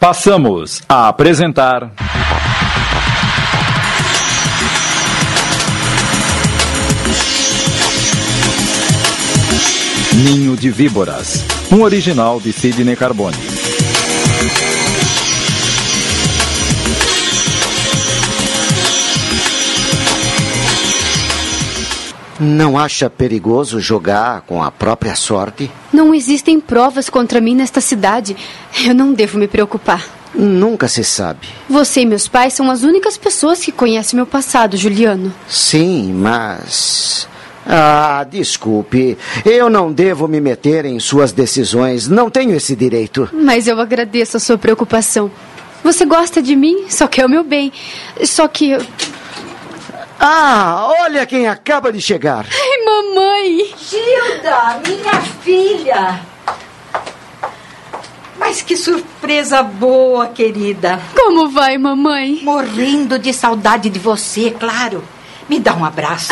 Passamos a apresentar... Ninho de Víboras, um original de Sidney Carbone. Não acha perigoso jogar com a própria sorte? Não existem provas contra mim nesta cidade. Eu não devo me preocupar. Nunca se sabe. Você e meus pais são as únicas pessoas que conhecem meu passado, Juliano. Sim, mas... desculpe. Eu não devo me meter em suas decisões. Não tenho esse direito. Mas eu agradeço a sua preocupação. Você gosta de mim, só quer o meu bem. Só que... olha quem acaba de chegar. Ai, mamãe! Gilda, minha filha! Mas que surpresa boa, querida. Como vai, mamãe? Morrendo de saudade de você, claro. Me dá um abraço.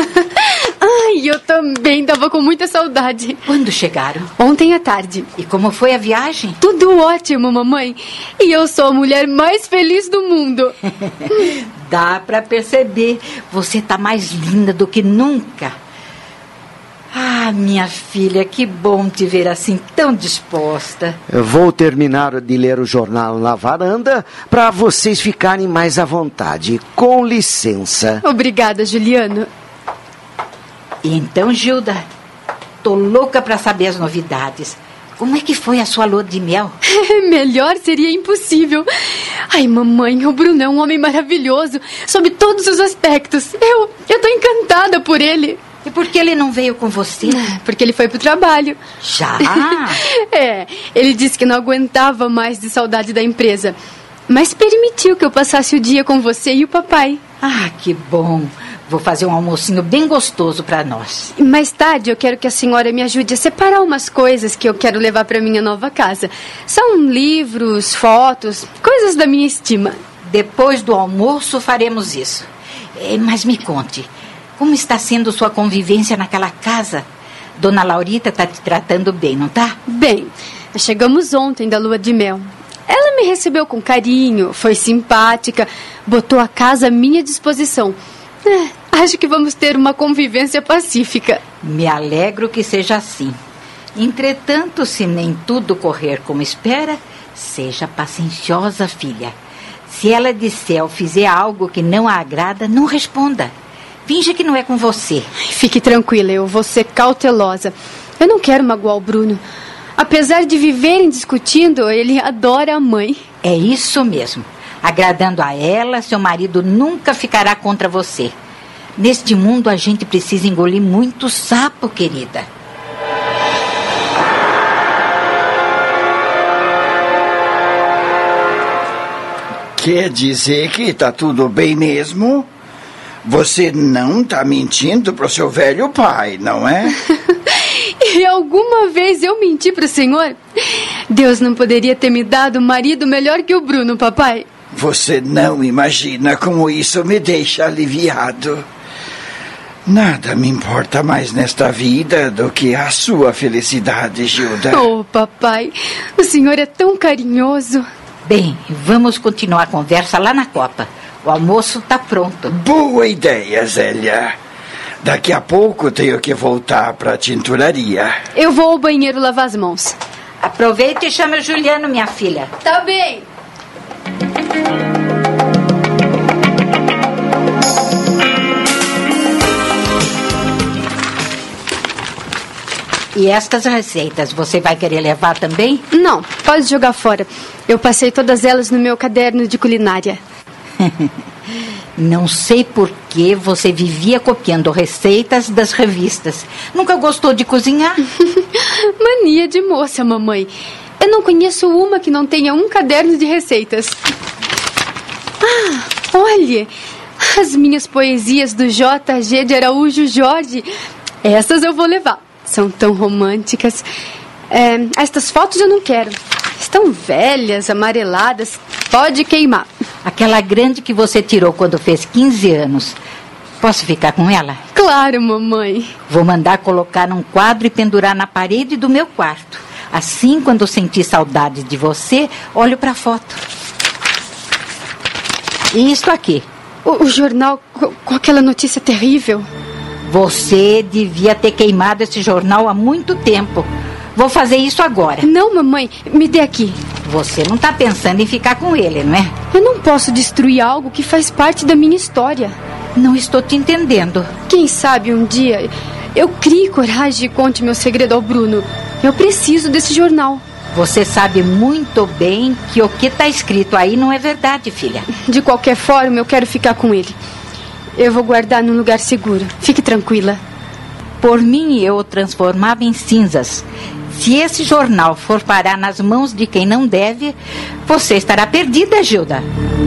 Ai, eu também dava com muita saudade. Quando chegaram? Ontem à tarde. E como foi a viagem? Tudo ótimo, mamãe. E eu sou a mulher mais feliz do mundo. Dá pra perceber. Você tá mais linda do que nunca. Minha filha, que bom te ver assim, tão disposta. Eu vou terminar de ler o jornal na varanda para vocês ficarem mais à vontade. Com licença. Obrigada, Juliano. E então, Gilda, tô louca pra saber as novidades. Como é que foi a sua lua de mel? Melhor seria impossível. Ai, mamãe, o Bruno é um homem maravilhoso, sob todos os aspectos. Eu tô encantada por ele. E por que ele não veio com você? Porque ele foi pro trabalho. Já? Ele disse que não aguentava mais de saudade da empresa. Mas permitiu que eu passasse o dia com você e o papai. Que bom. Vou fazer um almocinho bem gostoso para nós. Mais tarde eu quero que a senhora me ajude a separar umas coisas que eu quero levar para minha nova casa. São livros, fotos, coisas da minha estima. Depois do almoço faremos isso. Mas me conte, como está sendo sua convivência naquela casa? Dona Laurita está te tratando bem, não tá? Bem, chegamos ontem da lua de mel. Ela me recebeu com carinho, foi simpática, botou a casa à minha disposição. Acho que vamos ter uma convivência pacífica. Me alegro que seja assim. Entretanto, se nem tudo correr como espera, seja pacienciosa, filha. Se ela disser ou fizer algo que não a agrada, não responda. Finja que não é com você. Fique tranquila, eu vou ser cautelosa. Eu não quero magoar o Bruno. Apesar de viverem discutindo, ele adora a mãe. É isso mesmo. Agradando a ela, seu marido nunca ficará contra você. Neste mundo, a gente precisa engolir muito sapo, querida. Quer dizer que tá tudo bem mesmo? Você não tá mentindo pro seu velho pai, não é? E alguma vez eu menti pro senhor? Deus não poderia ter me dado um marido melhor que o Bruno, papai. Você não imagina como isso me deixa aliviado. Nada me importa mais nesta vida do que a sua felicidade, Gilda. Oh, papai, o senhor é tão carinhoso. Bem, vamos continuar a conversa lá na copa. O almoço está pronto. Boa ideia, Zélia. Daqui a pouco tenho que voltar para a tinturaria. Eu vou ao banheiro lavar as mãos. Aproveita e chama o Juliano, minha filha. Tá bem. E estas receitas, você vai querer levar também? Não, pode jogar fora. Eu passei todas elas no meu caderno de culinária. Não sei por que você vivia copiando receitas das revistas. Nunca gostou de cozinhar? Mania de moça, mamãe. Eu não conheço uma que não tenha um caderno de receitas. Olhe, as minhas poesias do J.G. de Araújo Jorge. Essas eu vou levar. São tão românticas. Estas fotos eu não quero. Estão velhas, amareladas. Pode queimar. Aquela grande que você tirou quando fez 15 anos. Posso ficar com ela? Claro, mamãe. Vou mandar colocar num quadro e pendurar na parede do meu quarto. Assim, quando sentir saudade de você, olho para a foto. E isto aqui. O jornal com aquela notícia terrível. Você devia ter queimado esse jornal há muito tempo. Vou fazer isso agora. Não, mamãe, me dê aqui. Você não está pensando em ficar com ele, não é? Eu não posso destruir algo que faz parte da minha história. Não estou te entendendo. Quem sabe um dia eu crie coragem e conte meu segredo ao Bruno. Eu preciso desse jornal. Você sabe muito bem que o que está escrito aí não é verdade, filha. De qualquer forma, eu quero ficar com ele. Eu vou guardar num lugar seguro. Fique tranquila. Por mim, eu o transformava em cinzas. Se esse jornal for parar nas mãos de quem não deve, você estará perdida, Gilda.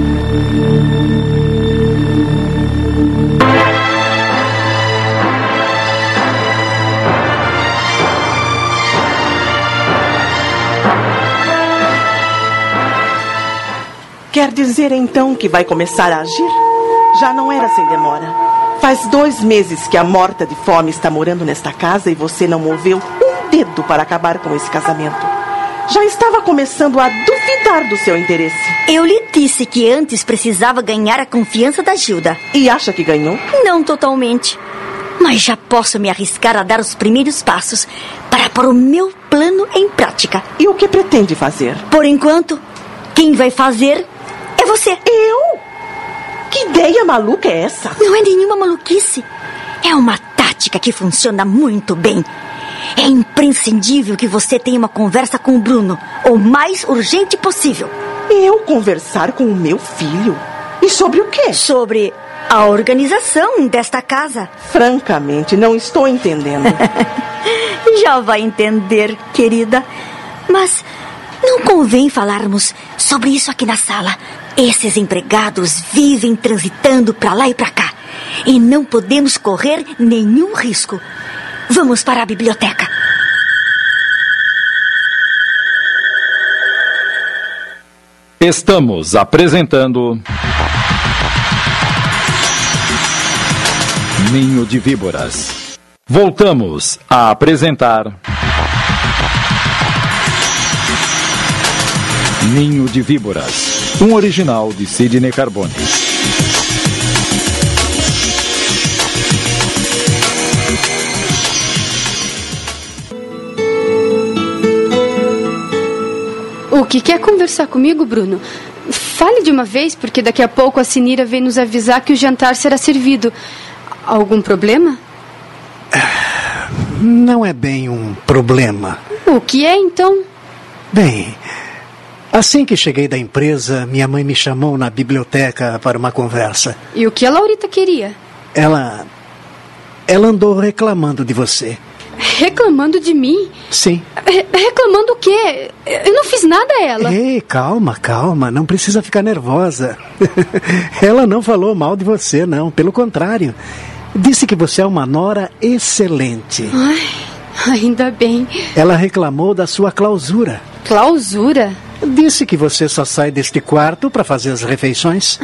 Quer dizer, então, que vai começar a agir? Já não era sem demora. Faz 2 meses que a morta de fome está morando nesta casa e você não moveu um dedo para acabar com esse casamento. Já estava começando a duvidar do seu interesse. Eu lhe disse que antes precisava ganhar a confiança da Gilda. E acha que ganhou? Não totalmente. Mas já posso me arriscar a dar os primeiros passos para pôr o meu plano em prática. E o que pretende fazer? Por enquanto, quem vai fazer é você. Eu? Que ideia maluca é essa? Não é nenhuma maluquice. É uma tática que funciona muito bem. É imprescindível que você tenha uma conversa com o Bruno o mais urgente possível. Eu conversar com o meu filho? E sobre o quê? Sobre a organização desta casa. Francamente, não estou entendendo. Já vai entender, querida. Mas não convém falarmos sobre isso aqui na sala. Esses empregados vivem transitando para lá e para cá. E não podemos correr nenhum risco. Vamos para a biblioteca. Estamos apresentando Ninho de Víboras. Voltamos a apresentar Ninho de Víboras, um original de Sidney Carbone. O que quer conversar comigo, Bruno? Fale de uma vez, porque daqui a pouco a Sinira vem nos avisar que o jantar será servido. Algum problema? Não é bem um problema. O que é, então? Bem, assim que cheguei da empresa, minha mãe me chamou na biblioteca para uma conversa. E o que a Laurita queria? Ela andou reclamando de você. Reclamando de mim? Sim. Reclamando o quê? Eu não fiz nada a ela. Ei, calma, não precisa ficar nervosa. Ela não falou mal de você, não. Pelo contrário, disse que você é uma nora excelente. Ai, ainda bem. Ela reclamou da sua clausura. Clausura? Disse que você só sai deste quarto para fazer as refeições.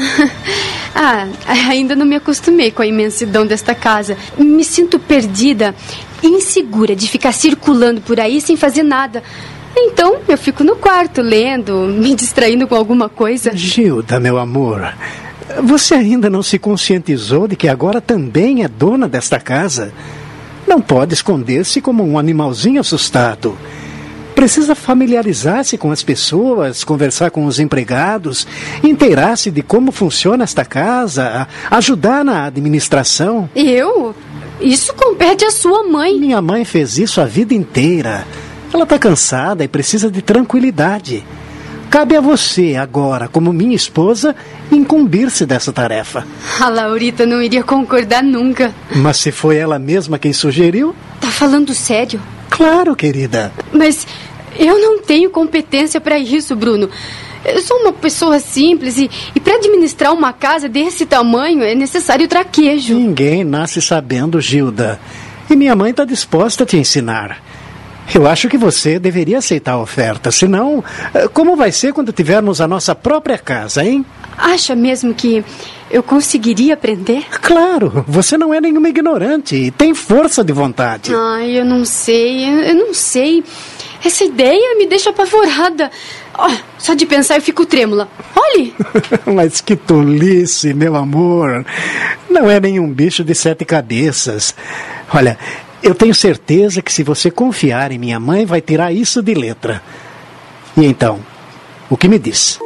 Ainda não me acostumei com a imensidão desta casa. Me sinto perdida, insegura de ficar circulando por aí sem fazer nada. Então eu fico no quarto lendo, me distraindo com alguma coisa. Gilda, meu amor, você ainda não se conscientizou de que agora também é dona desta casa? Não pode esconder-se como um animalzinho assustado. Precisa familiarizar-se com as pessoas, conversar com os empregados, inteirar-se de como funciona esta casa, ajudar na administração. Eu? Isso compete à sua mãe. Minha mãe fez isso a vida inteira. Ela está cansada e precisa de tranquilidade. Cabe a você agora, como minha esposa, incumbir-se dessa tarefa. A Laurita não iria concordar nunca. Mas se foi ela mesma quem sugeriu? Tá falando sério? Claro, querida. Mas eu não tenho competência para isso, Bruno. Eu sou uma pessoa simples e para administrar uma casa desse tamanho é necessário traquejo. Ninguém nasce sabendo, Gilda. E minha mãe está disposta a te ensinar. Eu acho que você deveria aceitar a oferta. Senão, como vai ser quando tivermos a nossa própria casa, hein? Acha mesmo que eu conseguiria aprender? Claro, você não é nenhuma ignorante e tem força de vontade. Ai, eu não sei. essa ideia me deixa apavorada. Só de pensar eu fico trêmula. Olhe! Mas que tolice, meu amor. Não é nenhum bicho de 7 cabeças. Olha, eu tenho certeza que se você confiar em minha mãe, vai tirar isso de letra. E então, o que me diz?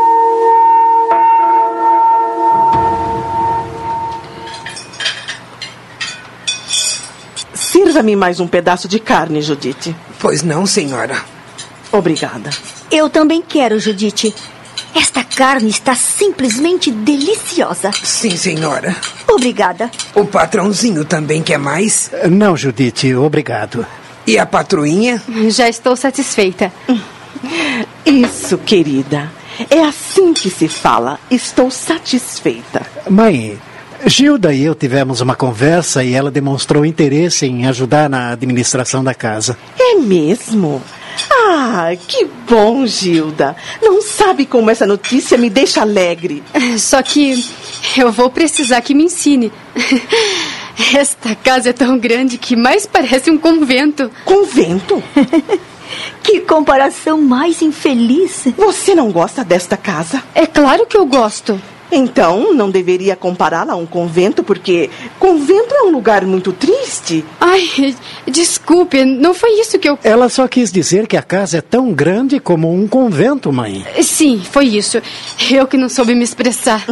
Sirva-me mais um pedaço de carne, Judite. Pois não, senhora. Obrigada. Eu também quero, Judite. Esta carne está simplesmente deliciosa. Sim, senhora. Obrigada. O patrãozinho também quer mais? Não, Judite, obrigado. E a patroinha? Já estou satisfeita. Isso, querida. É assim que se fala. Estou satisfeita. Mãe, Gilda e eu tivemos uma conversa e ela demonstrou interesse em ajudar na administração da casa. É mesmo? Ah, que bom, Gilda. Não sabe como essa notícia me deixa alegre. Só que eu vou precisar que me ensine. Esta casa é tão grande que mais parece um convento. Convento? Que comparação mais infeliz. Você não gosta desta casa? É claro que eu gosto. Então, não deveria compará-la a um convento, porque convento é um lugar muito triste. Ai, desculpe, não foi isso que eu... Ela só quis dizer que a casa é tão grande como um convento, mãe. Sim, foi isso. Eu que não soube me expressar.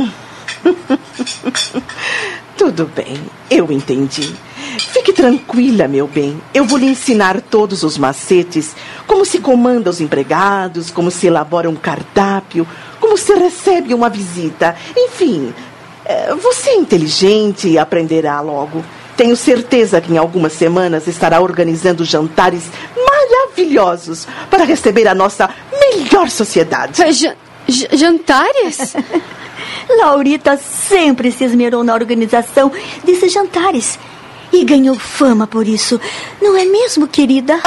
Tudo bem, eu entendi. Fique tranquila, meu bem. Eu vou lhe ensinar todos os macetes, como se comanda os empregados, como se elabora um cardápio, como se recebe uma visita. Enfim, você é inteligente e aprenderá logo. Tenho certeza que em algumas semanas estará organizando jantares maravilhosos para receber a nossa melhor sociedade. Jantares? Laurita sempre se esmerou na organização desses jantares e ganhou fama por isso. Não é mesmo, querida?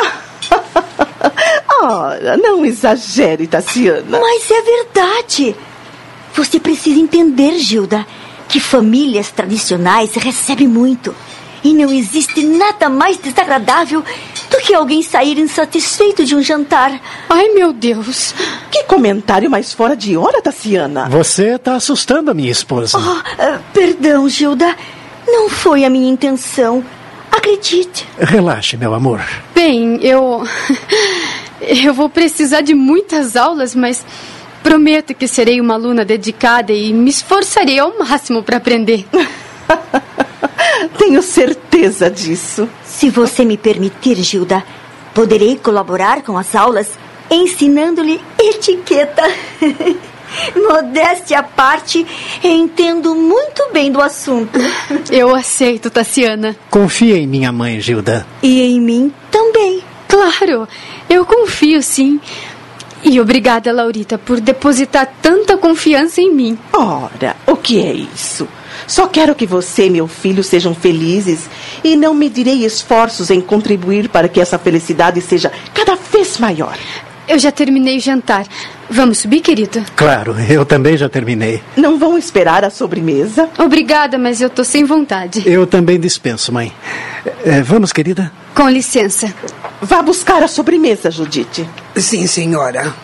Ora, não exagere, Tassiana. Mas é verdade. Você precisa entender, Gilda, que famílias tradicionais recebem muito. E não existe nada mais desagradável do que alguém sair insatisfeito de um jantar. Ai, meu Deus. Que comentário mais fora de hora, Tassiana. Você está assustando a minha esposa. Perdão, Gilda. Não foi a minha intenção. Acredite. Relaxe, meu amor. Bem, eu vou precisar de muitas aulas, mas prometo que serei uma aluna dedicada e me esforçarei ao máximo para aprender. Tenho certeza disso. Se você me permitir, Gilda, poderei colaborar com as aulas ensinando-lhe etiqueta. Modéstia à parte, entendo muito bem do assunto. Eu aceito, Tassiana. Confia em minha mãe, Gilda. E em mim também. Claro, eu confio, sim. E obrigada, Laurita, por depositar tanta confiança em mim. Ora, o que é isso? Só quero que você e meu filho sejam felizes e não medirei esforços em contribuir para que essa felicidade seja cada vez maior. Eu já terminei o jantar. Vamos subir, querida? Claro, eu também já terminei. Não vão esperar a sobremesa? Obrigada, mas eu tô sem vontade. Eu também dispenso, mãe. Vamos, querida? Com licença. Vá buscar a sobremesa, Judite. Sim, senhora.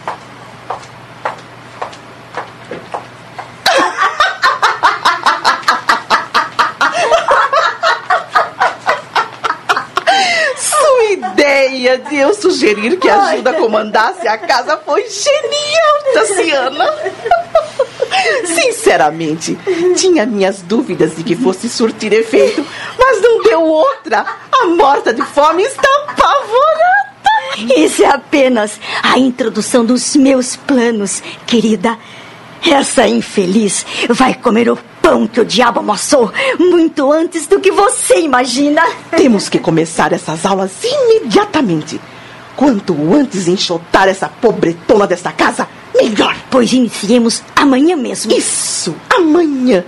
Ideia de eu sugerir que a Gilda comandasse a casa foi genial, Tassiana. Sinceramente, tinha minhas dúvidas de que fosse surtir efeito, mas não deu outra. A morta de fome está apavorada. Isso é apenas a introdução dos meus planos, querida. Essa infeliz vai comer o pão que o diabo amassou muito antes do que você imagina. Temos que começar essas aulas imediatamente. Quanto antes enxotar essa pobretona desta casa, melhor. Pois iniciemos amanhã mesmo. Isso, amanhã.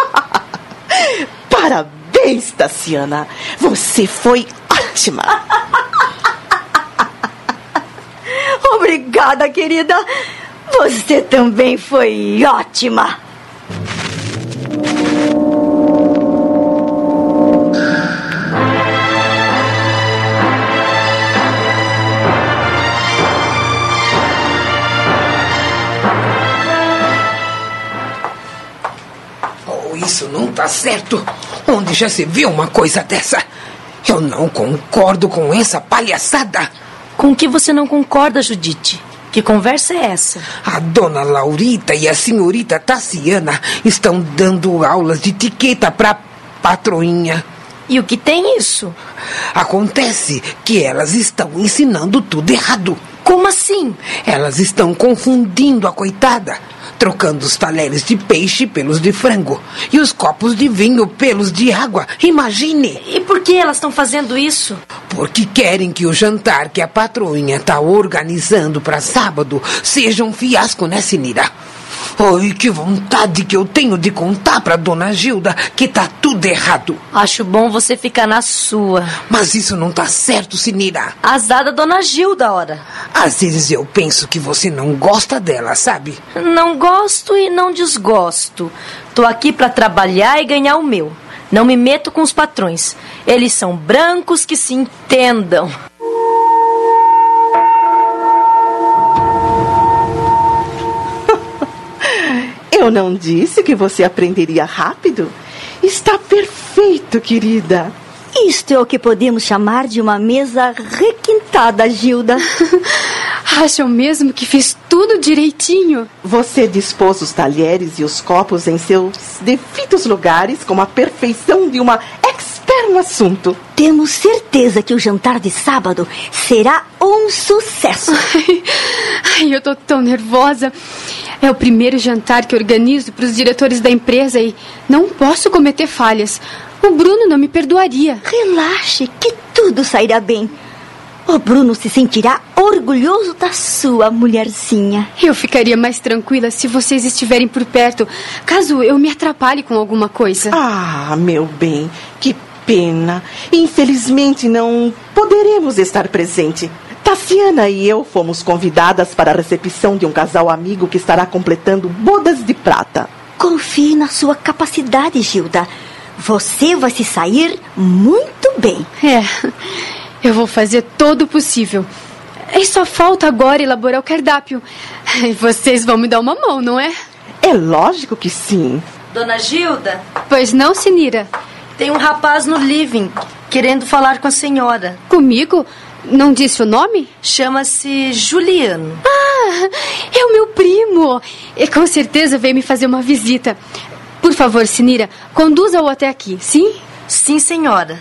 Parabéns, Tassiana. Você foi ótima. Obrigada, querida. Você também foi ótima. Isso não tá certo. Onde já se viu uma coisa dessa? Eu não concordo com essa palhaçada. Com que você não concorda, Judite? Que conversa é essa? A dona Laurita e a senhorita Tassiana estão dando aulas de etiqueta pra patroinha. E o que tem isso? Acontece que elas estão ensinando tudo errado. Como assim? Elas estão confundindo a coitada, trocando os talheres de peixe pelos de frango e os copos de vinho pelos de água. Imagine! E por que elas estão fazendo isso? Porque querem que o jantar que a patroinha está organizando para sábado seja um fiasco, né, Sinira? Ai, que vontade que eu tenho de contar para dona Gilda que tá tudo errado. Acho bom você ficar na sua. Mas isso não tá certo, Sinira. Azar da dona Gilda, ora. Às vezes eu penso que você não gosta dela, sabe? Não gosto e não desgosto. Tô aqui para trabalhar e ganhar o meu. Não me meto com os patrões. Eles são brancos que se entendam. Eu não disse que você aprenderia rápido? Está perfeito, querida. Isto é o que podemos chamar de uma mesa requintada, Gilda. Acham mesmo que fiz tudo direitinho? Você dispôs os talheres e os copos em seus devidos lugares com a perfeição de uma expert no assunto. Temos certeza que o jantar de sábado será um sucesso. Ai, eu tô tão nervosa. É o primeiro jantar que organizo para os diretores da empresa e não posso cometer falhas. O Bruno não me perdoaria. Relaxe, que tudo sairá bem. O Bruno se sentirá orgulhoso da sua mulherzinha. Eu ficaria mais tranquila se vocês estiverem por perto, caso eu me atrapalhe com alguma coisa. Ah, meu bem, que pena. Infelizmente não poderemos estar presente. Tassiana e eu fomos convidadas para a recepção de um casal amigo que estará completando bodas de prata. Confie na sua capacidade, Gilda. Você vai se sair muito bem. Eu vou fazer todo o possível. E só falta agora elaborar o cardápio. Vocês vão me dar uma mão, não é? É lógico que sim. Dona Gilda? Pois não, Sinira? Tem um rapaz no living querendo falar com a senhora. Comigo? Não disse o nome? Chama-se Juliano. Ah, é o meu primo. E com certeza veio me fazer uma visita. Por favor, Sinira, conduza-o até aqui, sim? Sim, senhora.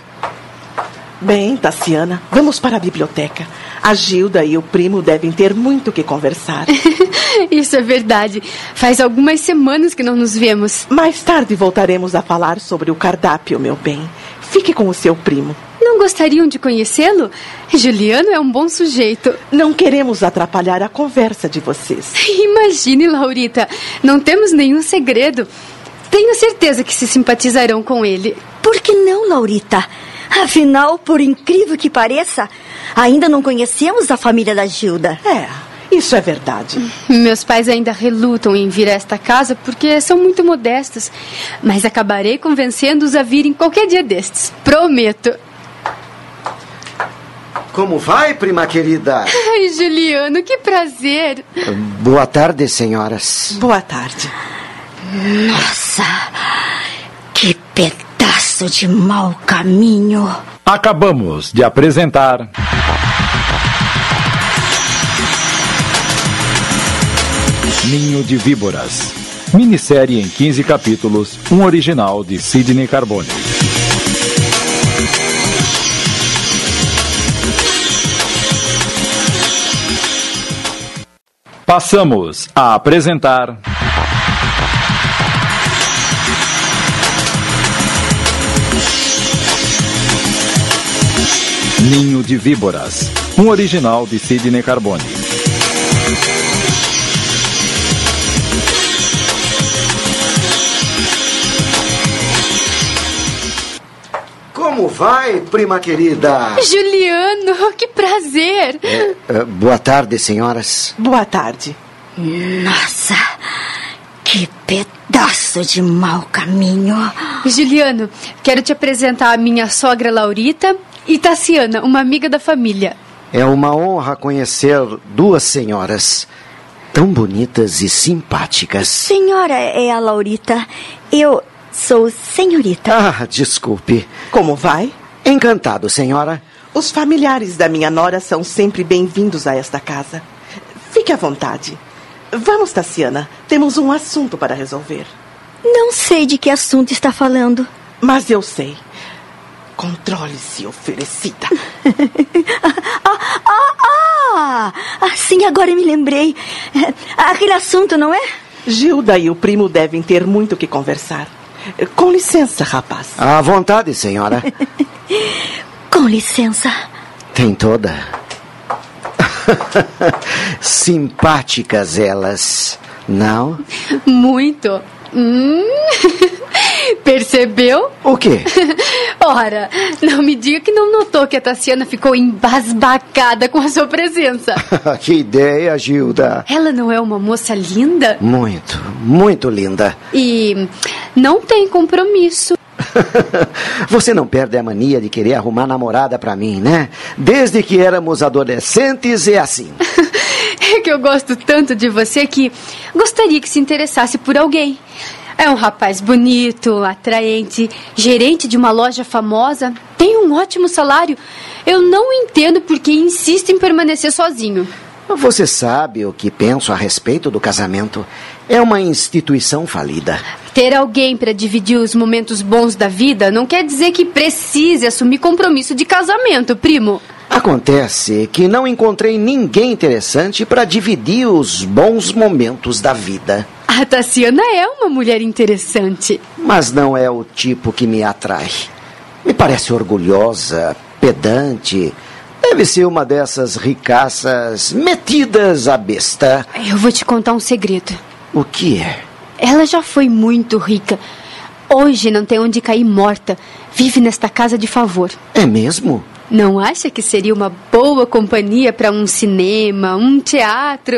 Bem, Tassiana, vamos para a biblioteca. A Gilda e o primo devem ter muito o que conversar. Isso é verdade. Faz algumas semanas que não nos vemos. Mais tarde voltaremos a falar sobre o cardápio, meu bem. Fique com o seu primo. Não gostariam de conhecê-lo? Juliano é um bom sujeito. Não queremos atrapalhar a conversa de vocês. Imagine, Laurita. Não temos nenhum segredo. Tenho certeza que se simpatizarão com ele. Por que não, Laurita? Afinal, por incrível que pareça, ainda não conhecemos a família da Gilda. Isso é verdade. Meus pais ainda relutam em vir a esta casa porque são muito modestos. Mas acabarei convencendo-os a virem qualquer dia destes. Prometo. Como vai, prima querida? Ai, Juliano, que prazer. Boa tarde, senhoras. Boa tarde. Nossa, que pedaço de mau caminho. Acabamos de apresentar... Ninho de Víboras. Minissérie em 15 capítulos, um original de Sidney Carbone. Passamos a apresentar... Ninho de Víboras, um original de Sidney Carbone. Como vai, prima querida? Juliano, que prazer. Boa tarde, senhoras. Boa tarde. Nossa, que pedaço de mau caminho. Juliano, quero te apresentar a minha sogra Laurita e Tassiana, uma amiga da família. É uma honra conhecer duas senhoras tão bonitas e simpáticas. Senhora, é a Laurita. Eu Sou senhorita. Ah, desculpe. Como vai? Encantado, senhora. Os familiares da minha nora são sempre bem-vindos a esta casa. Fique à vontade. Vamos, Tassiana. Temos um assunto para resolver. Não sei de que assunto está falando. Mas eu sei. Controle-se, oferecida. Sim, agora eu me lembrei. Aquele assunto, não é? Gilda e o primo devem ter muito o que conversar. Com licença, rapaz. À vontade, senhora. Com licença. Tem toda. Simpáticas elas, não? Muito. Percebeu? O quê? Ora, não me diga que não notou que a Tassiana ficou embasbacada com a sua presença. Que ideia, Gilda. Ela não é uma moça linda? Muito, muito linda. E não tem compromisso. Você não perde a mania de querer arrumar namorada pra mim, né? Desde que éramos adolescentes é assim. É que eu gosto tanto de você que gostaria que se interessasse por alguém. É um rapaz bonito, atraente, gerente de uma loja famosa, tem um ótimo salário. Eu não entendo por que insiste em permanecer sozinho. Você sabe o que penso a respeito do casamento. É uma instituição falida. Ter alguém para dividir os momentos bons da vida não quer dizer que precise assumir compromisso de casamento, primo. Acontece que não encontrei ninguém interessante para dividir os bons momentos da vida. A Tassiana é uma mulher interessante. Mas não é o tipo que me atrai. Me parece orgulhosa, pedante. Deve ser uma dessas ricaças metidas à besta. Eu vou te contar um segredo. O que é? Ela já foi muito rica. Hoje não tem onde cair morta. Vive nesta casa de favor. É mesmo? Não acha que seria uma boa companhia para um cinema, um teatro?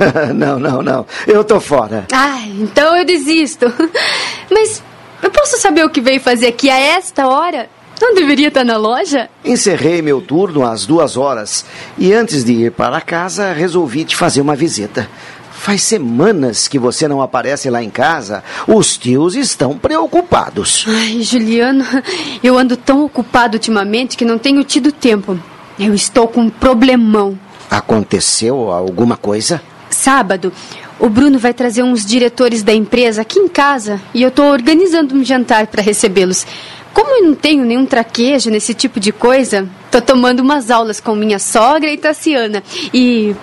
Não. Eu tô fora. Então eu desisto. Mas eu posso saber o que veio fazer aqui a esta hora? Não deveria estar na loja? Encerrei meu turno às 2h e antes de ir para casa resolvi te fazer uma visita. Faz semanas que você não aparece lá em casa. Os tios estão preocupados. Ai, Juliano, eu ando tão ocupado ultimamente que não tenho tido tempo. Eu estou com um problemão. Aconteceu alguma coisa? Sábado, o Bruno vai trazer uns diretores da empresa aqui em casa e eu estou organizando um jantar para recebê-los. Como eu não tenho nenhum traquejo nesse tipo de coisa, estou tomando umas aulas com minha sogra e Tassiana. E...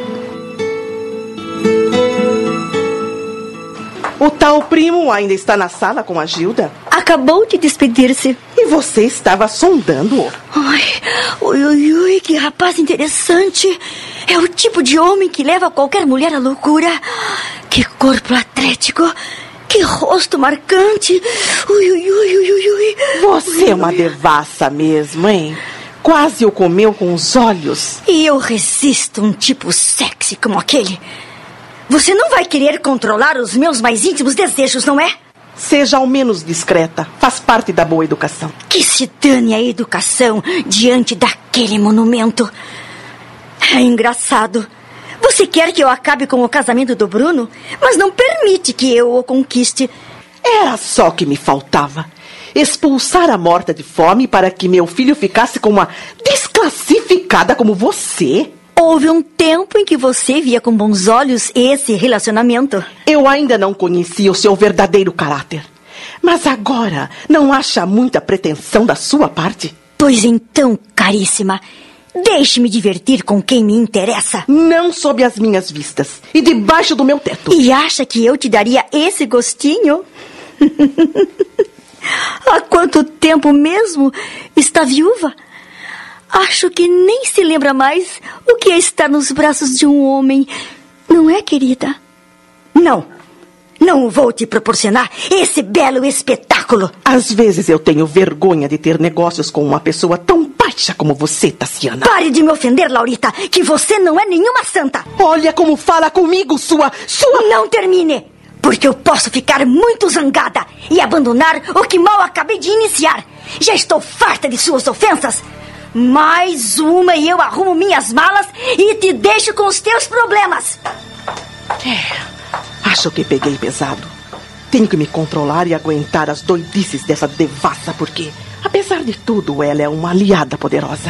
O tal primo ainda está na sala com a Gilda? Acabou de despedir-se. E você estava sondando-o? Ui, que rapaz interessante. É o tipo de homem que leva qualquer mulher à loucura. Que corpo atlético. Que rosto marcante. Ui. Você é uma devassa mesmo, hein? Quase o comeu com os olhos. E eu resisto um tipo sexy como aquele. Você não vai querer controlar os meus mais íntimos desejos, não é? Seja ao menos discreta. Faz parte da boa educação. Que se dane a educação diante daquele monumento. É engraçado. Você quer que eu acabe com o casamento do Bruno, mas não permite que eu o conquiste. Era só que me faltava. Expulsar a morta de fome para que meu filho ficasse com uma desclassificada como você. Houve um tempo em que você via com bons olhos esse relacionamento. Eu ainda não conhecia o seu verdadeiro caráter. Mas agora, não acha muita pretensão da sua parte? Pois então, caríssima, deixe-me divertir com quem me interessa. Não sob as minhas vistas e debaixo do meu teto. E acha que eu te daria esse gostinho? Há quanto tempo mesmo está viúva? Acho que nem se lembra mais o que é estar nos braços de um homem. Não é, querida? Não vou te proporcionar esse belo espetáculo. Às vezes eu tenho vergonha de ter negócios com uma pessoa tão baixa como você, Tassiana. Pare de me ofender, Laurita, que você não é nenhuma santa. Olha como fala comigo, sua... Não termine, porque eu posso ficar muito zangada e abandonar o que mal acabei de iniciar. Já estou farta de suas ofensas. Mais uma e eu arrumo minhas malas e te deixo com os teus problemas. Acho que peguei pesado. Tenho que me controlar e aguentar as doidices dessa devassa, porque, apesar de tudo, ela é uma aliada poderosa.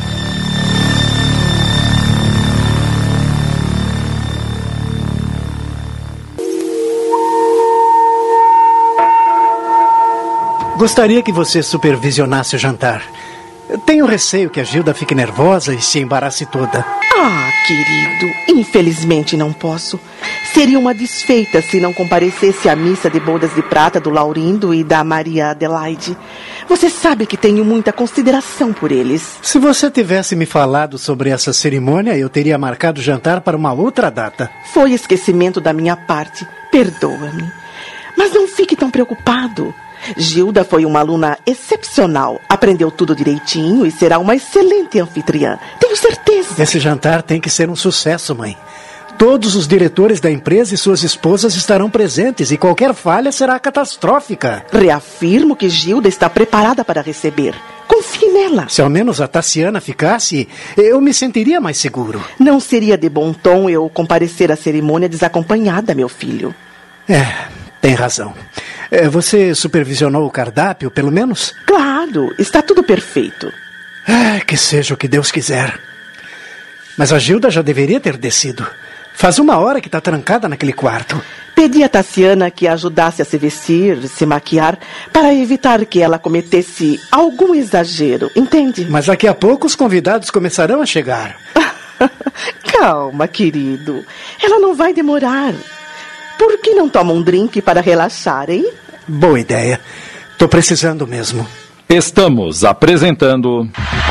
Gostaria que você supervisionasse o jantar. Eu tenho receio que a Gilda fique nervosa e se embarace toda. Ah, querido, infelizmente não posso. Seria uma desfeita se não comparecesse à missa de bodas de prata do Laurindo e da Maria Adelaide. Você sabe que tenho muita consideração por eles. Se você tivesse me falado sobre essa cerimônia, eu teria marcado o jantar para uma outra data. Foi esquecimento da minha parte. Perdoa-me. Mas não fique tão preocupado. Gilda foi uma aluna excepcional. Aprendeu tudo direitinho e será uma excelente anfitriã. Tenho certeza. Esse jantar tem que ser um sucesso, mãe. Todos os diretores da empresa e suas esposas estarão presentes e qualquer falha será catastrófica. Reafirmo que Gilda está preparada para receber. Confie nela. Se ao menos a Tassiana ficasse, eu me sentiria mais seguro. Não seria de bom tom eu comparecer à cerimônia desacompanhada, meu filho. Tem razão. Você supervisionou o cardápio, pelo menos? Claro, está tudo perfeito. Que seja o que Deus quiser. Mas a Gilda já deveria ter descido. Faz 1 hora que está trancada naquele quarto. Pedi a Tassiana que a ajudasse a se vestir, se maquiar, para evitar que ela cometesse algum exagero, entende? Mas daqui a pouco os convidados começarão a chegar. Calma, querido. Ela não vai demorar. Por que não toma um drink para relaxar, hein? Boa ideia. Tô precisando mesmo. Estamos apresentando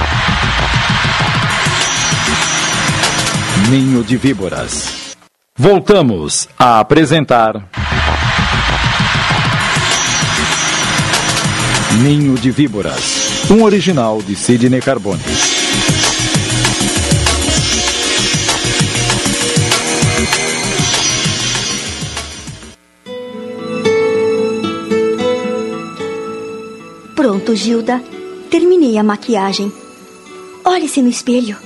Ninho de Víboras. Voltamos a apresentar Ninho de Víboras, um original de Sidney Carbone. Pronto, Gilda. Terminei a maquiagem. Olhe-se no espelho.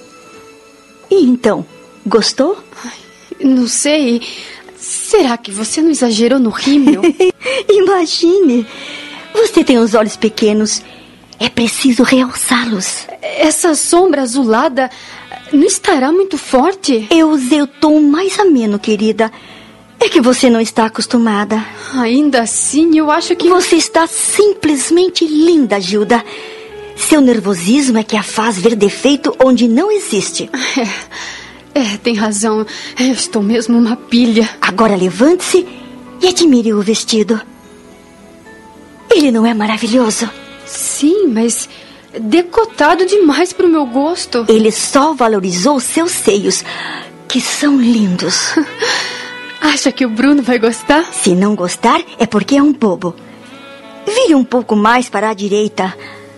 E então, gostou? Não sei. Será que você não exagerou no rímel? Imagine. Você tem os olhos pequenos. É preciso realçá-los. Essa sombra azulada não estará muito forte? Eu usei o tom mais ameno, querida. É que você não está acostumada. Ainda assim, eu acho que... Você está simplesmente linda, Gilda. Seu nervosismo é que a faz ver defeito onde não existe. Tem razão. Eu estou mesmo uma pilha. Agora levante-se e admire o vestido. Ele não é maravilhoso? Sim, mas decotado demais para o meu gosto. Ele só valorizou seus seios, que são lindos. Acha que o Bruno vai gostar? Se não gostar, é porque é um bobo. Vire um pouco mais para a direita.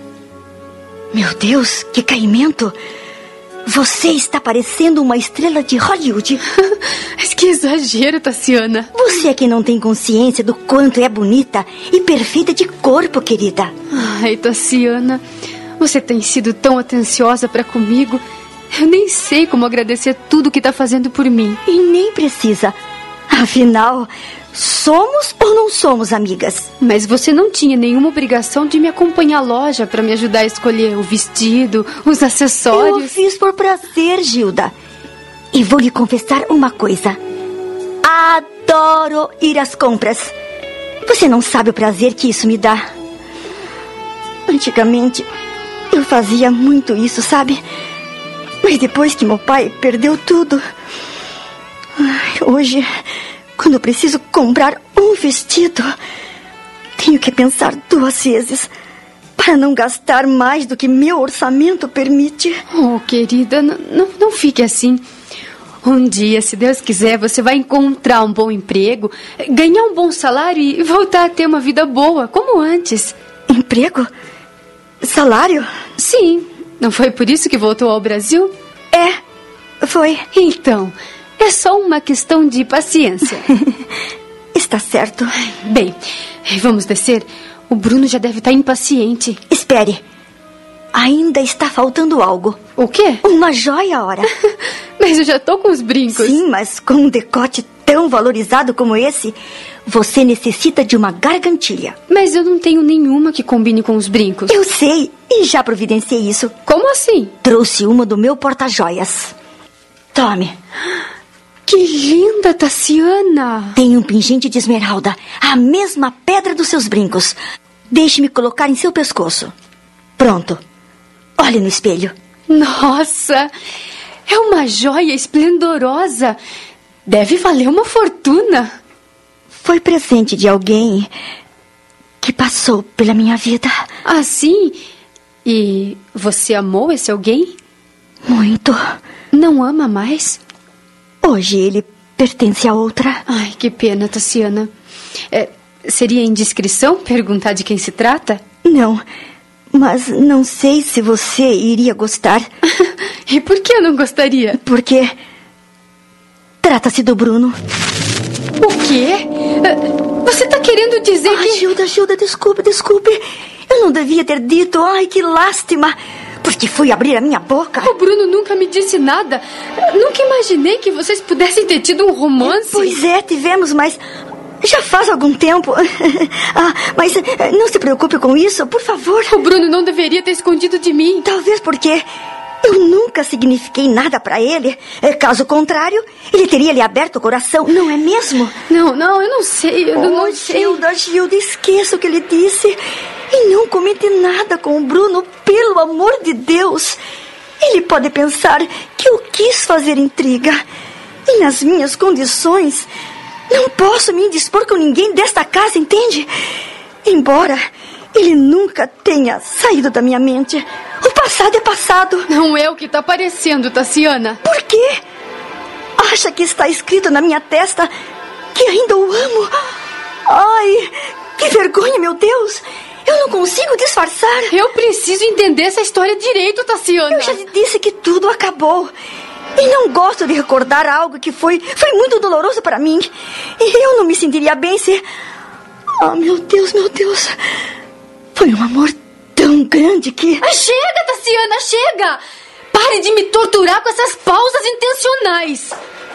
Meu Deus, que caimento! Você está parecendo uma estrela de Hollywood. Mas que exagero, Tassiana. Você é que não tem consciência do quanto é bonita e perfeita de corpo, querida. Ai, Tassiana, você tem sido tão atenciosa para comigo. Eu nem sei como agradecer tudo que está fazendo por mim. E nem precisa. Afinal, somos ou não somos amigas? Mas você não tinha nenhuma obrigação de me acompanhar à loja para me ajudar a escolher o vestido, os acessórios. Eu fiz por prazer, Gilda. E vou lhe confessar uma coisa. Adoro ir às compras. Você não sabe o prazer que isso me dá. Antigamente, eu fazia muito isso, sabe? Mas depois que meu pai perdeu tudo... Hoje, quando eu preciso comprar um vestido, tenho que pensar 2 vezes para não gastar mais do que meu orçamento permite. Oh, querida, não fique assim. Um dia, se Deus quiser, você vai encontrar um bom emprego, ganhar um bom salário e voltar a ter uma vida boa, como antes. Emprego? Salário? Sim. Não foi por isso que voltou ao Brasil? Foi. Então... é só uma questão de paciência. Está certo. Bem, vamos descer. O Bruno já deve estar impaciente. Espere. Ainda está faltando algo. O quê? Uma joia, ora. Mas eu já estou com os brincos. Sim, mas com um decote tão valorizado como esse, você necessita de uma gargantilha. Mas eu não tenho nenhuma que combine com os brincos. Eu sei, e já providenciei isso. Como assim? Trouxe uma do meu porta-joias. Tome. Que linda, Tassiana! Tem um pingente de esmeralda, a mesma pedra dos seus brincos. Deixe-me colocar em seu pescoço. Pronto. Olhe no espelho. Nossa! É uma joia esplendorosa. Deve valer uma fortuna. Foi presente de alguém que passou pela minha vida. Ah, sim? E você amou esse alguém? Muito. Não ama mais? Hoje ele pertence a outra. Ai, que pena, Tassiana. Seria indiscrição perguntar de quem se trata? Não, mas não sei se você iria gostar. E por que eu não gostaria? Porque trata-se do Bruno. O quê? Você tá querendo dizer que... Gilda, desculpe. Eu não devia ter dito. Ai, que lástima. Porque fui abrir a minha boca. O Bruno nunca me disse nada. Nunca imaginei que vocês pudessem ter tido um romance. Pois é, tivemos, mas já faz algum tempo. Mas não se preocupe com isso, por favor. O Bruno não deveria ter escondido de mim. Talvez porque eu nunca signifiquei nada pra ele. Caso contrário, ele teria lhe aberto o coração, não é mesmo? Não, eu não sei. Eu não sei. Gilda, esqueça o que ele disse. E não comente nada com o Bruno, pelo amor de Deus. Ele pode pensar que eu quis fazer intriga. E nas minhas condições, não posso me indispor com ninguém desta casa, entende? Embora ele nunca tenha saído da minha mente. O passado é passado. Não é o que está parecendo, Tassiana. Por quê? Acha que está escrito na minha testa que ainda o amo? Ai, que vergonha, meu Deus. Eu não consigo disfarçar. Eu preciso entender essa história direito, Tassiana. Eu já lhe disse que tudo acabou. E não gosto de recordar algo que foi muito doloroso para mim. E eu não me sentiria bem se... Oh, meu Deus. Foi um amor tão grande que... Chega, Tassiana, chega! Pare de me torturar com essas pausas intencionais.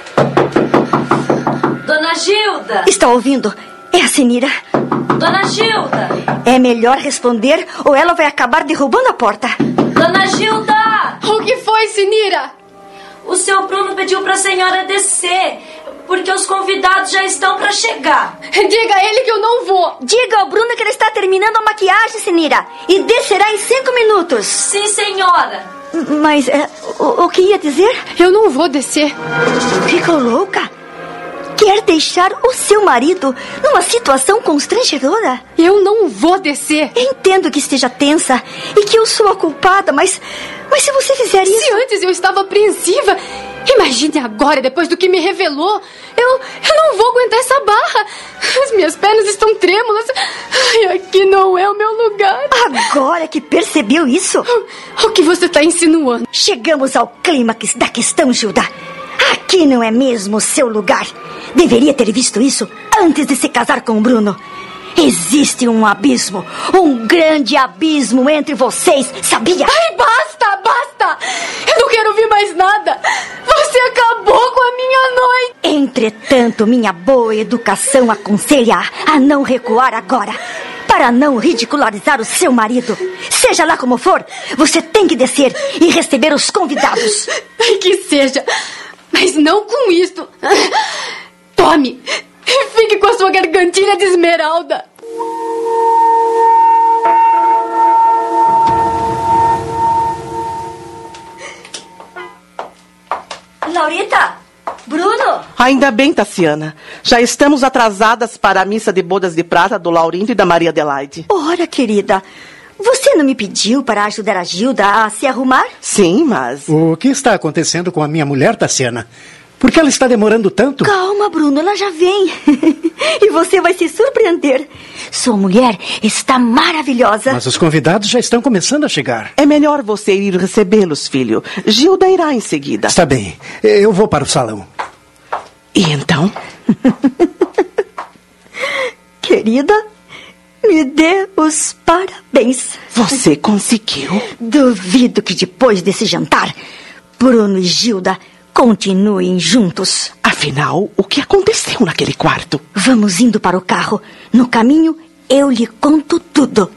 Dona Gilda! Está ouvindo? É a Senira. Dona Gilda! É melhor responder ou ela vai acabar derrubando a porta. Dona Gilda! O que foi, Senira? O seu Bruno pediu para a senhora descer, porque os convidados já estão para chegar. Diga a ele que eu não vou. Diga ao Bruno que ele está terminando a maquiagem, Senira, e descerá em 5 minutos. Sim, senhora. Mas o que ia dizer? Eu não vou descer. Ficou louca? Quer deixar o seu marido numa situação constrangedora? Eu não vou descer. Entendo que esteja tensa e que eu sou a culpada, mas se você fizer isso... Se antes eu estava apreensiva, imagine agora, depois do que me revelou. Eu não vou aguentar essa barra. As minhas pernas estão trêmulas. Ai, aqui não é o meu lugar. Agora que percebeu isso? O que você está insinuando? Chegamos ao clímax da questão, Gilda. Aqui não é mesmo o seu lugar. Deveria ter visto isso antes de se casar com o Bruno. Existe um abismo, um grande abismo entre vocês, sabia? Ai, basta! Eu não quero ouvir mais nada. Você acabou com a minha noite. Entretanto, minha boa educação aconselha a não recuar agora. Para não ridicularizar o seu marido. Seja lá como for, você tem que descer e receber os convidados. Que seja, mas não com isto. Tome e fique com a sua gargantilha de esmeralda. Laurita! Bruno! Ainda bem, Tassiana. Já estamos atrasadas para a missa de bodas de prata do Laurindo e da Maria Adelaide. Ora, querida, você não me pediu para ajudar a Gilda a se arrumar? Sim, mas... O que está acontecendo com a minha mulher, Tassiana? Por que ela está demorando tanto? Calma, Bruno, ela já vem. E você vai se surpreender. Sua mulher está maravilhosa. Mas os convidados já estão começando a chegar. É melhor você ir recebê-los, filho. Gilda irá em seguida. Está bem, eu vou para o salão. E então? Querida, me dê os parabéns. Você conseguiu? Duvido que depois desse jantar, Bruno e Gilda continuem juntos. Afinal, o que aconteceu naquele quarto? Vamos indo para o carro. No caminho, eu lhe conto tudo.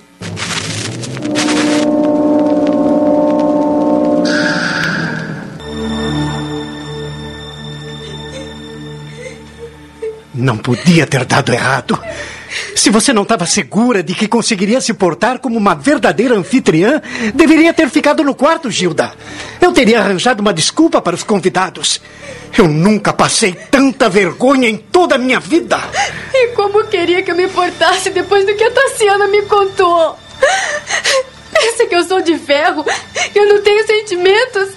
Não podia ter dado errado. Se você não estava segura de que conseguiria se portar como uma verdadeira anfitriã, deveria ter ficado no quarto, Gilda. Eu teria arranjado uma desculpa para os convidados. Eu nunca passei tanta vergonha em toda a minha vida. E como queria que eu me portasse depois do que a Tassiana me contou? Pensa que eu sou de ferro? Eu não tenho sentimentos?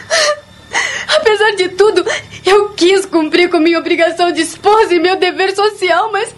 Apesar de tudo, eu quis cumprir com minha obrigação de esposa e meu dever social, mas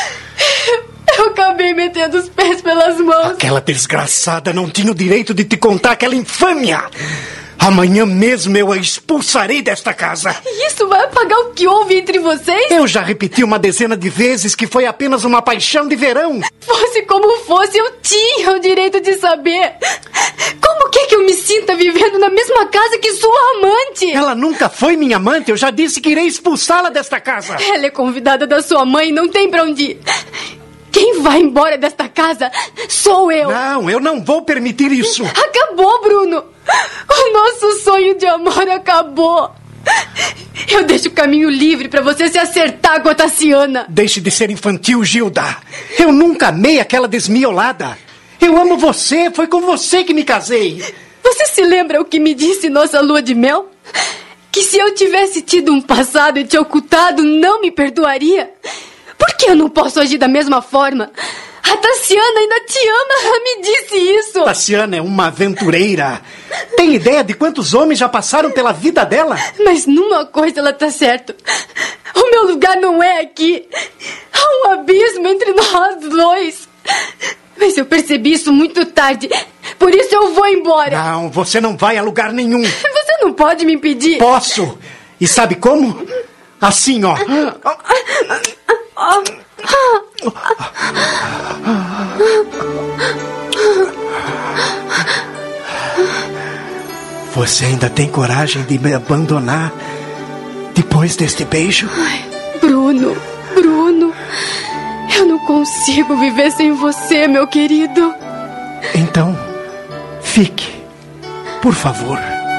eu acabei metendo os pés pelas mãos. Aquela desgraçada não tinha o direito de te contar aquela infâmia. Amanhã mesmo eu a expulsarei desta casa. E isso vai apagar o que houve entre vocês? Eu já repeti uma dezena de vezes que foi apenas uma paixão de verão. Fosse como fosse, eu tinha o direito de saber. Como que eu me sinta vivendo na mesma casa que sua amante? Ela nunca foi minha amante. Eu já disse que irei expulsá-la desta casa. Ela é convidada da sua mãe e não tem pra onde ir. Quem vai embora desta casa sou eu. Não, eu não vou permitir isso. Acabou, Bruno. O nosso sonho de amor acabou. Eu deixo o caminho livre pra você se acertar com a Tassiana. Deixe de ser infantil, Gilda. Eu nunca amei aquela desmiolada. Eu amo você. Foi com você que me casei. Você se lembra o que me disse nossa lua de mel? Que se eu tivesse tido um passado e te ocultado, não me perdoaria? Por que eu não posso agir da mesma forma? A Tassiana ainda te ama, ela me disse isso. Tassiana é uma aventureira. Tem ideia de quantos homens já passaram pela vida dela? Mas numa coisa ela tá certa. O meu lugar não é aqui. Há um abismo entre nós dois. Mas eu percebi isso muito tarde. Por isso eu vou embora. Não, você não vai a lugar nenhum. Você não pode me impedir. Posso. E sabe como? Assim, ó. Você ainda tem coragem de me abandonar depois deste beijo? Ai, Bruno, eu não consigo viver sem você, meu querido. Então, fique, por favor.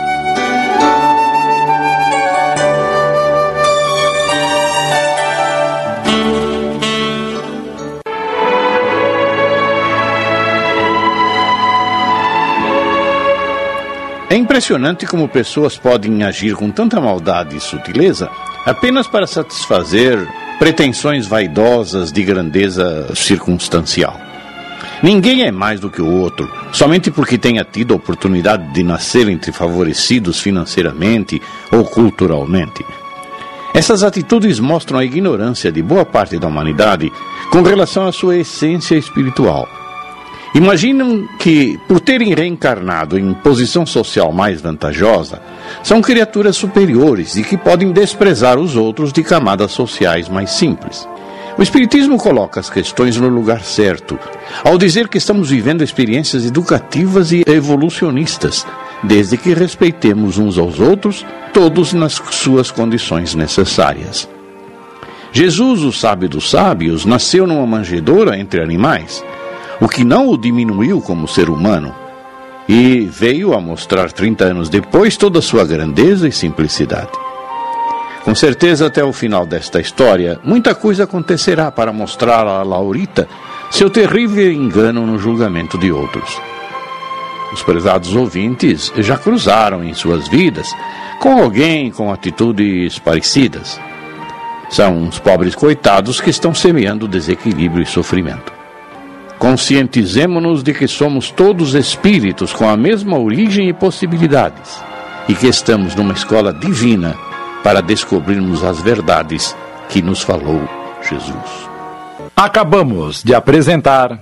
É impressionante como pessoas podem agir com tanta maldade e sutileza apenas para satisfazer pretensões vaidosas de grandeza circunstancial. Ninguém é mais do que o outro, somente porque tenha tido a oportunidade de nascer entre favorecidos financeiramente ou culturalmente. Essas atitudes mostram a ignorância de boa parte da humanidade com relação à sua essência espiritual. Imaginam que, por terem reencarnado em posição social mais vantajosa, são criaturas superiores e que podem desprezar os outros de camadas sociais mais simples. O Espiritismo coloca as questões no lugar certo, ao dizer que estamos vivendo experiências educativas e evolucionistas, desde que respeitemos uns aos outros, todos nas suas condições necessárias. Jesus, o sábio dos sábios, nasceu numa manjedoura entre animais, o que não o diminuiu como ser humano, e veio a mostrar 30 anos depois toda a sua grandeza e simplicidade. Com certeza, até o final desta história, muita coisa acontecerá para mostrar a Laurita seu terrível engano no julgamento de outros. Os prezados ouvintes já cruzaram em suas vidas com alguém com atitudes parecidas. São uns pobres coitados que estão semeando desequilíbrio e sofrimento. Conscientizemo-nos de que somos todos espíritos com a mesma origem e possibilidades, e que estamos numa escola divina para descobrirmos as verdades que nos falou Jesus. Acabamos de apresentar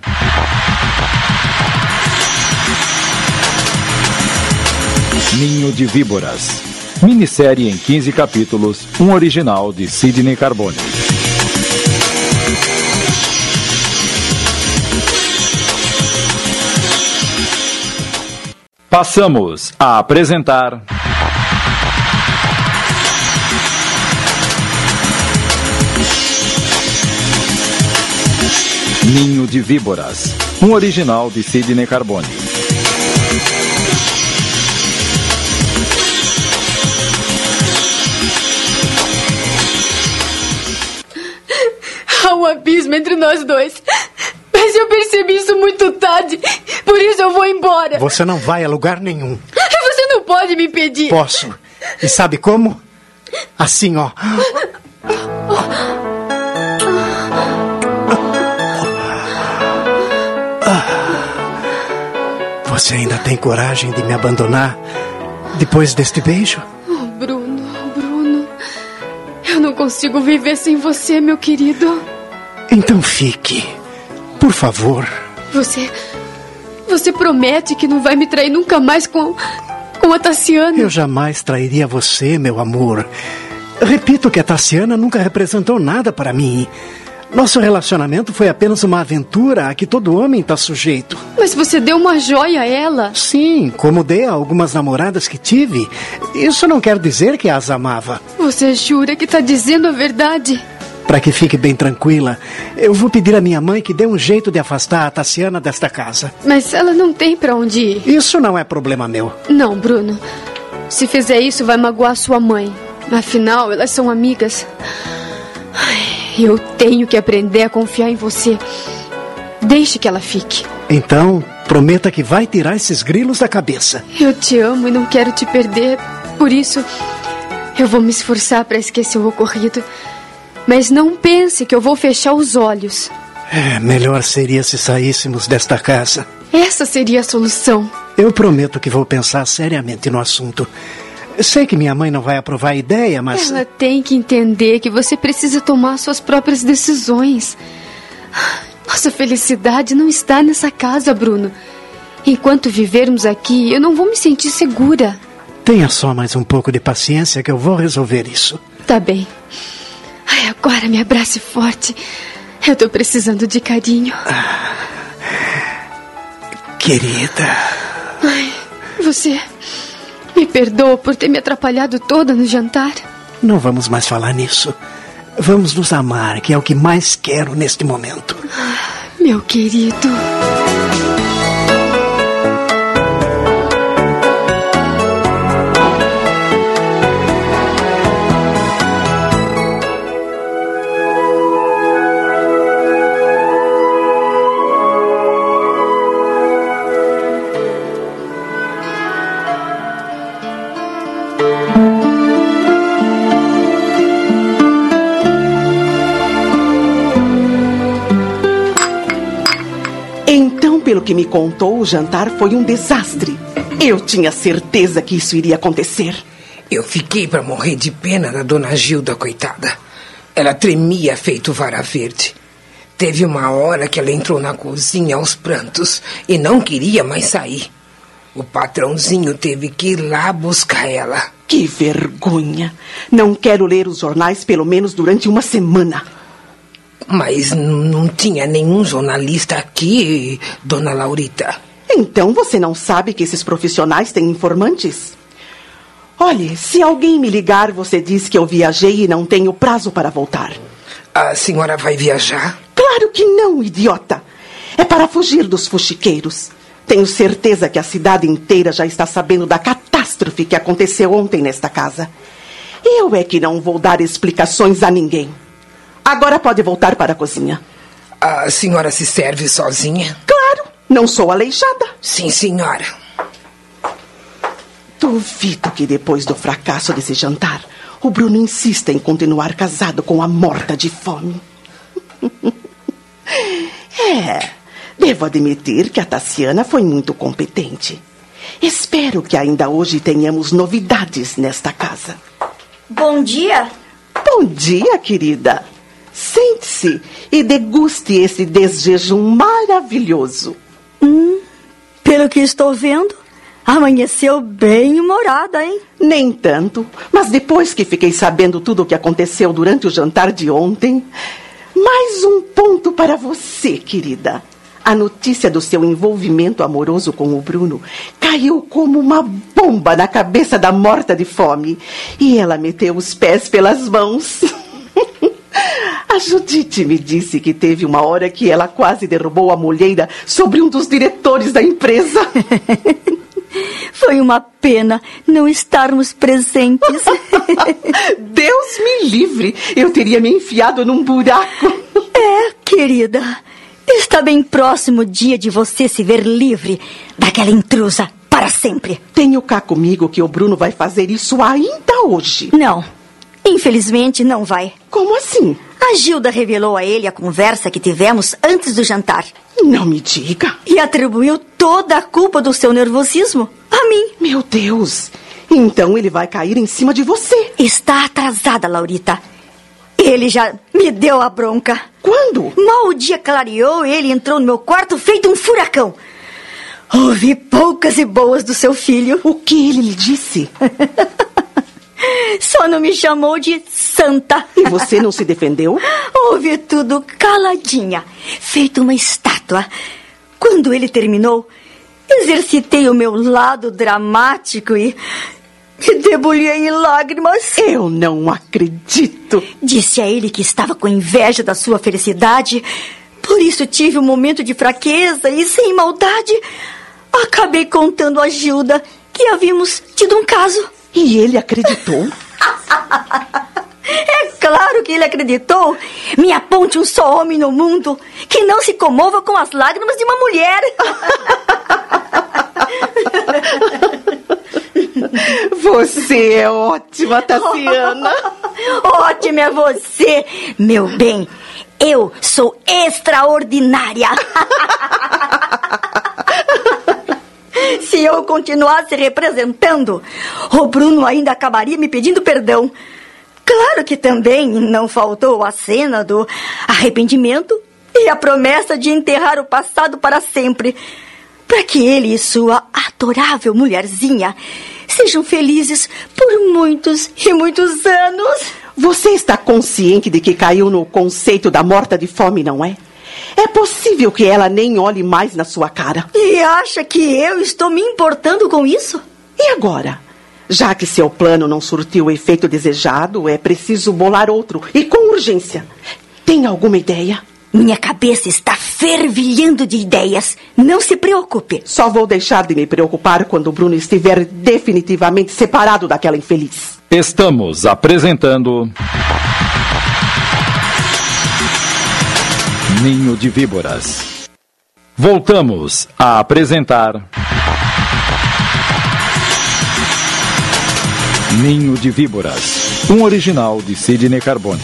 Ninho de Víboras, minissérie em 15 capítulos, um original de Sidney Carbone. Passamos a apresentar Ninho de Víboras, um original de Sidney Carbone. Há um abismo entre nós dois. Mas eu percebi isso muito tarde. Por isso eu vou embora. Você não vai a lugar nenhum. Você não pode me impedir. Posso. E sabe como? Assim, ó. Você ainda tem coragem de me abandonar depois deste beijo? Oh, Bruno. Eu não consigo viver sem você, meu querido. Então fique. Por favor. Você promete que não vai me trair nunca mais com a Tassiana? Eu jamais trairia você, meu amor. Repito que a Tassiana nunca representou nada para mim. Nosso relacionamento foi apenas uma aventura a que todo homem está sujeito. Mas você deu uma joia a ela? Sim, como dei a algumas namoradas que tive. Isso não quer dizer que as amava. Você jura que está dizendo a verdade? Para que fique bem tranquila, eu vou pedir à minha mãe que dê um jeito de afastar a Tassiana desta casa. Mas ela não tem para onde ir. Isso não é problema meu. Não, Bruno. Se fizer isso, vai magoar sua mãe. Afinal, elas são amigas. Eu tenho que aprender a confiar em você. Deixe que ela fique. Então, prometa que vai tirar esses grilos da cabeça. Eu te amo e não quero te perder. Por isso, eu vou me esforçar para esquecer o ocorrido. Mas não pense que eu vou fechar os olhos. Melhor seria se saíssemos desta casa. Essa seria a solução. Eu prometo que vou pensar seriamente no assunto. Sei que minha mãe não vai aprovar a ideia, mas... Ela tem que entender que você precisa tomar suas próprias decisões. Nossa felicidade não está nessa casa, Bruno. Enquanto vivermos aqui, eu não vou me sentir segura. Tenha só mais um pouco de paciência que eu vou resolver isso. Tá bem. Agora me abrace forte. Eu tô precisando de carinho. Querida. Você me perdoa por ter me atrapalhado toda no jantar? Não vamos mais falar nisso. Vamos nos amar, que é o que mais quero neste momento. Meu querido. Pelo que me contou, o jantar foi um desastre. Eu tinha certeza que isso iria acontecer. Eu fiquei para morrer de pena da dona Gilda, coitada. Ela tremia feito vara verde. Teve uma hora que ela entrou na cozinha aos prantos e não queria mais sair. O patrãozinho teve que ir lá buscar ela. Que vergonha! Não quero ler os jornais pelo menos durante uma semana. Mas não tinha nenhum jornalista aqui, dona Laurita. Então você não sabe que esses profissionais têm informantes? Olhe, se alguém me ligar, você diz que eu viajei e não tenho prazo para voltar. A senhora vai viajar? Claro que não, idiota. É para fugir dos fuxiqueiros. Tenho certeza que a cidade inteira já está sabendo da catástrofe que aconteceu ontem nesta casa. Eu é que não vou dar explicações a ninguém. Agora pode voltar para a cozinha. A senhora se serve sozinha? Claro, não sou aleijada. Sim, senhora. Duvido que depois do fracasso desse jantar, o Bruno insista em continuar casado com a morta de fome. Devo admitir que a Tassiana foi muito competente. Espero que ainda hoje tenhamos novidades nesta casa. Bom dia. Bom dia, querida. Sente-se e deguste esse desjejum maravilhoso. Pelo que estou vendo, amanheceu bem humorada, hein? Nem tanto, mas depois que fiquei sabendo tudo o que aconteceu durante o jantar de ontem, mais um ponto para você, querida. A notícia do seu envolvimento amoroso com o Bruno caiu como uma bomba na cabeça da morta de fome. E ela meteu os pés pelas mãos. A Judite me disse que teve uma hora que ela quase derrubou a molheira sobre um dos diretores da empresa. Foi uma pena não estarmos presentes. Deus me livre, eu teria me enfiado num buraco. Querida, está bem próximo o dia de você se ver livre daquela intrusa para sempre. Tenho cá comigo que o Bruno vai fazer isso ainda hoje. Não, infelizmente não vai. Como assim? A Gilda revelou a ele a conversa que tivemos antes do jantar. Não me diga. E atribuiu toda a culpa do seu nervosismo a mim. Meu Deus, então ele vai cair em cima de você. Está atrasada, Laurita. Ele já me deu a bronca. Quando? Mal o dia clareou, ele entrou no meu quarto feito um furacão. Ouvi poucas e boas do seu filho. O que ele lhe disse? Só não me chamou de santa. E você não se defendeu? Ouvi tudo caladinha, feito uma estátua. Quando ele terminou, exercitei o meu lado dramático e me debulhei em lágrimas. Eu não acredito. Disse a ele que estava com inveja da sua felicidade. Por isso tive um momento de fraqueza e, sem maldade, acabei contando a Gilda que havíamos tido um caso. E ele acreditou? É claro que ele acreditou. Me aponte um só homem no mundo que não se comova com as lágrimas de uma mulher. Você é ótima, Tassiana. Ótima é você, meu bem. Eu sou extraordinária. Se eu continuasse representando, o Bruno ainda acabaria me pedindo perdão. Claro que também não faltou a cena do arrependimento e a promessa de enterrar o passado para sempre, para que ele e sua adorável mulherzinha sejam felizes por muitos e muitos anos. Você está consciente de que caiu no conceito da morta de fome, não é? É possível que ela nem olhe mais na sua cara. E acha que eu estou me importando com isso? E agora? Já que seu plano não surtiu o efeito desejado, é preciso bolar outro, e com urgência. Tem alguma ideia? Minha cabeça está fervilhando de ideias. Não se preocupe. Só vou deixar de me preocupar quando o Bruno estiver definitivamente separado daquela infeliz. Estamos apresentando Ninho de Víboras. Voltamos a apresentar Ninho de Víboras, um original de Sidney Carbone.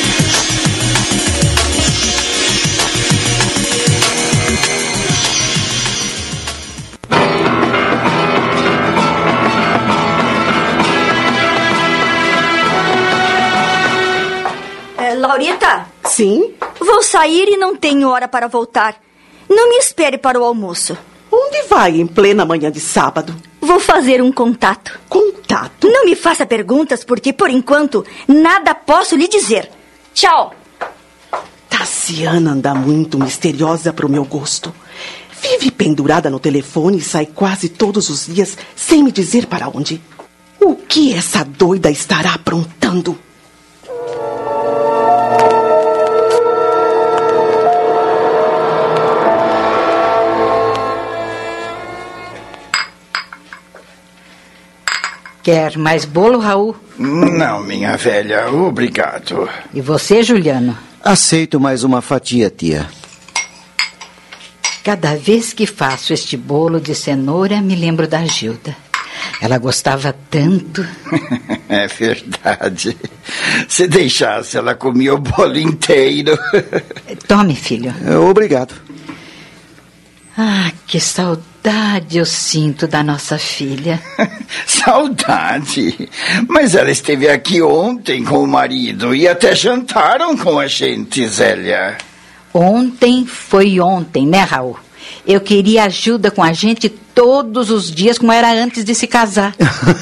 Laurita? Sim? Vou sair e não tenho hora para voltar. Não me espere para o almoço. Onde vai em plena manhã de sábado? Vou fazer um contato. Contato? Não me faça perguntas, porque, por enquanto, nada posso lhe dizer. Tchau. Tassiana anda muito misteriosa para o meu gosto. Vive pendurada no telefone e sai quase todos os dias sem me dizer para onde. O que essa doida estará aprontando? Quer mais bolo, Raul? Não, minha velha, obrigado. E você, Juliano? Aceito mais uma fatia, tia. Cada vez que faço este bolo de cenoura, me lembro da Gilda. Ela gostava tanto. É verdade. Se deixasse, ela comia o bolo inteiro. Tome, filho. Obrigado. Ah, que saudade eu sinto da nossa filha. Saudade? Mas ela esteve aqui ontem com o marido e até jantaram com a gente, Zélia. Ontem foi ontem, né, Raul? Eu queria ajuda com a gente todos os dias, como era antes de se casar.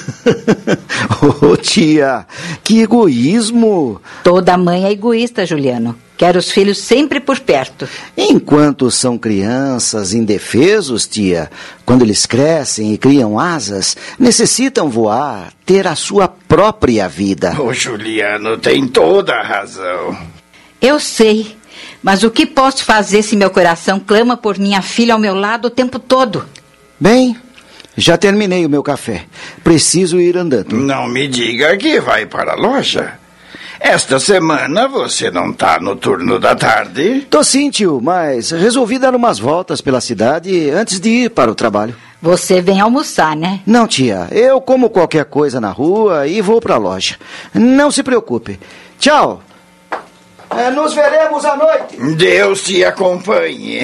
Ô, tia, que egoísmo. Toda mãe é egoísta, Juliano. Quer os filhos sempre por perto. Enquanto são crianças indefesos, tia, quando eles crescem e criam asas, necessitam voar, ter a sua própria vida. O Juliano tem toda a razão. Eu sei, mas o que posso fazer se meu coração clama por minha filha ao meu lado o tempo todo? Bem, já terminei o meu café. Preciso ir andando. Não me diga que vai para a loja. Esta semana você não está no turno da tarde? Tô sim, tio, mas resolvi dar umas voltas pela cidade antes de ir para o trabalho. Você vem almoçar, né? Não, tia. Eu como qualquer coisa na rua e vou para a loja. Não se preocupe. Tchau. Nos veremos à noite. Deus te acompanhe.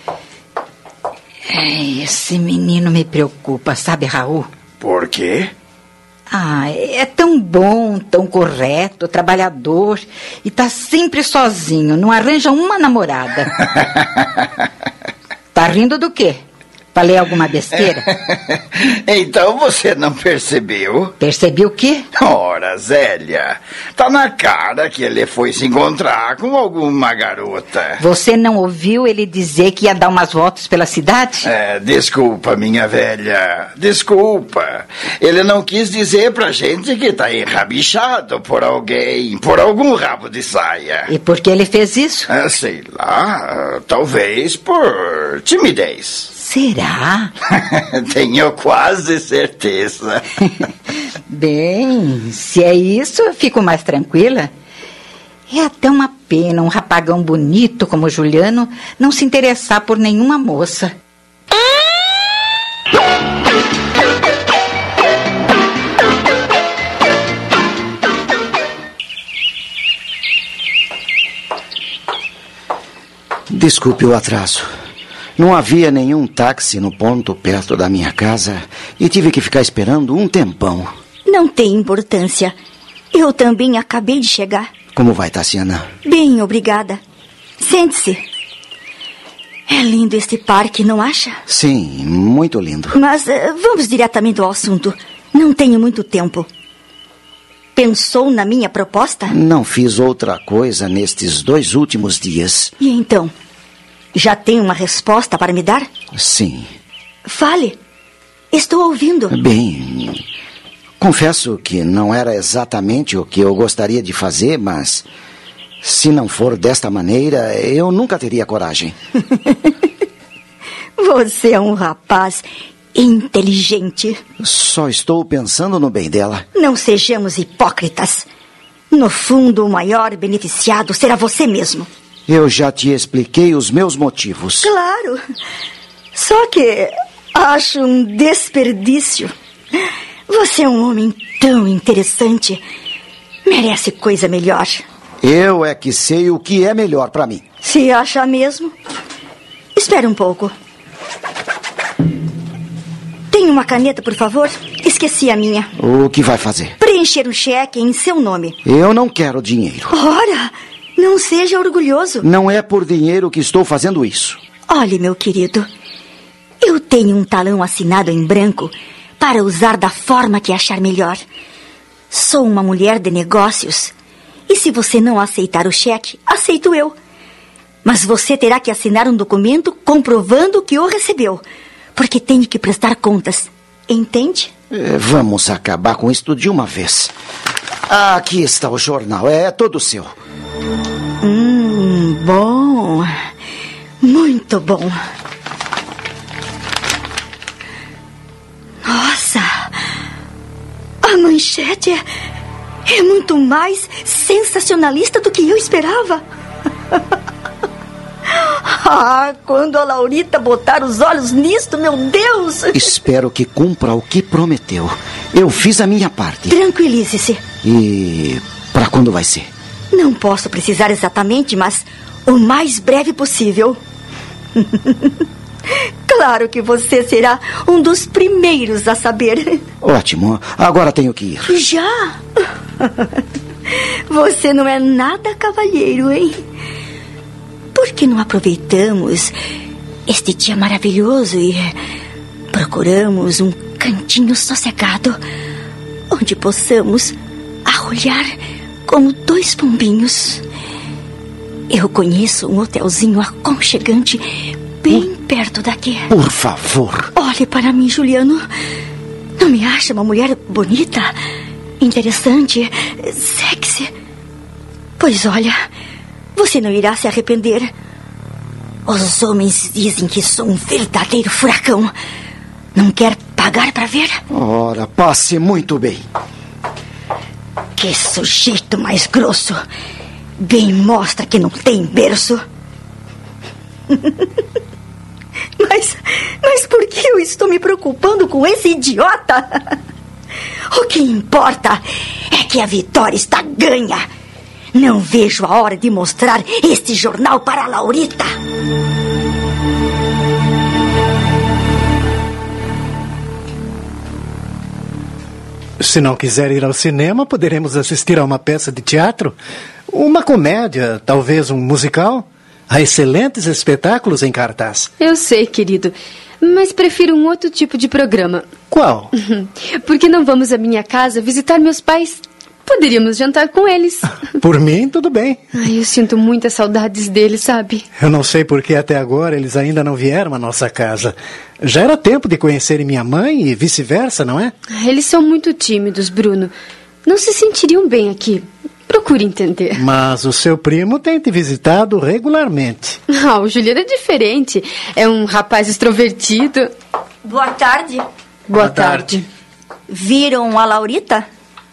Esse menino me preocupa, sabe, Raul? Por quê? É tão bom, tão correto, trabalhador. E tá sempre sozinho, não arranja uma namorada. Tá rindo do quê? Falei alguma besteira? Então você não percebeu? Percebi o quê? Ora, Zélia, tá na cara que ele foi se encontrar com alguma garota. Você não ouviu ele dizer que ia dar umas voltas pela cidade? Desculpa, minha velha, desculpa. Ele não quis dizer pra gente que tá enrabichado por alguém, por algum rabo de saia. E por que ele fez isso? Sei lá, talvez por timidez. Será? Tenho quase certeza. Bem, se é isso, eu fico mais tranquila. É até uma pena um rapagão bonito como o Juliano não se interessar por nenhuma moça. Desculpe o atraso. Não havia nenhum táxi no ponto perto da minha casa e tive que ficar esperando um tempão. Não tem importância. Eu também acabei de chegar. Como vai, Tassiana? Bem, obrigada. Sente-se. É lindo este parque, não acha? Sim, muito lindo. Mas vamos diretamente ao assunto. Não tenho muito tempo. Pensou na minha proposta? Não fiz outra coisa nestes 2 últimos dias. E então? Já tem uma resposta para me dar? Sim. Fale. Estou ouvindo. Bem, confesso que não era exatamente o que eu gostaria de fazer, mas se não for desta maneira, eu nunca teria coragem. Você é um rapaz inteligente. Só estou pensando no bem dela. Não sejamos hipócritas. No fundo, o maior beneficiado será você mesmo. Eu já te expliquei os meus motivos. Claro. Só que acho um desperdício. Você é um homem tão interessante. Merece coisa melhor. Eu é que sei o que é melhor para mim. Se acha mesmo? Espere um pouco. Tem uma caneta, por favor? Esqueci a minha. O que vai fazer? Preencher um cheque em seu nome. Eu não quero dinheiro. Ora, não seja orgulhoso. Não é por dinheiro que estou fazendo isso. Olhe, meu querido, eu tenho um talão assinado em branco para usar da forma que achar melhor. Sou uma mulher de negócios. E se você não aceitar o cheque, aceito eu. Mas você terá que assinar um documento comprovando que o recebeu. Porque tenho que prestar contas. Entende? Vamos acabar com isto de uma vez. Aqui está o jornal. É todo seu. Bom. Muito bom. Nossa. A manchete é muito mais sensacionalista do que eu esperava. Quando a Laurita botar os olhos nisto, meu Deus! Espero que cumpra o que prometeu. Eu fiz a minha parte. Tranquilize-se. E para quando vai ser? Não posso precisar exatamente, mas o mais breve possível. Claro que você será um dos primeiros a saber. Ótimo. Agora tenho que ir. Já? Você não é nada cavalheiro, hein? Por que não aproveitamos este dia maravilhoso e procuramos um cantinho sossegado onde possamos arrulhar como 2 pombinhos? Eu conheço um hotelzinho aconchegante bem perto daqui. Por favor. Olhe para mim, Juliano. Não me acha uma mulher bonita, interessante, sexy? Pois olha, Você não irá se arrepender. Os homens dizem que sou um verdadeiro furacão. Não quer pagar para ver? Ora, passe muito bem. Que sujeito mais grosso. Bem mostra que não tem berço. Mas por que eu estou me preocupando com esse idiota? O que importa é que a vitória está ganha. Não vejo a hora de mostrar este jornal para a Laurita. Se não quiser ir ao cinema, poderemos assistir a uma peça de teatro, uma comédia, talvez um musical. Há excelentes espetáculos em cartaz. Eu sei, querido, mas prefiro um outro tipo de programa. Qual? Porque não vamos à minha casa visitar meus pais? Poderíamos jantar com eles. Por mim, tudo bem. Ai, eu sinto muitas saudades deles, sabe? Eu não sei por que até agora eles ainda não vieram à nossa casa. Já era tempo de conhecerem minha mãe e vice-versa, não é? Eles são muito tímidos, Bruno. Não se sentiriam bem aqui. Procure entender. Mas o seu primo tem te visitado regularmente. Ah, o Juliano é diferente. É um rapaz extrovertido. Boa tarde. Boa tarde. Viram a Laurita?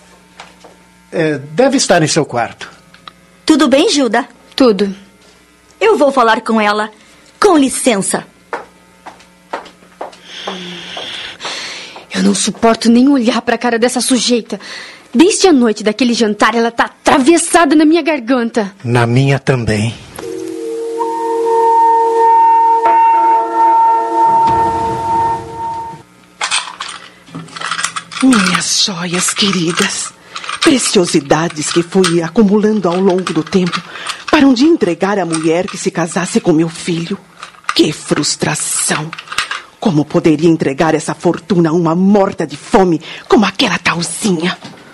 Deve estar em seu quarto. Tudo bem, Gilda? Tudo. Eu vou falar com ela. Com licença. Eu não suporto nem olhar para a cara dessa sujeita. Desde a noite daquele jantar, ela tá atravessada na minha garganta. Na minha também. Minhas joias queridas. Preciosidades que fui acumulando ao longo do tempo para um dia entregar à mulher que se casasse com meu filho. Que frustração! Como poderia entregar essa fortuna a uma morta de fome como aquela talzinha?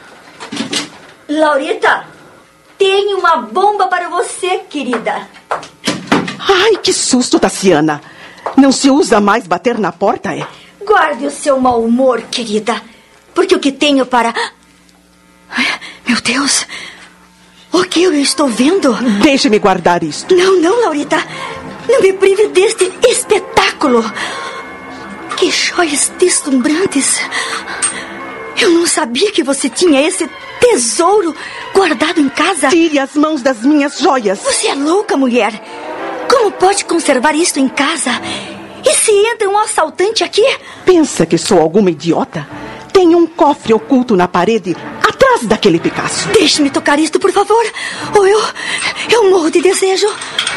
Laurita, tenho uma bomba para você, querida. Ai, que susto, Tassiana. Não se usa mais bater na porta, é? Guarde o seu mau humor, querida. Porque o que tenho para... Meu Deus, o que eu estou vendo? Deixe-me guardar isto. Não, Laurita. Não me prive deste espetáculo. Que joias deslumbrantes. Eu não sabia que você tinha esse tesouro guardado em casa. Tire as mãos das minhas joias. Você é louca, mulher. Como pode conservar isto em casa? E se entra um assaltante aqui? Pensa que sou alguma idiota? Tem um cofre oculto na parede atrás daquele Picasso. Deixe-me tocar isto, por favor. Ou eu morro de desejo.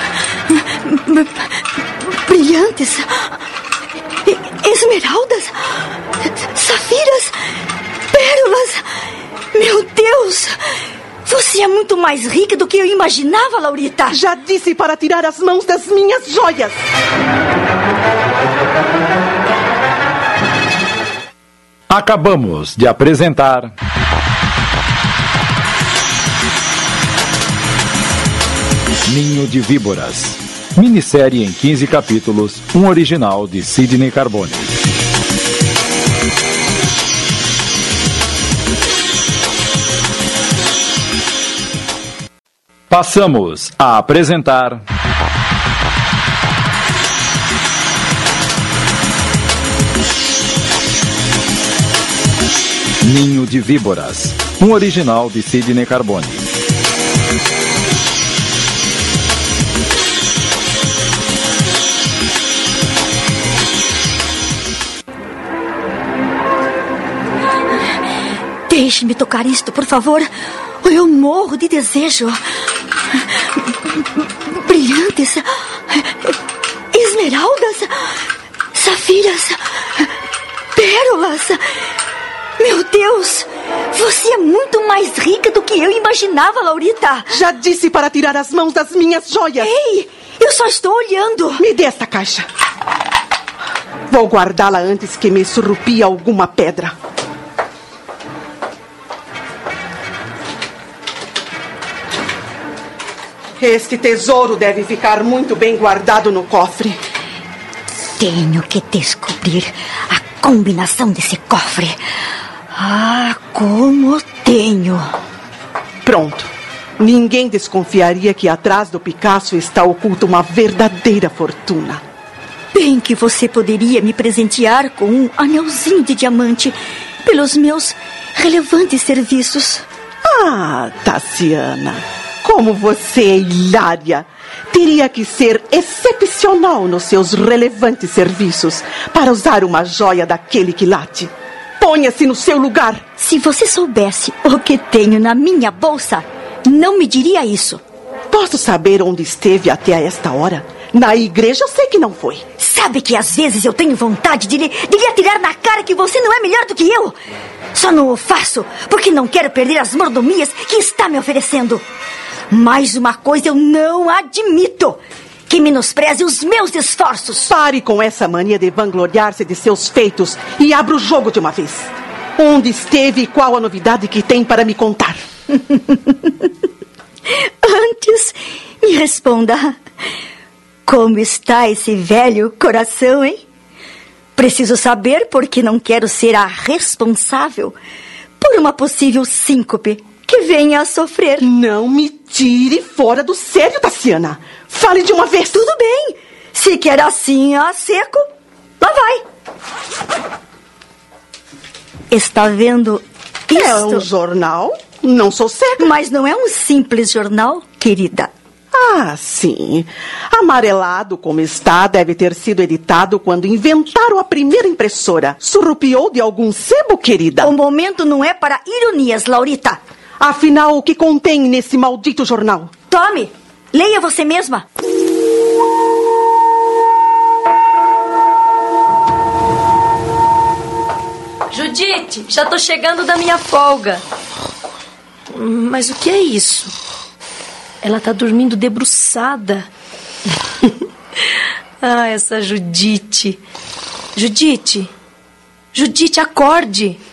Brilhantes. Esmeraldas. Safiras. Pérolas. Meu Deus. Você é muito mais rica do que eu imaginava, Laurita. Já disse para tirar as mãos das minhas joias. Acabamos de apresentar Ninho de Víboras, minissérie em 15 capítulos, um original de Sidney Carbone. Passamos a apresentar Ninho de Víboras, um original de Sidney Carbone. Deixe-me tocar isto, por favor. Ou eu morro de desejo. Brilhantes. Esmeraldas. Safiras. Pérolas. Meu Deus! Você é muito mais rica do que eu imaginava, Laurita. Já disse para tirar as mãos das minhas joias. Ei, eu só estou olhando. Me dê esta caixa. Vou guardá-la antes que me surrupie alguma pedra. Este tesouro deve ficar muito bem guardado no cofre. Tenho que descobrir a combinação desse cofre. Ah, como tenho. Pronto. Ninguém desconfiaria que atrás do Picasso está oculta uma verdadeira fortuna. Bem que você poderia me presentear com um anelzinho de diamante pelos meus relevantes serviços. Ah, Tassiana, como você é hilária. Teria que ser excepcional nos seus relevantes serviços para usar uma joia daquele quilate. Ponha-se no seu lugar. Se você soubesse o que tenho na minha bolsa, não me diria isso. Posso saber onde esteve até esta hora? Na igreja eu sei que não foi. Sabe que às vezes eu tenho vontade de lhe atirar na cara que você não é melhor do que eu. Só não o faço porque não quero perder as mordomias que está me oferecendo. Mais uma coisa eu não admito: que menospreze os meus esforços. Pare com essa mania de vangloriar-se de seus feitos e abra o jogo de uma vez. Onde esteve e qual a novidade que tem para me contar? Antes, me responda. Como está esse velho coração, hein? Preciso saber porque não quero ser a responsável por uma possível síncope que venha a sofrer. Não me tire fora do sério, Tassiana. Fale de uma vez. Tudo bem. Se quer assim a seco, lá vai. Está vendo isto? É um jornal? Não sou cega. Mas não é um simples jornal, querida. Ah, sim. Amarelado como está, deve ter sido editado quando inventaram a primeira impressora. Surrupiou de algum sebo, querida? O momento não é para ironias, Laurita. Afinal, o que contém nesse maldito jornal? Tome, leia você mesma. Judite, já tô chegando da minha folga. Mas o que é isso? Ela tá dormindo debruçada. Ah, essa Judite. Judite, acorde.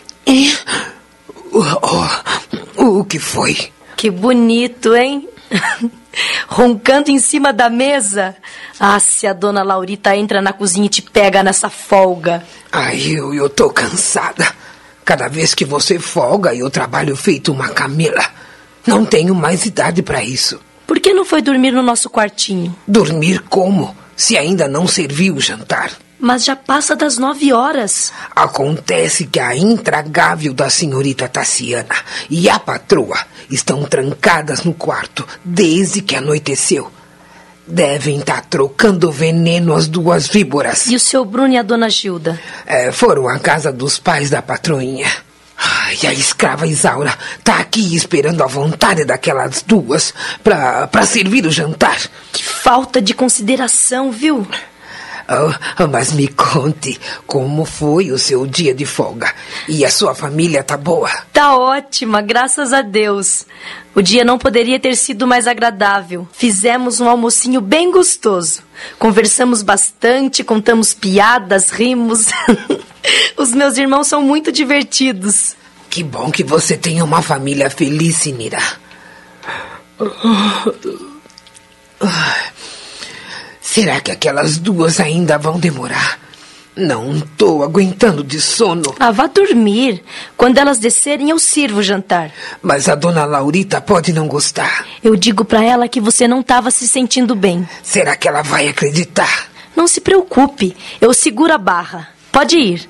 O que foi? Que bonito, hein? Roncando em cima da mesa. Ah, se a dona Laurita entra na cozinha e te pega nessa folga. Ai, eu tô cansada. Cada vez que você folga, eu trabalho feito uma camela. Não tenho mais idade para isso. Por que não foi dormir no nosso quartinho? Dormir como? Se ainda não serviu o jantar. Mas já passa das 9 horas. Acontece que a intragável da senhorita Tassiana e a patroa estão trancadas no quarto desde que anoiteceu. Devem estar trocando veneno as duas víboras. E o seu Bruno e a dona Gilda? Foram à casa dos pais da patroinha. E a escrava Isaura tá aqui esperando a vontade daquelas duas pra servir o jantar. Que falta de consideração, viu? Mas me conte, como foi o seu dia de folga? E a sua família tá boa? Tá ótima, graças a Deus. O dia não poderia ter sido mais agradável. Fizemos um almocinho bem gostoso. Conversamos bastante, contamos piadas, rimos. Os meus irmãos são muito divertidos. Que bom que você tem uma família feliz, Sinira. Será que aquelas duas ainda vão demorar? Não tô aguentando de sono. Ah, vá dormir. Quando elas descerem, eu sirvo o jantar. Mas a dona Laurita pode não gostar. Eu digo pra ela que você não estava se sentindo bem. Será que ela vai acreditar? Não se preocupe. Eu seguro a barra. Pode ir.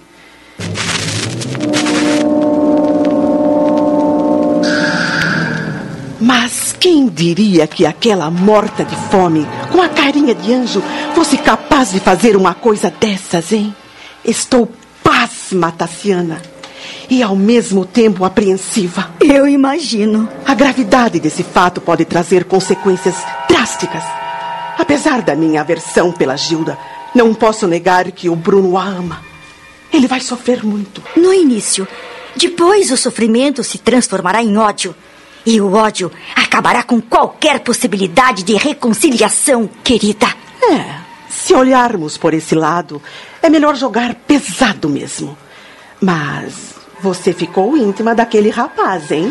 Mas quem diria que aquela morta de fome, com a carinha de anjo, fosse capaz de fazer uma coisa dessas, hein? Estou pasma, Tassiana. E ao mesmo tempo apreensiva. Eu imagino. A gravidade desse fato pode trazer consequências drásticas. Apesar da minha aversão pela Gilda, não posso negar que o Bruno a ama. Ele vai sofrer muito. No início. Depois o sofrimento se transformará em ódio. E o ódio acabará com qualquer possibilidade de reconciliação, querida. Se olharmos por esse lado, é melhor jogar pesado mesmo. Mas você ficou íntima daquele rapaz, hein?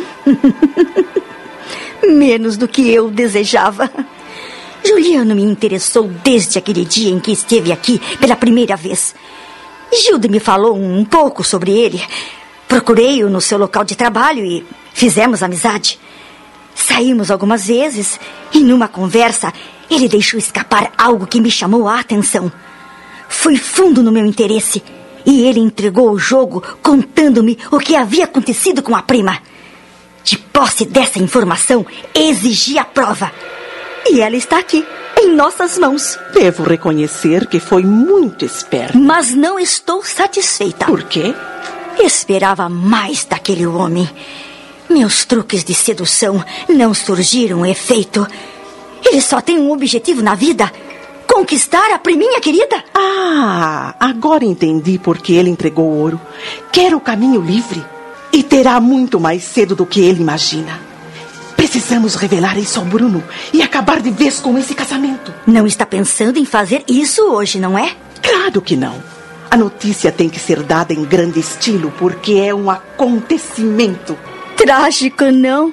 Menos do que eu desejava. Juliano me interessou desde aquele dia em que esteve aqui pela primeira vez. Gilda me falou um pouco sobre ele. Procurei-o no seu local de trabalho e fizemos amizade. Saímos algumas vezes e numa conversa ele deixou escapar algo que me chamou a atenção. Fui fundo no meu interesse e ele entregou o jogo contando-me o que havia acontecido com a prima. De posse dessa informação, exigi a prova. E ela está aqui, em nossas mãos. Devo reconhecer que foi muito esperto. Mas não estou satisfeita. Por quê? Esperava mais daquele homem. Meus truques de sedução não surgiram efeito. Ele só tem um objetivo na vida: conquistar a priminha querida. Ah, agora entendi por que ele entregou o ouro. Quer o caminho livre e terá muito mais cedo do que ele imagina. Precisamos revelar isso ao Bruno e acabar de vez com esse casamento. Não está pensando em fazer isso hoje, não é? Claro que não. A notícia tem que ser dada em grande estilo porque é um acontecimento. Trágico, não?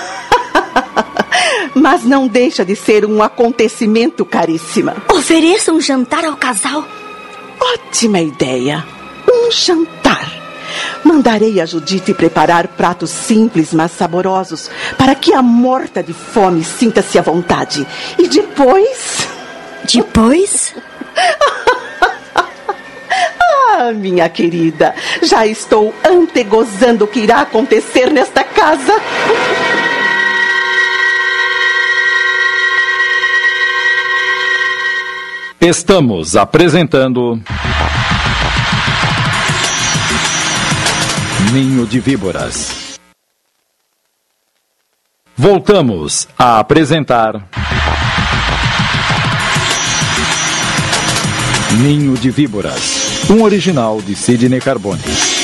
Mas não deixa de ser um acontecimento, caríssima. Ofereça um jantar ao casal. Ótima ideia. Um jantar. Mandarei a Judite preparar pratos simples, mas saborosos, para que a morta de fome sinta-se à vontade. E depois... Depois? Ah, minha querida, já estou antegozando o que irá acontecer nesta casa. Estamos apresentando Ninho de Víboras. Voltamos a apresentar Ninho de Víboras, um original de Sidney Carbone.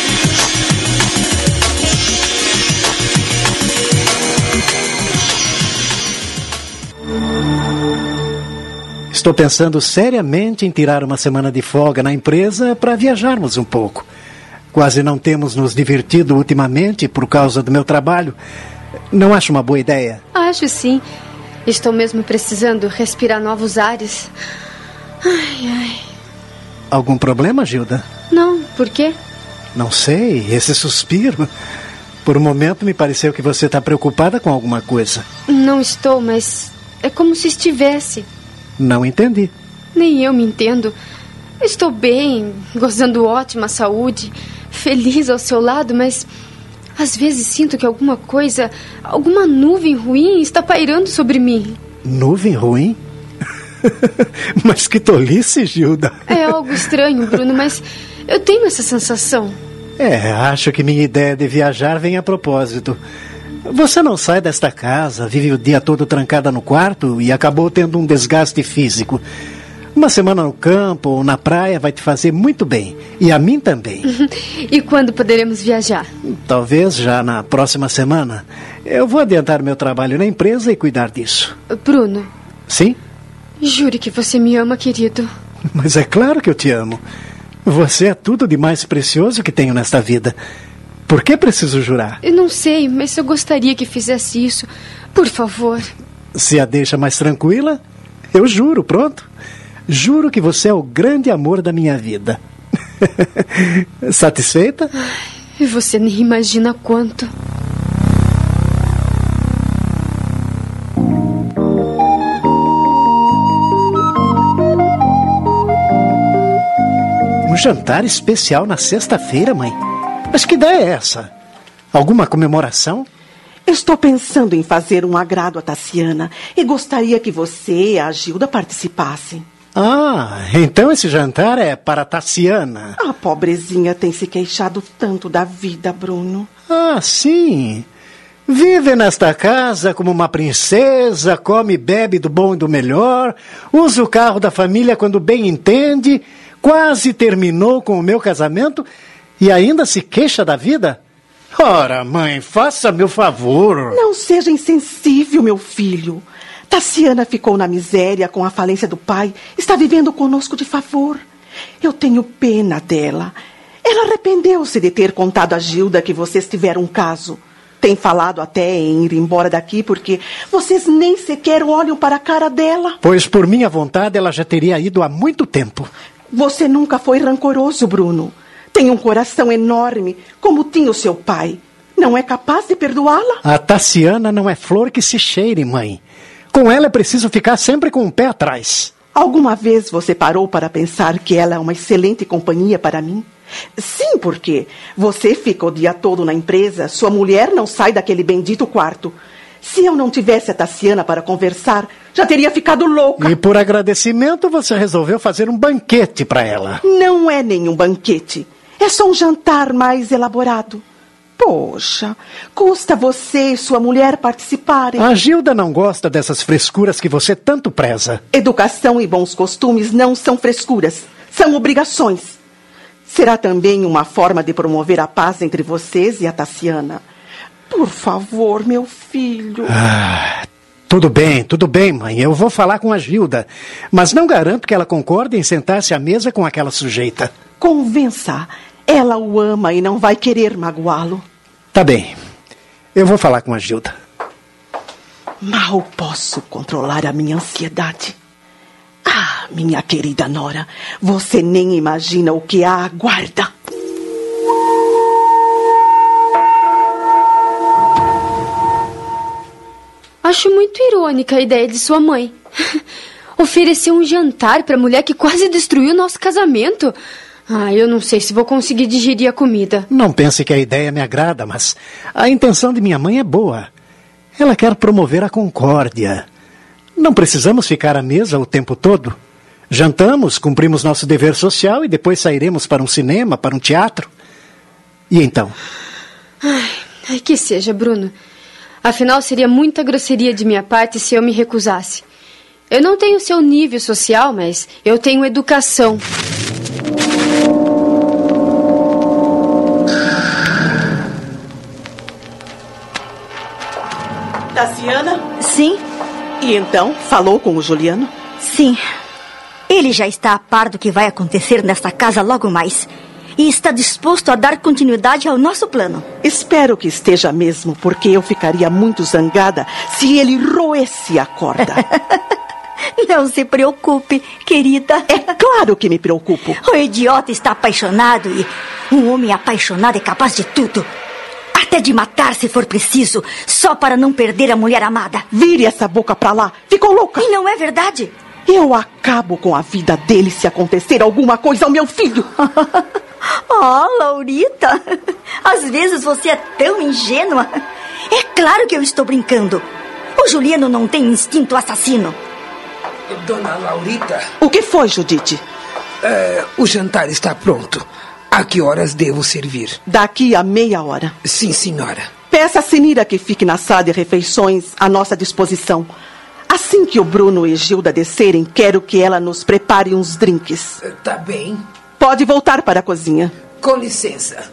Estou pensando seriamente em tirar uma semana de folga na empresa para viajarmos um pouco. Quase não temos nos divertido ultimamente por causa do meu trabalho. Não acha uma boa ideia? Acho sim. Estou mesmo precisando respirar novos ares. Ai, ai. Algum problema, Gilda? Não, por quê? Não sei, esse suspiro. Por um momento me pareceu que você está preocupada com alguma coisa. Não estou, mas é como se estivesse. Não entendi. Nem eu me entendo. Estou bem, gozando ótima saúde, feliz ao seu lado, mas às vezes sinto que alguma coisa, alguma nuvem ruim está pairando sobre mim. Nuvem ruim? Mas que tolice, Gilda. É algo estranho, Bruno, mas eu tenho essa sensação. Acho que minha ideia de viajar vem a propósito. Você não sai desta casa, vive o dia todo trancada no quarto e acabou tendo um desgaste físico. Uma semana no campo ou na praia vai te fazer muito bem. E a mim também. E quando poderemos viajar? Talvez já na próxima semana. Eu vou adiantar meu trabalho na empresa e cuidar disso. Bruno. Sim? Jure que você me ama, querido. Mas é claro que eu te amo. Você é tudo de mais precioso que tenho nesta vida. Por que preciso jurar? Eu não sei, mas eu gostaria que fizesse isso. Por favor. Se a deixa mais tranquila, eu juro, pronto. Juro que você é o grande amor da minha vida. Satisfeita? Ai, você nem imagina quanto. Um jantar especial na sexta-feira, mãe? Mas que ideia é essa? Alguma comemoração? Estou pensando em fazer um agrado a Tassiana e gostaria que você e a Gilda participassem. Ah, então esse jantar é para Tassiana. A pobrezinha tem se queixado tanto da vida, Bruno. Ah, sim. Vive nesta casa como uma princesa, come e bebe do bom e do melhor, usa o carro da família quando bem entende, quase terminou com o meu casamento e ainda se queixa da vida? Ora, mãe, faça-me o favor. Não seja insensível, meu filho. Tassiana ficou na miséria com a falência do pai. Está vivendo conosco de favor. Eu tenho pena dela. Ela arrependeu-se de ter contado a Gilda que vocês tiveram um caso. Tem falado até em ir embora daqui porque vocês nem sequer olham para a cara dela. Pois por minha vontade ela já teria ido há muito tempo. Você nunca foi rancoroso, Bruno. Tem um coração enorme, como tinha o seu pai. Não é capaz de perdoá-la? A Tassiana não é flor que se cheire, mãe. Com ela é preciso ficar sempre com o pé atrás. Alguma vez você parou para pensar que ela é uma excelente companhia para mim? Sim, porque você fica o dia todo na empresa, sua mulher não sai daquele bendito quarto. Se eu não tivesse a Tassiana para conversar, já teria ficado louca. E por agradecimento você resolveu fazer um banquete para ela. Não é nenhum banquete. É só um jantar mais elaborado. Poxa, custa você e sua mulher participarem. A Gilda não gosta dessas frescuras que você tanto preza. Educação e bons costumes não são frescuras, são obrigações. Será também uma forma de promover a paz entre vocês e a Tassiana. Por favor, meu filho. Tudo bem, mãe. Eu vou falar com a Gilda. Mas não garanto que ela concorde em sentar-se à mesa com aquela sujeita. Convença. Ela o ama e não vai querer magoá-lo. Tá bem. Eu vou falar com a Gilda. Mal posso controlar a minha ansiedade. Ah, minha querida nora, você nem imagina o que a aguarda. Acho muito irônica a ideia de sua mãe. Oferecer um jantar para a mulher que quase destruiu nosso casamento. Eu não sei se vou conseguir digerir a comida. Não pense que a ideia me agrada, mas a intenção de minha mãe é boa. Ela quer promover a concórdia. Não precisamos ficar à mesa o tempo todo. Jantamos, cumprimos nosso dever social e depois sairemos para um cinema, para um teatro. E então? Ai, que seja, Bruno. Afinal, seria muita grosseria de minha parte se eu me recusasse. Eu não tenho seu nível social, mas eu tenho educação. Tassiana? Sim? E então, falou com o Juliano? Sim. Ele já está a par do que vai acontecer nesta casa logo mais. E está disposto a dar continuidade ao nosso plano. Espero que esteja mesmo, porque eu ficaria muito zangada se ele roesse a corda. Não se preocupe, querida. É claro que me preocupo. O idiota está apaixonado e um homem apaixonado é capaz de tudo. Até de matar se for preciso, só para não perder a mulher amada. Vire essa boca pra lá. Ficou louca? E não é verdade? Eu acabo com a vida dele se acontecer alguma coisa ao meu filho. Laurita, às vezes você é tão ingênua. É claro que eu estou brincando. O Juliano não tem instinto assassino. Dona Laurita. O que foi, Judite? O jantar está pronto. A que horas devo servir? Daqui a meia hora. Sim, senhora. Peça a Senira que fique na sala de refeições à nossa disposição. Assim que o Bruno e Gilda descerem, quero que ela nos prepare uns drinks. Tá bem. Pode voltar para a cozinha. Com licença.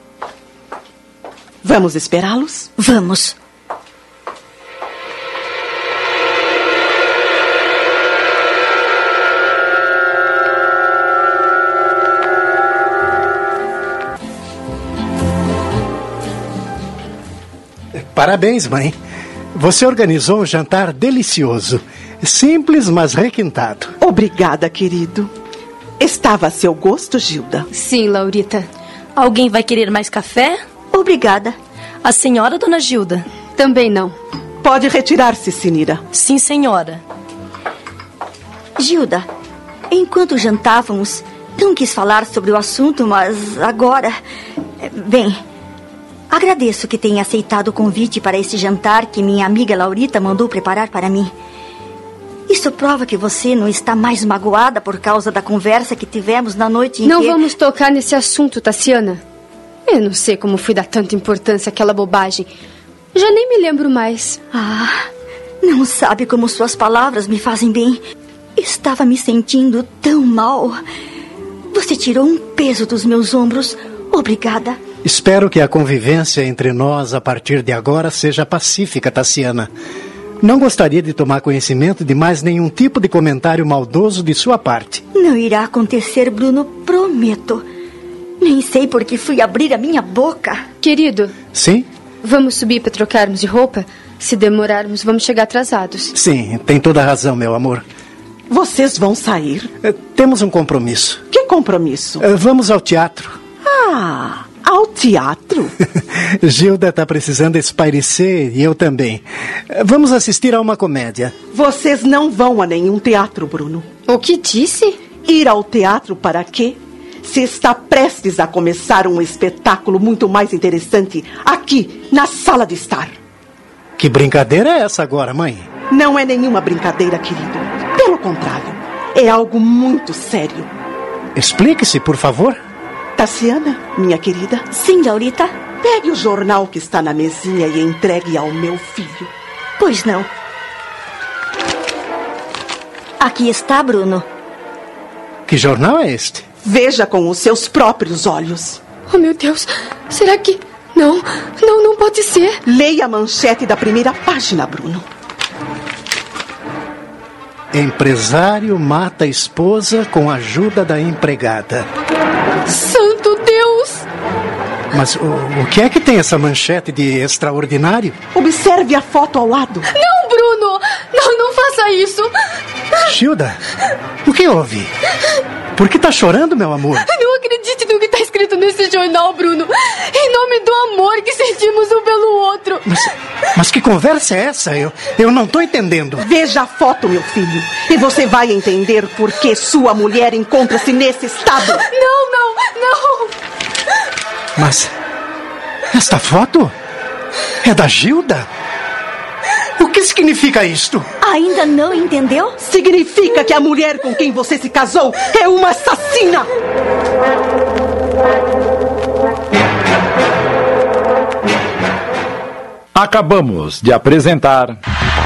Vamos esperá-los? Vamos. Parabéns, mãe. Você organizou um jantar delicioso. Simples, mas requintado. Obrigada, querido. Estava a seu gosto, Gilda? Sim, Laurita. Alguém vai querer mais café? Obrigada. A senhora, dona Gilda? Também não. Pode retirar-se, Senira. Sim, senhora. Gilda, enquanto jantávamos, não quis falar sobre o assunto, mas agora... Bem, agradeço que tenha aceitado o convite para esse jantar que minha amiga Laurita mandou preparar para mim. Isso prova que você não está mais magoada por causa da conversa que tivemos na noite em que... Não vamos tocar nesse assunto, Tassiana. Eu não sei como fui dar tanta importância àquela bobagem. Já nem me lembro mais. Não sabe como suas palavras me fazem bem. Estava me sentindo tão mal. Você tirou um peso dos meus ombros. Obrigada. Espero que a convivência entre nós a partir de agora seja pacífica, Tassiana. Não gostaria de tomar conhecimento de mais nenhum tipo de comentário maldoso de sua parte. Não irá acontecer, Bruno, prometo. Nem sei por que fui abrir a minha boca. Querido. Sim? Vamos subir para trocarmos de roupa? Se demorarmos, vamos chegar atrasados. Sim, tem toda a razão, meu amor. Vocês vão sair? Temos um compromisso. Que compromisso? Vamos ao teatro. Ao Teatro? Gilda está precisando espairecer e eu também. Vamos assistir a uma comédia. Vocês não vão a nenhum teatro, Bruno. O que disse? Ir ao teatro para quê? Se está prestes a começar um espetáculo muito mais interessante aqui, na sala de estar. Que brincadeira é essa agora, mãe? Não é nenhuma brincadeira, querido. Pelo contrário, é algo muito sério. Explique-se, por favor. Tassiana, minha querida. Sim, Laurita? Pegue o jornal que está na mesinha e entregue ao meu filho. Pois não. Aqui está, Bruno. Que jornal é este? Veja com os seus próprios olhos. Oh, meu Deus. Será que... Não pode ser. Leia a manchete da primeira página, Bruno. Empresário mata a esposa com a ajuda da empregada. Santo Deus! Mas o que é que tem essa manchete de extraordinário? Observe a foto ao lado. Não, Bruno! Não faça isso! Gilda, o que houve? Por que tá chorando, meu amor? Não acredite no que está escrito nesse jornal, Bruno. Em nome do amor que sentimos um pelo outro. Mas que conversa é essa? Eu não tô entendendo. Veja a foto, meu filho, e você vai entender por que sua mulher encontra-se nesse estado. Não! Mas esta foto é da Gilda? O que significa isto? Ainda não entendeu? Significa que a mulher com quem você se casou é uma assassina! Acabamos de apresentar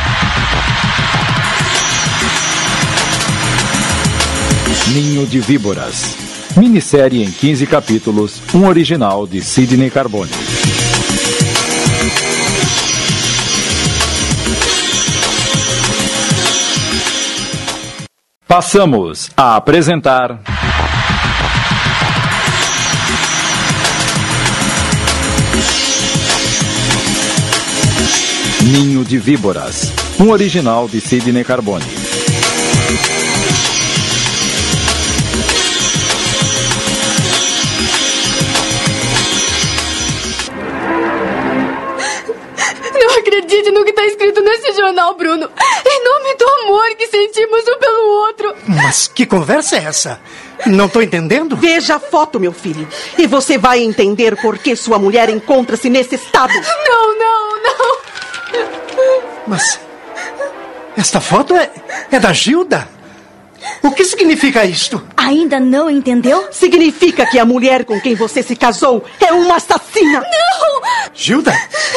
Ninho de Víboras. Minissérie em 15 capítulos, um original de Sidney Carbone. Passamos a apresentar Ninho de Víboras, um original de Sidney Carbone. Não acredite no que está escrito nesse jornal, Bruno. Em nome do amor que sentimos um pelo outro. Mas que conversa é essa? Não tô entendendo. Veja a foto, meu filho, e você vai entender por que sua mulher encontra-se nesse estado. Não. Mas esta foto é da Gilda? O que significa isto? Ainda não entendeu? Significa que a mulher com quem você se casou é uma assassina. Não! Gilda,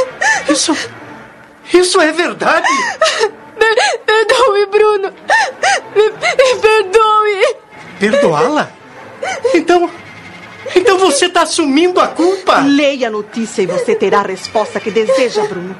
isso é verdade? Perdoe, Bruno. Me perdoe. Perdoá-la? Então você está assumindo a culpa? Leia a notícia e você terá a resposta que deseja, Bruno.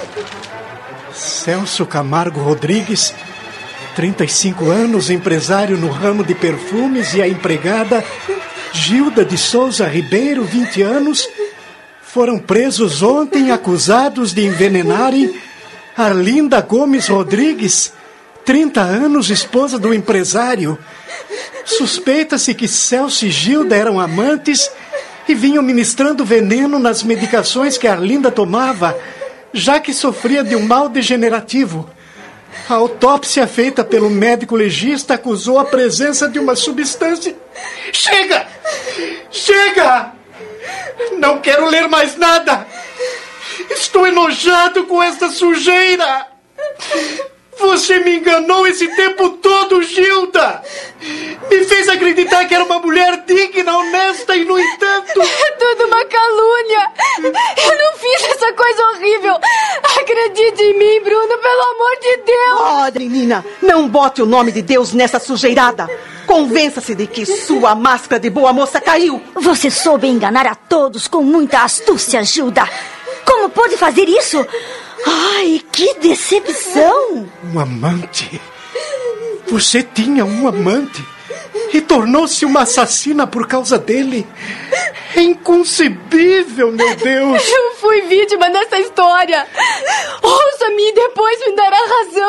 Celso Camargo Rodrigues, 35 anos, empresário no ramo de perfumes, e a empregada Gilda de Souza Ribeiro, 20 anos, foram presos ontem acusados de envenenarem Arlinda Gomes Rodrigues, 30 anos, esposa do empresário. Suspeita-se que Celso e Gilda eram amantes e vinham ministrando veneno nas medicações que Arlinda tomava, já que sofria de um mal degenerativo. A autópsia feita pelo médico legista acusou a presença de uma substância... Chega! Chega! Não quero ler mais nada! Estou enojado com esta sujeira! Você me enganou esse tempo todo, Gilda! Me fez acreditar que era uma mulher digna, honesta e, no entanto... É tudo uma calúnia! Eu não fiz essa coisa horrível! Acredite em mim, Bruno, pelo amor de Deus! Oh, menina, não bote o nome de Deus nessa sujeirada! Convença-se de que sua máscara de boa moça caiu! Você soube enganar a todos com muita astúcia, Gilda! Como pôde fazer isso? Ai, que decepção! Um amante? Você tinha um amante e tornou-se uma assassina por causa dele? É inconcebível, meu Deus! Eu fui vítima dessa história! Ouça-me e depois me dará razão!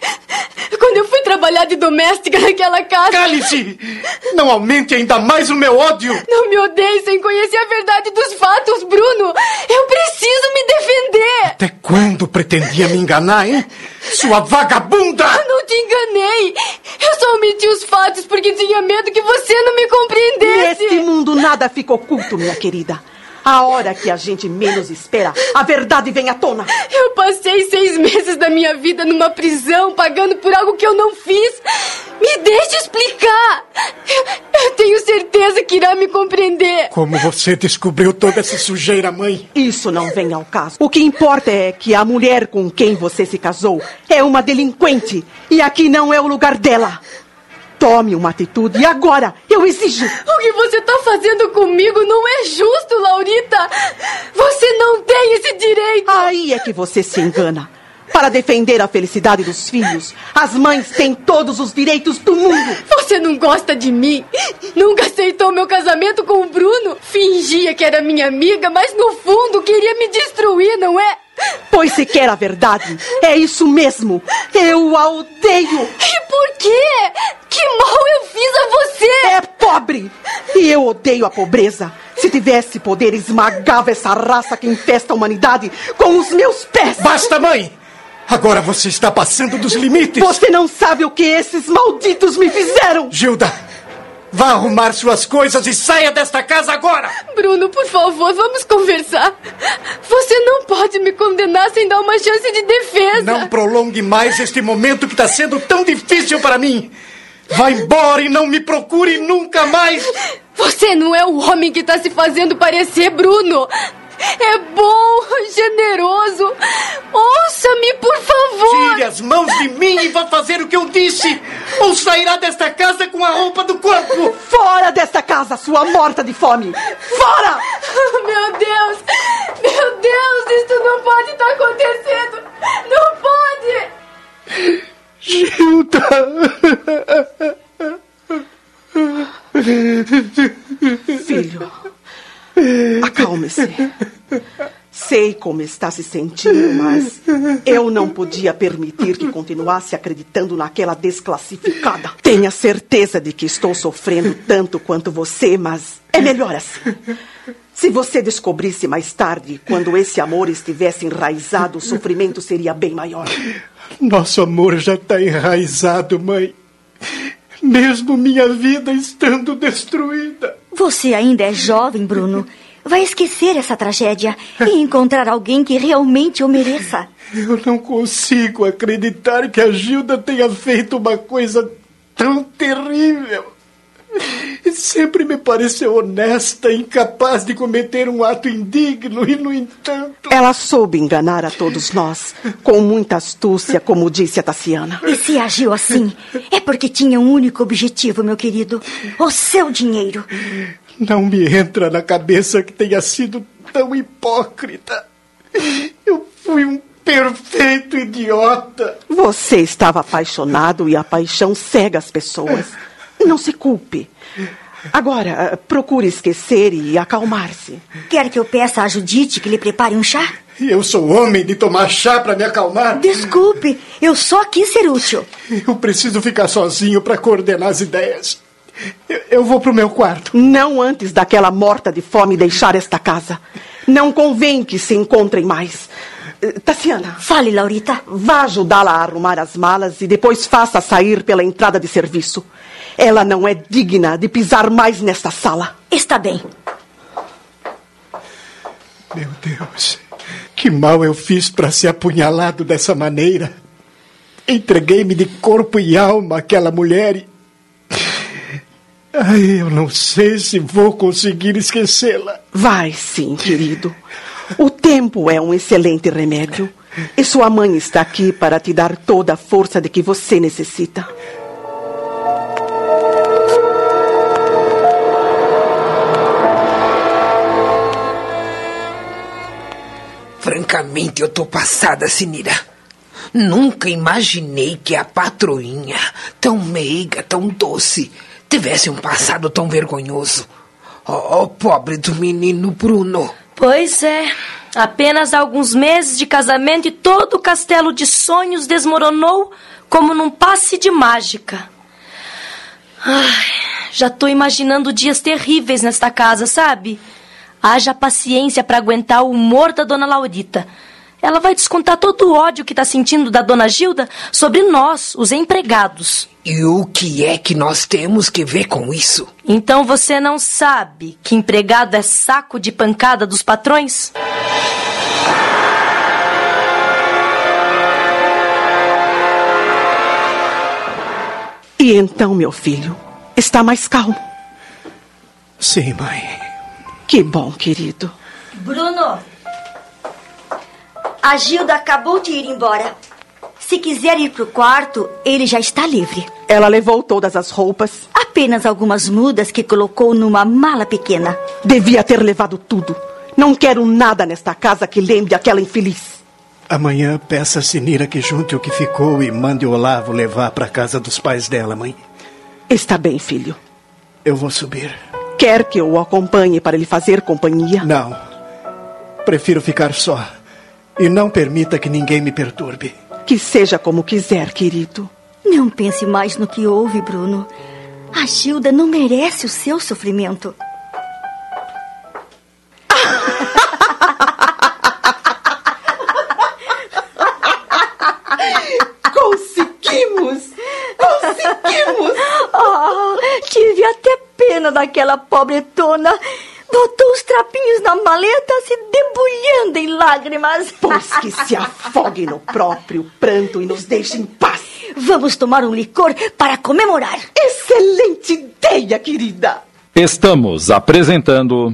Quando eu fui trabalhar de doméstica naquela casa... Cale-se! Não aumente ainda mais o meu ódio! Não me odeie sem conhecer a verdade dos fatos, Bruno! Eu preciso me defender! Até quando pretendia me enganar, hein? Sua vagabunda! Eu não te enganei! Eu só omiti os fatos porque tinha medo que você não me compreendesse! Neste mundo nada fica oculto, minha querida. A hora que a gente menos espera, a verdade vem à tona. Eu passei 6 meses da minha vida numa prisão, pagando por algo que eu não fiz. Me deixe explicar. Eu tenho certeza que irá me compreender. Como você descobriu toda essa sujeira, mãe? Isso não vem ao caso. O que importa é que a mulher com quem você se casou é uma delinquente. E aqui não é o lugar dela. Tome uma atitude e agora, eu exijo. O que você está fazendo comigo não é justo, Laurita. Você não tem esse direito. Aí é que você se engana. Para defender a felicidade dos filhos, as mães têm todos os direitos do mundo. Você não gosta de mim? Nunca aceitou meu casamento com o Bruno? Fingia que era minha amiga, mas no fundo queria me destruir, não é? Pois se quer a verdade, é isso mesmo. Eu a odeio. E por quê? Que mal eu fiz a você? É pobre. E eu odeio a pobreza. Se tivesse poder, esmagava essa raça que infesta a humanidade com os meus pés. Basta, mãe! Agora você está passando dos limites. Você não sabe o que esses malditos me fizeram. Gilda, vá arrumar suas coisas e saia desta casa agora. Bruno, por favor, vamos conversar. Você não pode me condenar sem dar uma chance de defesa. Não prolongue mais este momento que está sendo tão difícil para mim. Vá embora e não me procure nunca mais. Você não é o homem que está se fazendo parecer, Bruno. É bom, generoso. Ouça-me, por favor. Tire as mãos de mim e vá fazer o que eu disse. Ou sairá desta casa com a roupa do corpo. Fora desta casa, sua morta de fome. Fora! Meu Deus. Meu Deus, isso não pode estar acontecendo. Não pode. Gilda. Filho, acalme-se. Sei como está se sentindo, mas eu não podia permitir que continuasse acreditando naquela desclassificada. Tenha certeza de que estou sofrendo tanto quanto você, mas é melhor assim. Se você descobrisse mais tarde, quando esse amor estivesse enraizado, o sofrimento seria bem maior. Nosso amor já está enraizado, mãe. Mesmo minha vida estando destruída. Você ainda é jovem, Bruno. Vai esquecer essa tragédia e encontrar alguém que realmente o mereça. Eu não consigo acreditar que a Gilda tenha feito uma coisa tão terrível. Sempre me pareceu honesta, incapaz de cometer um ato indigno e, no entanto... Ela soube enganar a todos nós, com muita astúcia, como disse a Tassiana. E se agiu assim, é porque tinha um único objetivo, meu querido: o seu dinheiro. Não me entra na cabeça que tenha sido tão hipócrita. Eu fui um perfeito idiota. Você estava apaixonado e a paixão cega as pessoas. Não se culpe. Agora, procure esquecer e acalmar-se. Quer que eu peça a Judite que lhe prepare um chá? Eu sou homem de tomar chá para me acalmar? Desculpe, eu só quis ser útil. Eu preciso ficar sozinho para coordenar as ideias. Eu vou pro meu quarto. Não antes daquela morta de fome deixar esta casa. Não convém que se encontrem mais. Tassiana. Fale, Laurita. Vá ajudá-la a arrumar as malas e depois faça sair pela entrada de serviço. Ela não é digna de pisar mais nesta sala. Está bem. Meu Deus, que mal eu fiz para ser apunhalado dessa maneira. Entreguei-me de corpo e alma àquela mulher e... Ai, eu não sei se vou conseguir esquecê-la. Vai sim, querido. O tempo é um excelente remédio. E sua mãe está aqui para te dar toda a força de que você necessita. Francamente, eu tô passada, Sinira. Nunca imaginei que a patroinha, tão meiga, tão doce, tivesse um passado tão vergonhoso. Oh, pobre do menino Bruno. Pois é. Apenas há alguns meses de casamento e todo o castelo de sonhos desmoronou como num passe de mágica. Ai, já tô imaginando dias terríveis nesta casa, sabe? Haja paciência para aguentar o humor da dona Laurita. Ela vai descontar todo o ódio que tá sentindo da dona Gilda sobre nós, os empregados. E o que é que nós temos que ver com isso? Então você não sabe que empregado é saco de pancada dos patrões? E então, meu filho, está mais calmo? Sim, mãe. Que bom, querido. Bruno, a Gilda acabou de ir embora. Se quiser ir pro quarto, ele já está livre. Ela levou todas as roupas? Apenas algumas mudas que colocou numa mala pequena. Devia ter levado tudo. Não quero nada nesta casa que lembre aquela infeliz. Amanhã peça a Sinira que junte o que ficou e mande o Olavo levar para casa dos pais dela, mãe. Está bem, filho. Eu vou subir. Quer que eu o acompanhe para lhe fazer companhia? Não. Prefiro ficar só. E não permita que ninguém me perturbe. Que seja como quiser, querido. Não pense mais no que houve, Bruno. A Gilda não merece o seu sofrimento. Conseguimos! Oh, tive até pena daquela pobretona. Botou os trapinhos na maleta, se debulhando em lágrimas. Pois que se afogue no próprio pranto e nos deixe em paz. Vamos tomar um licor para comemorar. Excelente ideia, querida. Estamos apresentando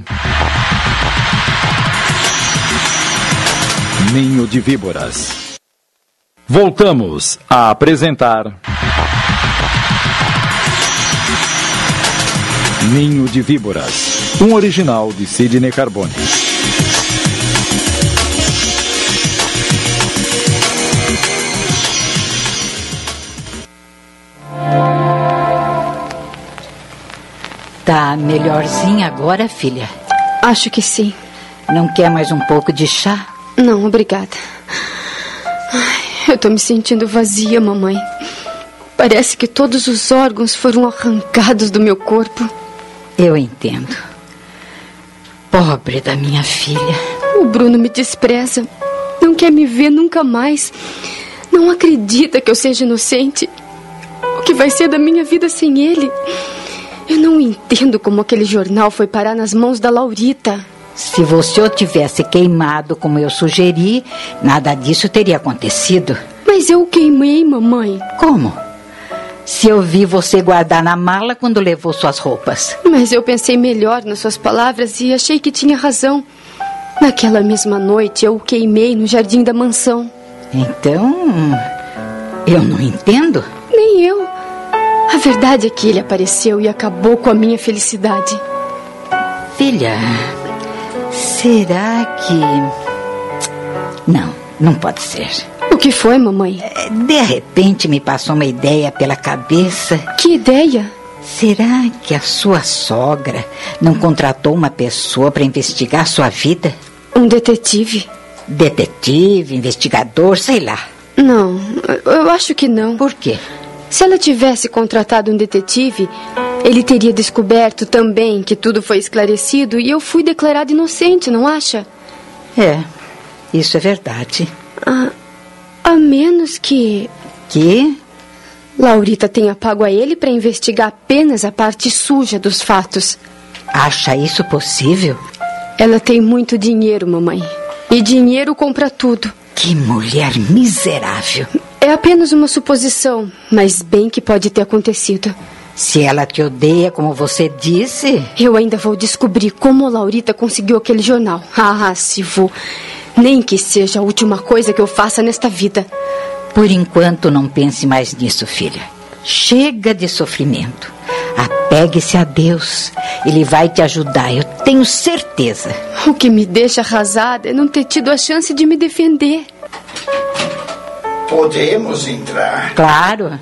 Ninho de Víboras. Voltamos a apresentar Ninho de Víboras, um original de Sidney Carbone. Tá melhorzinha agora, filha? Acho que sim. Não quer mais um pouco de chá? Não, obrigada. Ai, eu tô me sentindo vazia, mamãe. Parece que todos os órgãos foram arrancados do meu corpo. Eu entendo. Pobre da minha filha. O Bruno me despreza. Não quer me ver nunca mais. Não acredita que eu seja inocente. O que vai ser da minha vida sem ele? Eu não entendo como aquele jornal foi parar nas mãos da Laurita. Se você o tivesse queimado como eu sugeri, nada disso teria acontecido. Mas eu o queimei, mamãe. Como? Se eu vi você guardar na mala quando levou suas roupas. Mas eu pensei melhor nas suas palavras e achei que tinha razão. Naquela mesma noite eu o queimei no jardim da mansão. Então, eu não entendo. Nem eu. A verdade é que ele apareceu e acabou com a minha felicidade. Filha, será que... Não pode ser. O que foi, mamãe? De repente me passou uma ideia pela cabeça. Que ideia? Será que a sua sogra não contratou uma pessoa para investigar sua vida? Um detetive? Detetive, investigador, sei lá. Não, eu acho que não. Por quê? Se ela tivesse contratado um detetive, ele teria descoberto também que tudo foi esclarecido e eu fui declarada inocente, não acha? É, isso é verdade. A menos que... Que? Laurita tenha pago a ele para investigar apenas a parte suja dos fatos. Acha isso possível? Ela tem muito dinheiro, mamãe. E dinheiro compra tudo. Que mulher miserável. É apenas uma suposição, mas bem que pode ter acontecido. Se ela te odeia, como você disse... Eu ainda vou descobrir como a Laurita conseguiu aquele jornal. Se vou. Nem que seja a última coisa que eu faça nesta vida. Por enquanto, não pense mais nisso, filha. Chega de sofrimento. Apegue-se a Deus. Ele vai te ajudar, eu tenho certeza. O que me deixa arrasada é não ter tido a chance de me defender. Podemos entrar? Claro.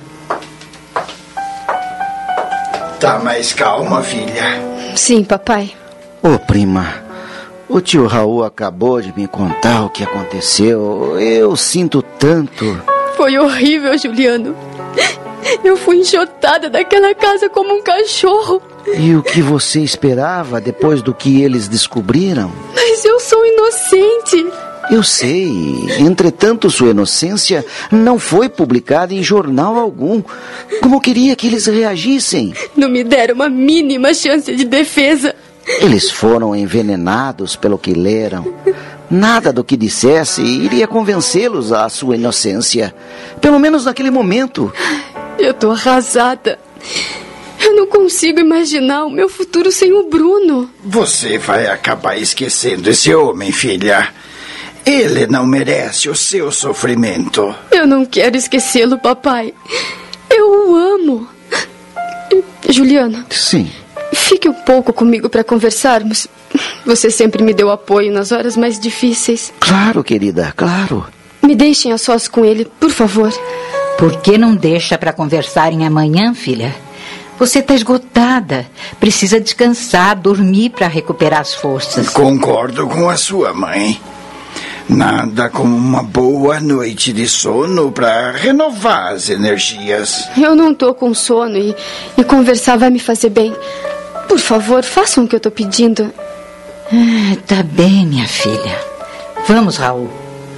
Tá mais calma, filha? Sim, papai. Ô, prima, O tio Raul acabou de me contar o que aconteceu. Eu sinto tanto. Foi horrível, Juliano. Eu fui enxotada daquela casa como um cachorro. E o que você esperava depois do que eles descobriram? Mas eu sou inocente. Eu sei. Entretanto, sua inocência não foi publicada em jornal algum. Como queria que eles reagissem? Não me deram uma mínima chance de defesa. Eles foram envenenados pelo que leram. Nada do que dissesse iria convencê-los à sua inocência. Pelo menos naquele momento. Eu tô arrasada. Eu não consigo imaginar o meu futuro sem o Bruno. Você vai acabar esquecendo esse homem, filha. Ele não merece o seu sofrimento. Eu não quero esquecê-lo, papai. Eu o amo. Juliano. Sim. Fique um pouco comigo para conversarmos. Você sempre me deu apoio nas horas mais difíceis. Claro, querida, claro. Me deixem a sós com ele, por favor. Por que não deixa para conversarem amanhã, filha? Você está esgotada. Precisa descansar, dormir para recuperar as forças. Concordo com a sua mãe. Nada como uma boa noite de sono para renovar as energias. Eu não tô com sono e conversar vai me fazer bem. Por favor, façam o que eu tô pedindo. Tá bem, minha filha. Vamos, Raul.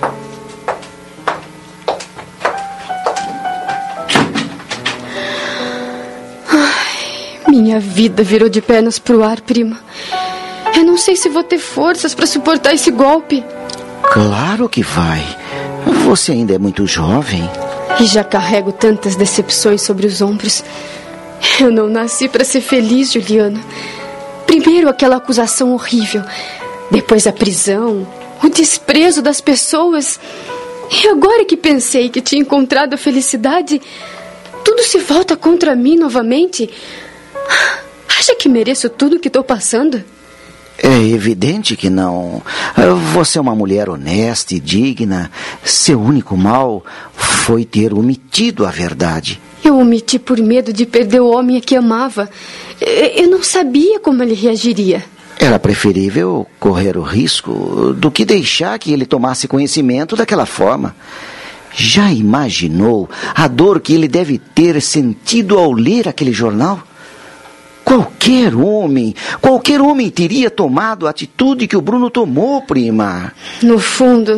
Minha vida virou de pernas pro ar, prima. Eu não sei se vou ter forças para suportar esse golpe. Claro que vai. Você ainda é muito jovem. E já carrego tantas decepções sobre os ombros. Eu não nasci para ser feliz, Juliano. Primeiro aquela acusação horrível. Depois a prisão. O desprezo das pessoas. E agora que pensei que tinha encontrado a felicidade, tudo se volta contra mim novamente. Acha que mereço tudo que estou passando? É evidente que não. Você é uma mulher honesta e digna. Seu único mal foi ter omitido a verdade. Eu omiti por medo de perder o homem a que amava. Eu não sabia como ele reagiria. Era preferível correr o risco do que deixar que ele tomasse conhecimento daquela forma. Já imaginou a dor que ele deve ter sentido ao ler aquele jornal? Qualquer homem teria tomado a atitude que o Bruno tomou, prima. No fundo,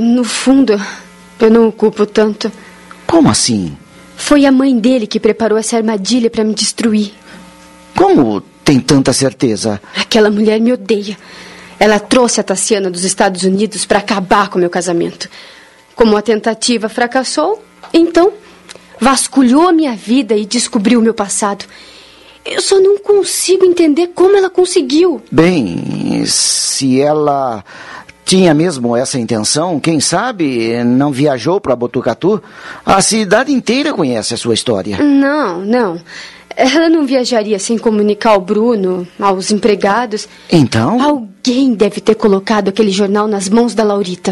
eu não o culpo tanto. Como assim? Foi a mãe dele que preparou essa armadilha para me destruir. Como tem tanta certeza? Aquela mulher me odeia. Ela trouxe a Tassiana dos Estados Unidos para acabar com meu casamento. Como a tentativa fracassou, então vasculhou a minha vida e descobriu o meu passado. Eu só não consigo entender como ela conseguiu. Bem, se ela tinha mesmo essa intenção, quem sabe não viajou para Botucatu? A cidade inteira conhece a sua história. Não. Ela não viajaria sem comunicar ao Bruno, aos empregados. Então? Alguém deve ter colocado aquele jornal nas mãos da Laurita.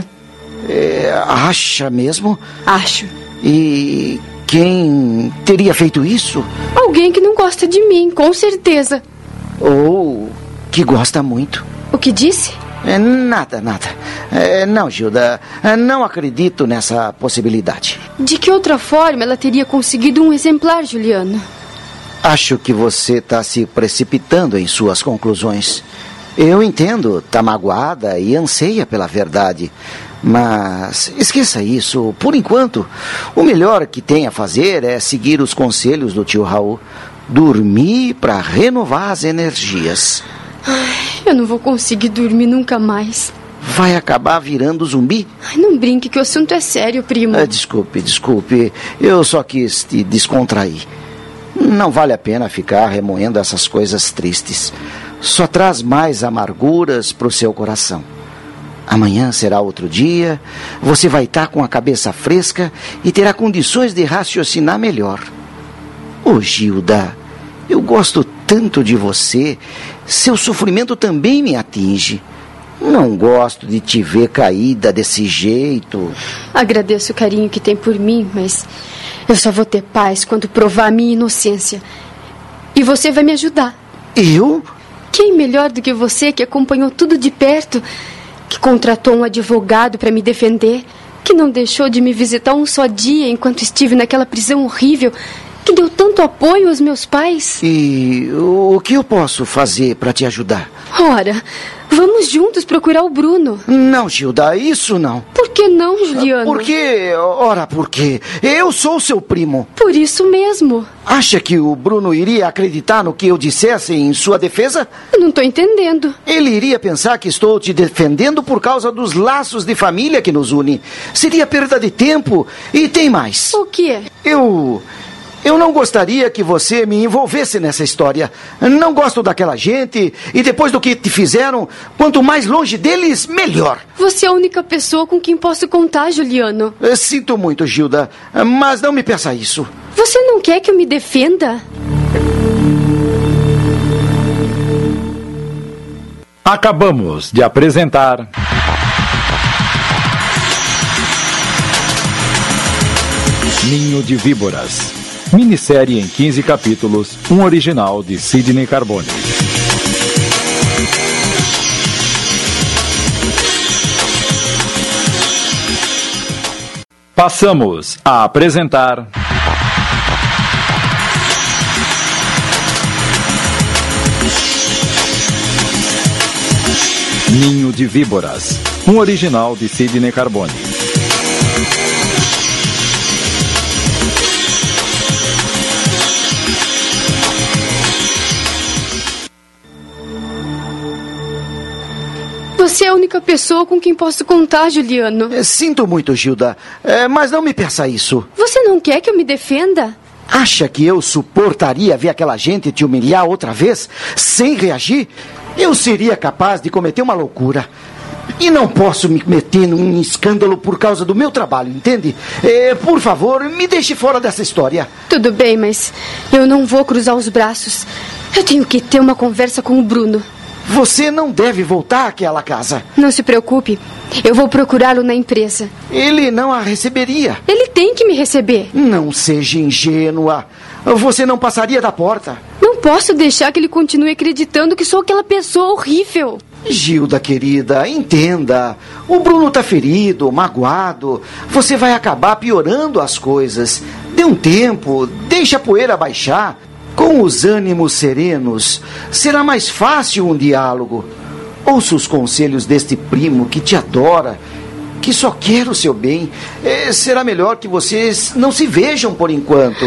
Acha mesmo? Acho. E quem teria feito isso? Alguém que não gosta de mim, com certeza. Ou que gosta muito. O que disse? Nada. Não, Gilda, não acredito nessa possibilidade. De que outra forma ela teria conseguido um exemplar, Juliano? Acho que você está se precipitando em suas conclusões. Eu entendo, está magoada e anseia pela verdade. Mas esqueça isso, por enquanto. O melhor que tem a fazer é seguir os conselhos do tio Raul. Dormir para renovar as energias. Eu não vou conseguir dormir nunca mais. Vai acabar virando zumbi? Não brinque que o assunto é sério, primo. Desculpe. Eu só quis te descontrair. Não vale a pena ficar remoendo essas coisas tristes. Só traz mais amarguras para o seu coração. Amanhã será outro dia, você vai estar com a cabeça fresca e terá condições de raciocinar melhor. Gilda, eu gosto tanto de você, seu sofrimento também me atinge. Não gosto de te ver caída desse jeito. Agradeço o carinho que tem por mim, mas eu só vou ter paz quando provar a minha inocência. E você vai me ajudar. Eu? Quem melhor do que você que acompanhou tudo de perto que contratou um advogado para me defender, que não deixou de me visitar um só dia enquanto estive naquela prisão horrível, que deu tanto apoio aos meus pais. E o que eu posso fazer para te ajudar? Ora, vamos juntos procurar o Bruno. Não, Gilda, isso não. Por que não, Juliano? Porque, ora, porque eu sou seu primo. Por isso mesmo. Acha que o Bruno iria acreditar no que eu dissesse em sua defesa? Eu não estou entendendo. Ele iria pensar que estou te defendendo por causa dos laços de família que nos unem. Seria perda de tempo. E tem mais. O quê? Eu não gostaria que você me envolvesse nessa história. Não gosto daquela gente e depois do que te fizeram, quanto mais longe deles, melhor. Você é a única pessoa com quem posso contar, Juliano. Sinto muito, Gilda, mas não me peça isso. Você não quer que eu me defenda? Acabamos de apresentar Ninho de Víboras. Minissérie em 15 capítulos, um original de Sidney Carbone. Passamos a apresentar Ninho de Víboras, um original de Sidney Carbone. Você é a única pessoa com quem posso contar, Juliano. Sinto muito, Gilda, mas não me peça isso. Você não quer que eu me defenda? Acha que eu suportaria ver aquela gente te humilhar outra vez, sem reagir? Eu seria capaz de cometer uma loucura. E não posso me meter num escândalo por causa do meu trabalho, entende? Por favor, me deixe fora dessa história. Tudo bem, mas eu não vou cruzar os braços. Eu tenho que ter uma conversa com o Bruno. Você não deve voltar àquela casa. Não se preocupe. Eu vou procurá-lo na empresa. Ele não a receberia. Ele tem que me receber. Não seja ingênua. Você não passaria da porta. Não posso deixar que ele continue acreditando que sou aquela pessoa horrível. Gilda, querida, entenda. O Bruno tá ferido, magoado. Você vai acabar piorando as coisas. Dê um tempo, deixe a poeira baixar. Com os ânimos serenos, será mais fácil um diálogo. Ouça os conselhos deste primo que te adora, que só quer o seu bem. Será melhor que vocês não se vejam por enquanto.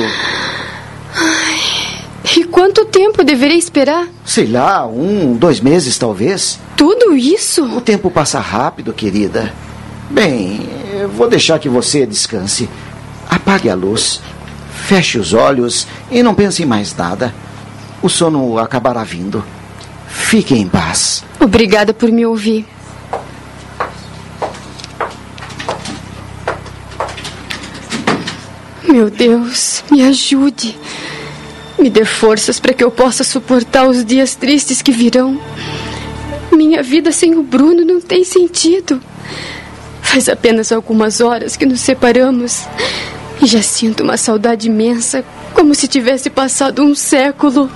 E quanto tempo eu deveria esperar? Sei lá, 1, 2 meses talvez. Tudo isso? O tempo passa rápido, querida. Bem, eu vou deixar que você descanse. Apague a luz. Feche os olhos e não pense em mais nada. O sono acabará vindo. Fique em paz. Obrigada por me ouvir. Meu Deus, me ajude. Me dê forças para que eu possa suportar os dias tristes que virão. Minha vida sem o Bruno não tem sentido. Faz apenas algumas horas que nos separamos. E já sinto uma saudade imensa, como se tivesse passado um século.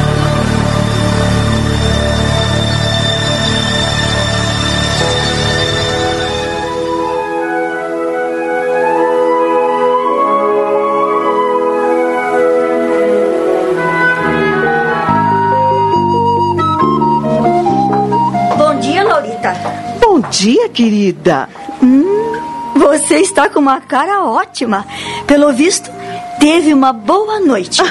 Bom dia, Laurita. Bom dia, querida. Você está com uma cara ótima. Pelo visto, teve uma boa noite.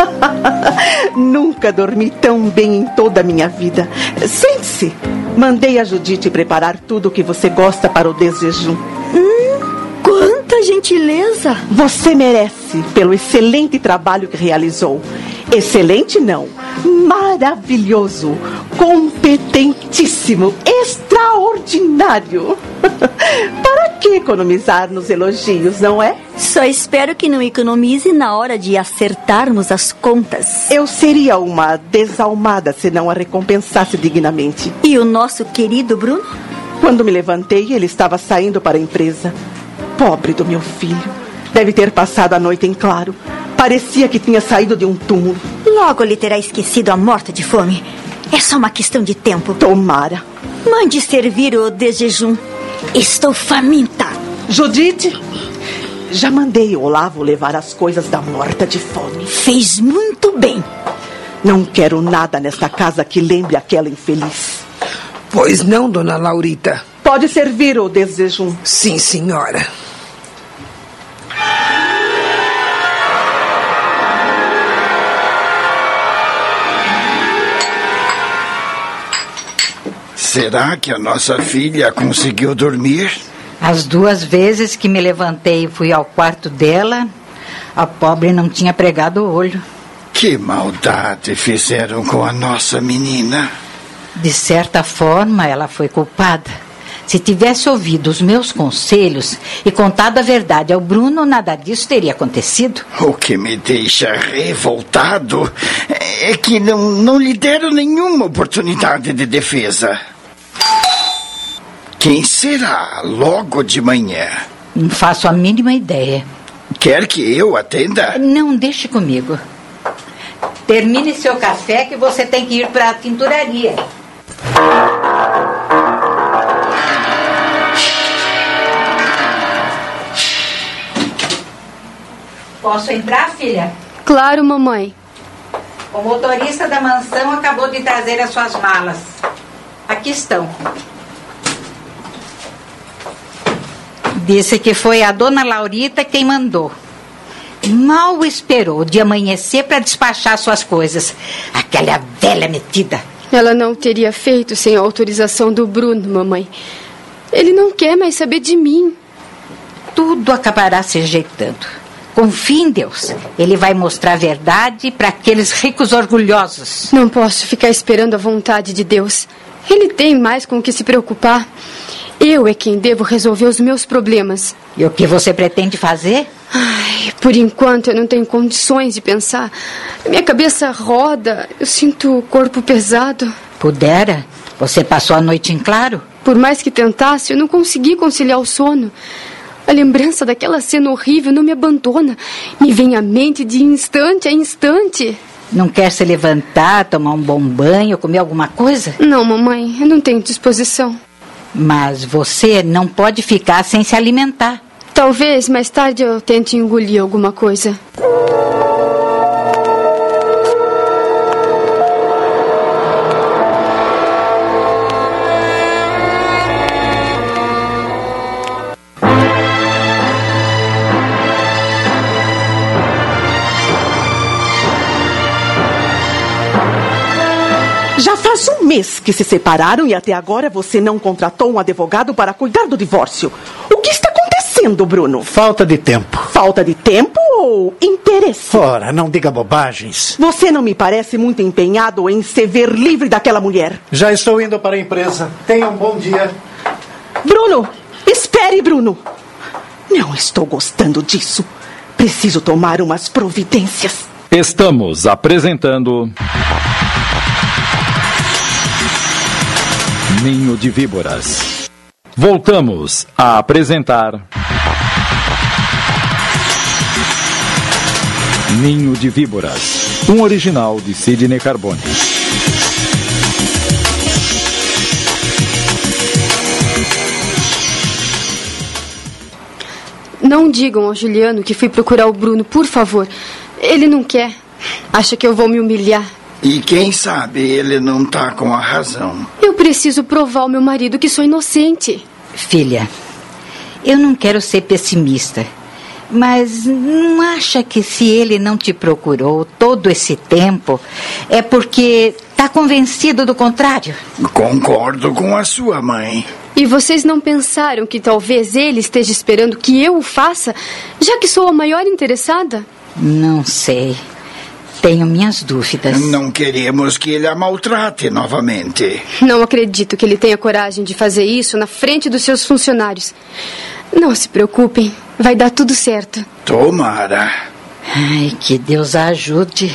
Nunca dormi tão bem em toda a minha vida. Sente-se. Mandei a Judite preparar tudo o que você gosta para o desjejum. Quanta gentileza. Você merece pelo excelente trabalho que realizou. Excelente não, maravilhoso, competentíssimo, extraordinário. Para que economizar nos elogios, não é? Só espero que não economize na hora de acertarmos as contas. Eu seria uma desalmada se não a recompensasse dignamente. E o nosso querido Bruno? Quando me levantei, ele estava saindo para a empresa. Pobre do meu filho. Deve ter passado a noite em claro. Parecia que tinha saído de um túmulo. Logo lhe terá esquecido a morta de fome. É só uma questão de tempo. Tomara. Mande servir o desjejum. Estou faminta. Judite, já mandei o Olavo levar as coisas da morta de fome. Fez muito bem. Não quero nada nesta casa que lembre aquela infeliz. Pois não, dona Laurita? Pode servir o desjejum. Sim, senhora. Será que a nossa filha conseguiu dormir? As 2 vezes que me levantei e fui ao quarto dela, a pobre não tinha pregado o olho. Que maldade fizeram com a nossa menina. De certa forma, ela foi culpada. Se tivesse ouvido os meus conselhos e contado a verdade ao Bruno, nada disso teria acontecido. O que me deixa revoltado é que não lhe deram nenhuma oportunidade de defesa. Quem será logo de manhã? Não faço a mínima ideia. Quer que eu atenda? Não, deixe comigo. Termine seu café que você tem que ir para a tinturaria. Posso entrar, filha? Claro, mamãe. O motorista da mansão acabou de trazer as suas malas. Aqui estão. Disse que foi a dona Laurita quem mandou. Mal esperou de amanhecer para despachar suas coisas. Aquela velha metida. Ela não teria feito sem a autorização do Bruno, mamãe. Ele não quer mais saber de mim. Tudo acabará se ajeitando. Confie em Deus. Ele vai mostrar a verdade para aqueles ricos orgulhosos. Não posso ficar esperando a vontade de Deus. Ele tem mais com o que se preocupar. Eu é quem devo resolver os meus problemas. E o que você pretende fazer? Ai, por enquanto eu não tenho condições de pensar. Minha cabeça roda, eu sinto o corpo pesado. Pudera? Você passou a noite em claro? Por mais que tentasse, eu não consegui conciliar o sono. A lembrança daquela cena horrível não me abandona. Me vem à mente de instante a instante. Não quer se levantar, tomar um bom banho, comer alguma coisa? Não, mamãe, eu não tenho disposição. Mas você não pode ficar sem se alimentar. Talvez mais tarde eu tente engolir alguma coisa. Já faz um mês que se separaram e até agora você não contratou um advogado para cuidar do divórcio. O que está acontecendo, Bruno? Falta de tempo. Falta de tempo ou interesse? Ora, não diga bobagens. Você não me parece muito empenhado em se ver livre daquela mulher. Já estou indo para a empresa. Tenha um bom dia. Bruno! Espere, Bruno! Não estou gostando disso. Preciso tomar umas providências. Estamos apresentando... Ninho de Víboras. Voltamos a apresentar Ninho de Víboras, um original de Sidney Carbone. Não digam ao Juliano que fui procurar o Bruno, por favor. Ele não quer. Acha que eu vou me humilhar. E quem sabe ele não está com a razão. Eu preciso provar ao meu marido que sou inocente. Filha, eu não quero ser pessimista, mas não acha que se ele não te procurou todo esse tempo é porque está convencido do contrário? Concordo com a sua mãe. E vocês não pensaram que talvez ele esteja esperando que eu o faça, já que sou a maior interessada? Não sei. Tenho minhas dúvidas. Não queremos que ele a maltrate novamente. Não acredito que ele tenha coragem de fazer isso na frente dos seus funcionários. Não se preocupem, vai dar tudo certo. Tomara. Ai, que Deus a ajude.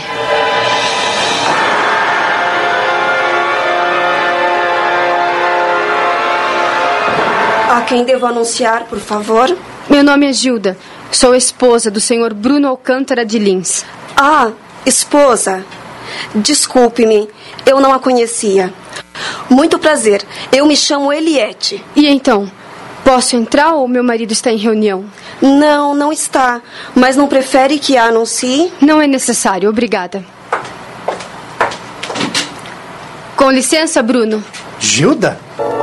A quem devo anunciar, por favor? Meu nome é Gilda. Sou esposa do senhor Bruno Alcântara de Lins. Ah, esposa. Desculpe-me, eu não a conhecia. Muito prazer, eu me chamo Eliette. E então, posso entrar ou meu marido está em reunião? Não, não está. Mas não prefere que a anuncie? Não é necessário, obrigada. Com licença, Bruno. Gilda?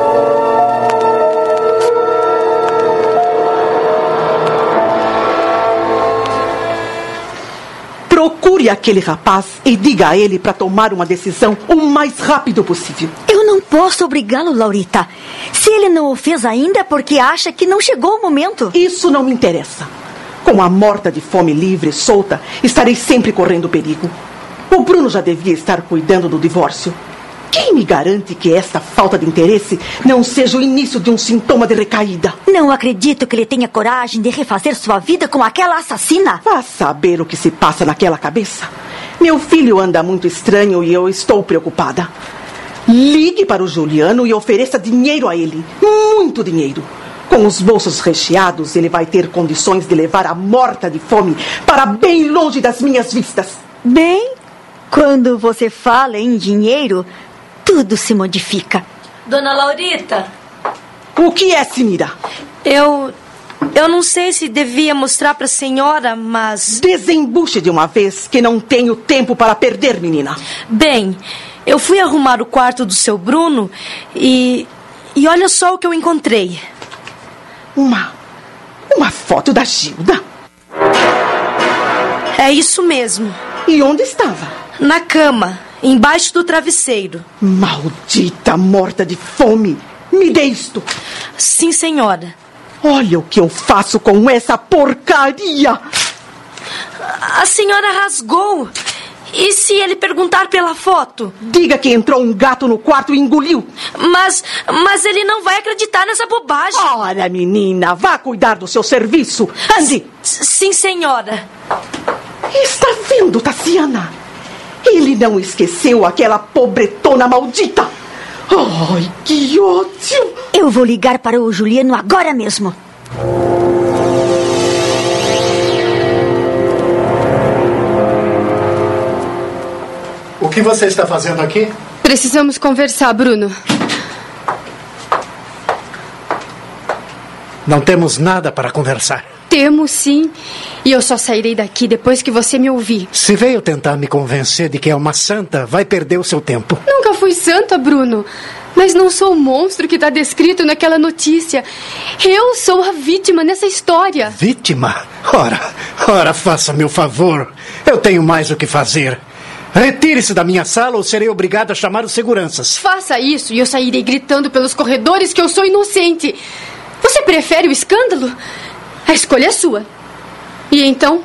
Procure aquele rapaz e diga a ele para tomar uma decisão o mais rápido possível. Eu não posso obrigá-lo, Laurita. Se ele não o fez ainda é porque acha que não chegou o momento. Isso não me interessa. Com a morta de fome livre e solta, estarei sempre correndo perigo. O Bruno já devia estar cuidando do divórcio. Quem me garante que esta falta de interesse não seja o início de um sintoma de recaída? Não acredito que ele tenha coragem de refazer sua vida com aquela assassina. Vá saber o que se passa naquela cabeça. Meu filho anda muito estranho e eu estou preocupada. Ligue para o Juliano e ofereça dinheiro a ele. Muito dinheiro. Com os bolsos recheados, ele vai ter condições de levar a morta de fome para bem longe das minhas vistas. Bem, quando você fala em dinheiro, tudo se modifica. Dona Laurita. O que é, Sinira? Eu não sei se devia mostrar para a senhora, mas... Desembuche de uma vez, que não tenho tempo para perder, menina. Bem, eu fui arrumar o quarto do seu Bruno e olha só o que eu encontrei. Uma foto da Gilda? É isso mesmo. E onde estava? Na cama, embaixo do travesseiro. Maldita morta de fome! Me dê isto! Sim, senhora. Olha o que eu faço com essa porcaria! A senhora rasgou. E se ele perguntar pela foto? Diga que entrou um gato no quarto e engoliu. Mas ele não vai acreditar nessa bobagem. Ora, menina, vá cuidar do seu serviço. Ande! Sim, senhora. Está vendo, Tassiana? Ele não esqueceu aquela pobretona maldita. Ai, que ódio! Eu vou ligar para o Juliano agora mesmo. O que você está fazendo aqui? Precisamos conversar, Bruno. Não temos nada para conversar. Temos, sim. E eu só sairei daqui depois que você me ouvir. Se veio tentar me convencer de que é uma santa, vai perder o seu tempo. Nunca fui santa, Bruno. Mas não sou o monstro que está descrito naquela notícia. Eu sou a vítima nessa história. Vítima? Ora, faça-me o favor. Eu tenho mais o que fazer. Retire-se da minha sala ou serei obrigado a chamar os seguranças. Faça isso e eu sairei gritando pelos corredores que eu sou inocente. Você prefere o escândalo? A escolha é sua. E então?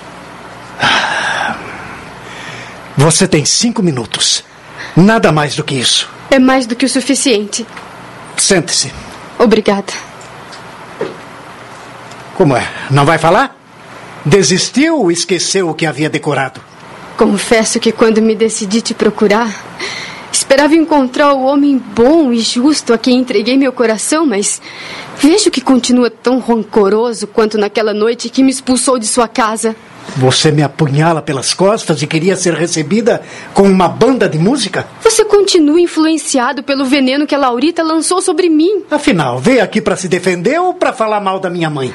Você tem 5 minutos. Nada mais do que isso. É mais do que o suficiente. Sente-se. Obrigada. Como é? Não vai falar? Desistiu ou esqueceu o que havia decorado? Confesso que quando me decidi te procurar, esperava encontrar o homem bom e justo a quem entreguei meu coração, mas vejo que continua tão rancoroso quanto naquela noite que me expulsou de sua casa. Você me apunhala pelas costas e queria ser recebida com uma banda de música? Você continua influenciado pelo veneno que a Laurita lançou sobre mim. Afinal, veio aqui para se defender ou para falar mal da minha mãe?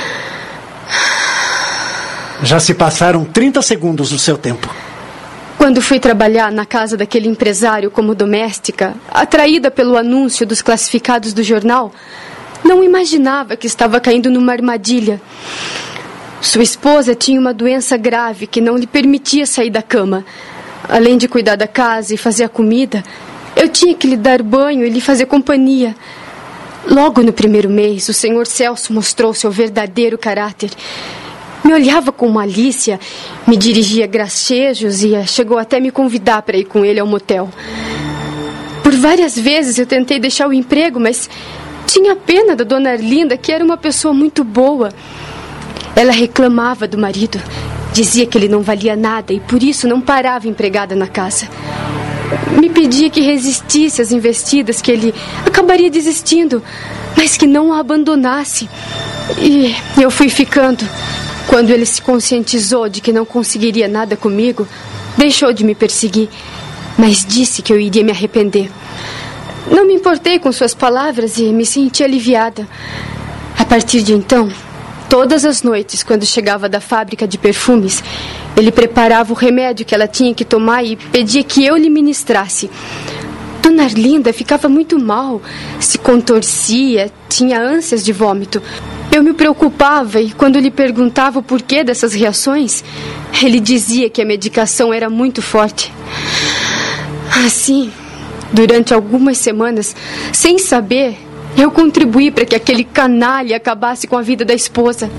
Já se passaram 30 segundos do seu tempo. Quando fui trabalhar na casa daquele empresário como doméstica, atraída pelo anúncio dos classificados do jornal, não imaginava que estava caindo numa armadilha. Sua esposa tinha uma doença grave que não lhe permitia sair da cama. Além de cuidar da casa e fazer a comida, eu tinha que lhe dar banho e lhe fazer companhia. Logo no primeiro mês, o senhor Celso mostrou seu verdadeiro caráter. Me olhava com malícia, me dirigia gracejos e chegou até me convidar para ir com ele ao motel. Por várias vezes eu tentei deixar o emprego, mas tinha pena da dona Arlinda, que era uma pessoa muito boa. Ela reclamava do marido, dizia que ele não valia nada e por isso não parava empregada na casa. Me pedia que resistisse às investidas, que ele acabaria desistindo, mas que não a abandonasse. E eu fui ficando. Quando ele se conscientizou de que não conseguiria nada comigo, Deixou de me perseguir, mas disse que eu iria me arrepender. Não me importei com suas palavras e me senti aliviada. A partir de então, todas as noites, quando chegava da fábrica de perfumes, ele preparava o remédio que ela tinha que tomar e pedia que eu lhe ministrasse. Dona Arlinda ficava muito mal, se contorcia, tinha ânsias de vômito. Eu me preocupava e quando lhe perguntava o porquê dessas reações, ele dizia que a medicação era muito forte. Assim, durante algumas semanas, sem saber, eu contribuí para que aquele canalha acabasse com a vida da esposa.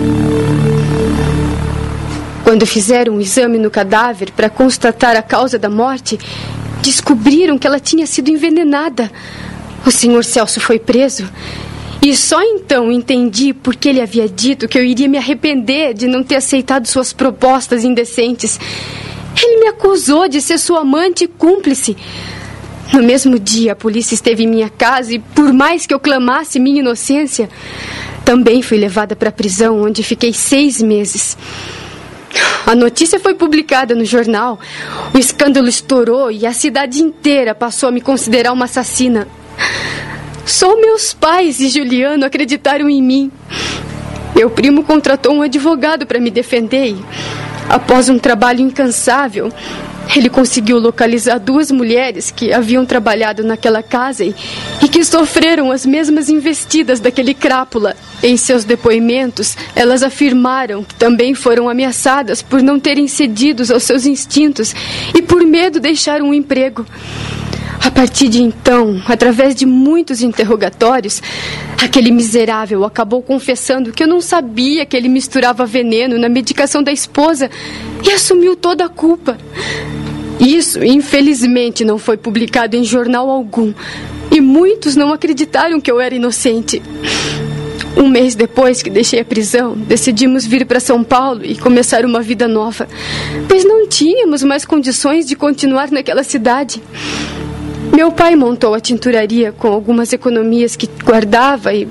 Quando fizeram um exame no cadáver para constatar a causa da morte, descobriram que ela tinha sido envenenada. O Sr. Celso foi preso. E só então entendi por que ele havia dito que eu iria me arrepender de não ter aceitado suas propostas indecentes. Ele me acusou de ser sua amante e cúmplice. No mesmo dia, a polícia esteve em minha casa e, por mais que eu clamasse minha inocência, também fui levada para a prisão, onde fiquei 6 meses. A notícia foi publicada no jornal. O escândalo estourou e a cidade inteira passou a me considerar uma assassina. Só meus pais e Juliano acreditaram em mim. Meu primo contratou um advogado para me defender e, após um trabalho incansável, ele conseguiu localizar 2 mulheres que haviam trabalhado naquela casa e que sofreram as mesmas investidas daquele crápula. Em seus depoimentos, elas afirmaram que também foram ameaçadas por não terem cedido aos seus instintos e por medo deixaram um emprego. A partir de então, através de muitos interrogatórios, aquele miserável acabou confessando que eu não sabia que ele misturava veneno na medicação da esposa e assumiu toda a culpa. Isso, infelizmente, não foi publicado em jornal algum e muitos não acreditaram que eu era inocente. Um mês depois que deixei a prisão, decidimos vir para São Paulo e começar uma vida nova, pois não tínhamos mais condições de continuar naquela cidade. Meu pai montou a tinturaria com algumas economias que guardava e...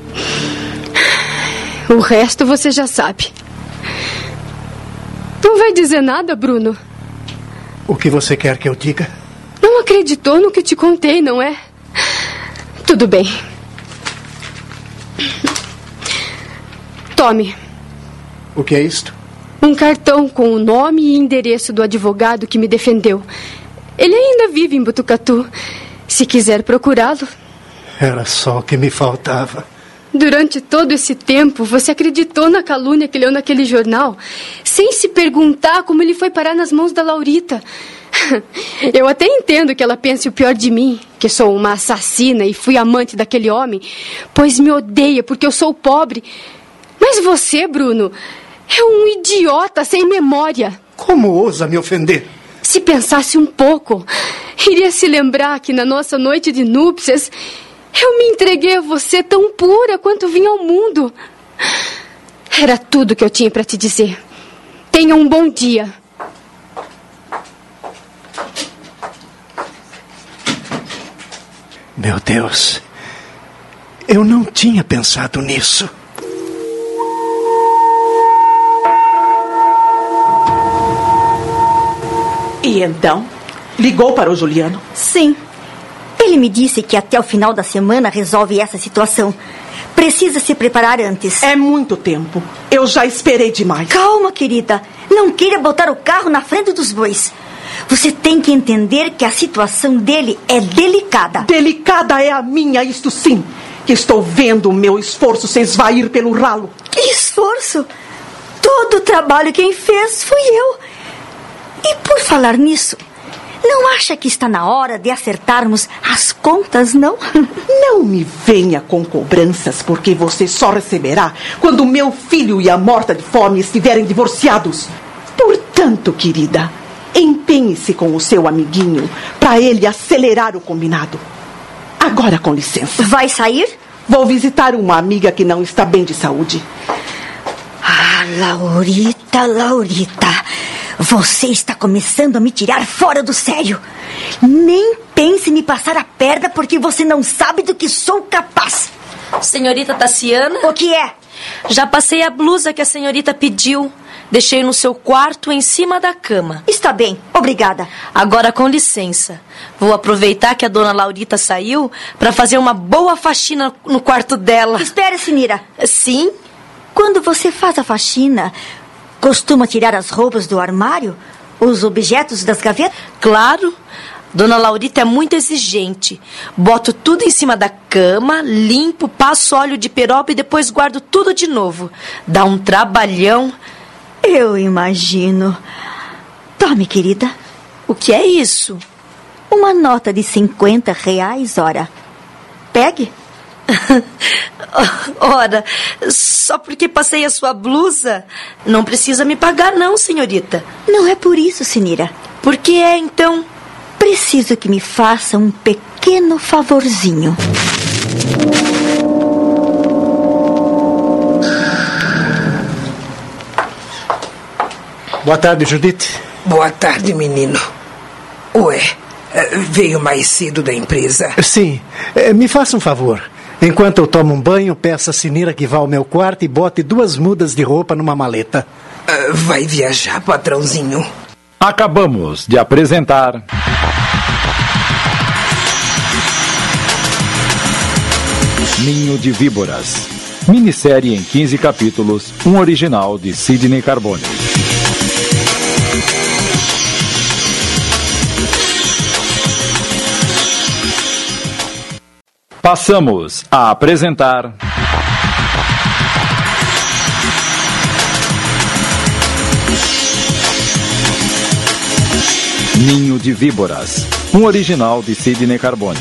o resto você já sabe. Não vai dizer nada, Bruno? O que você quer que eu diga? Não acreditou no que te contei, não é? Tudo bem. Tome. O que é isto? Um cartão com o nome e endereço do advogado que me defendeu. Ele ainda vive em Botucatu. Se quiser procurá-lo. Era só o que me faltava. Durante todo esse tempo, você acreditou na calúnia que leu naquele jornal, sem se perguntar como ele foi parar nas mãos da Laurita. Eu até entendo que ela pense o pior de mim, que sou uma assassina e fui amante daquele homem, pois me odeia porque eu sou pobre. Mas você, Bruno, é um idiota sem memória. Como ousa me ofender? Se pensasse um pouco, iria se lembrar que na nossa noite de núpcias, eu me entreguei a você tão pura quanto vim ao mundo. Era tudo que eu tinha para te dizer. Tenha um bom dia. Meu Deus, eu não tinha pensado nisso. E então, ligou para o Juliano? Sim. Ele me disse que até o final da semana resolve essa situação. Precisa se preparar antes. É muito tempo. Eu já esperei demais. Calma, querida. Não queira botar o carro na frente dos bois. Você tem que entender que a situação dele é delicada. Delicada é a minha, isto sim. Que estou vendo o meu esforço se esvair pelo ralo. Que esforço? Todo o trabalho quem fez fui eu. E por falar nisso, não acha que está na hora de acertarmos as contas, não? Não me venha com cobranças, porque você só receberá quando meu filho e a morta de fome estiverem divorciados. Portanto, querida, empenhe-se com o seu amiguinho para ele acelerar o combinado. Agora, com licença. Vai sair? Vou visitar uma amiga que não está bem de saúde. Ah, Laurita. Você está começando a me tirar fora do sério. Nem pense em me passar a perna porque você não sabe do que sou capaz. Senhorita Tassiana? O que é? Já passei a blusa que a senhorita pediu. Deixei no seu quarto em cima da cama. Está bem, obrigada. Agora, com licença. Vou aproveitar que a dona Laurita saiu para fazer uma boa faxina no quarto dela. Espere, Sinira. Sim? Quando você faz a faxina, costuma tirar as roupas do armário? Os objetos das gavetas? Claro. Dona Laurita é muito exigente. Boto tudo em cima da cama, limpo, passo óleo de peroba e depois guardo tudo de novo. Dá um trabalhão. Eu imagino. Tome, querida. O que é isso? Uma nota de R$50, ora. Pegue. Ora, só porque passei a sua blusa? Não precisa me pagar não, senhorita. Não é por isso, Sinira. Por que é, então? Preciso que me faça um pequeno favorzinho. Boa tarde, Judite. Boa tarde, menino. Ué, veio mais cedo da empresa? Sim, me faça um favor. Enquanto eu tomo um banho, peça a Sinira que vá ao meu quarto e bote 2 mudas de roupa numa maleta. Vai viajar, patrãozinho? Acabamos de apresentar... Ninho de Víboras. Minissérie em 15 capítulos, um original de Sidney Carbone. Passamos a apresentar... Ninho de Víboras, um original de Sidney Carbone.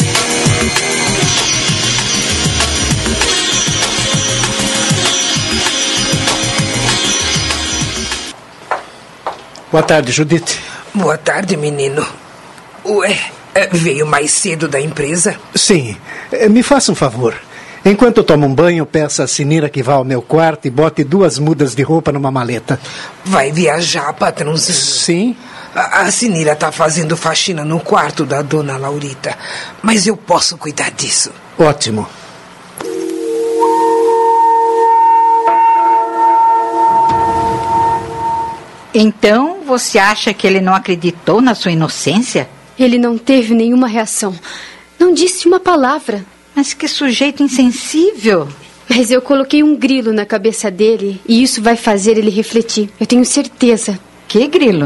Boa tarde, Judite. Boa tarde, menino. Ué, veio mais cedo da empresa? Sim, me faça um favor. Enquanto eu tomo um banho, peça a Sinira que vá ao meu quarto e bote 2 mudas de roupa numa maleta. Vai viajar, patrãozinho? Sim. A Sinira está fazendo faxina no quarto da dona Laurita, mas eu posso cuidar disso. Ótimo. Então, você acha que ele não acreditou na sua inocência? Ele não teve nenhuma reação. Não disse uma palavra. Mas que sujeito insensível. Mas eu coloquei um grilo na cabeça dele e isso vai fazer ele refletir. Eu tenho certeza. Que grilo?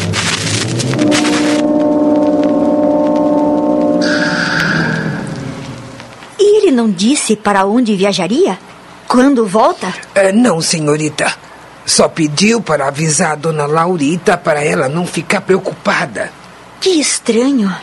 E ele não disse para onde viajaria? Quando volta? Não, senhorita. Só pediu para avisar a dona Laurita para ela não ficar preocupada. Que estranho.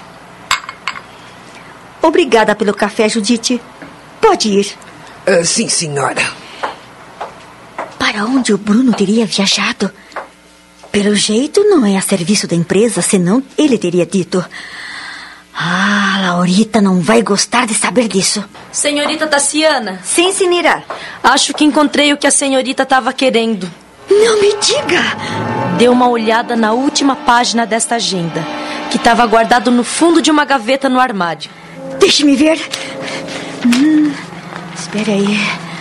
Obrigada pelo café, Judite. Pode ir. Sim, senhora. Para onde o Bruno teria viajado? Pelo jeito, não é a serviço da empresa, senão ele teria dito. Ah, Laurita não vai gostar de saber disso. Senhorita Tassiana? Sim, Sinira. Acho que encontrei o que a senhorita estava querendo. Não me diga! Dê uma olhada na última página desta agenda, que estava guardado no fundo de uma gaveta no armário. Deixe-me ver. Espera aí.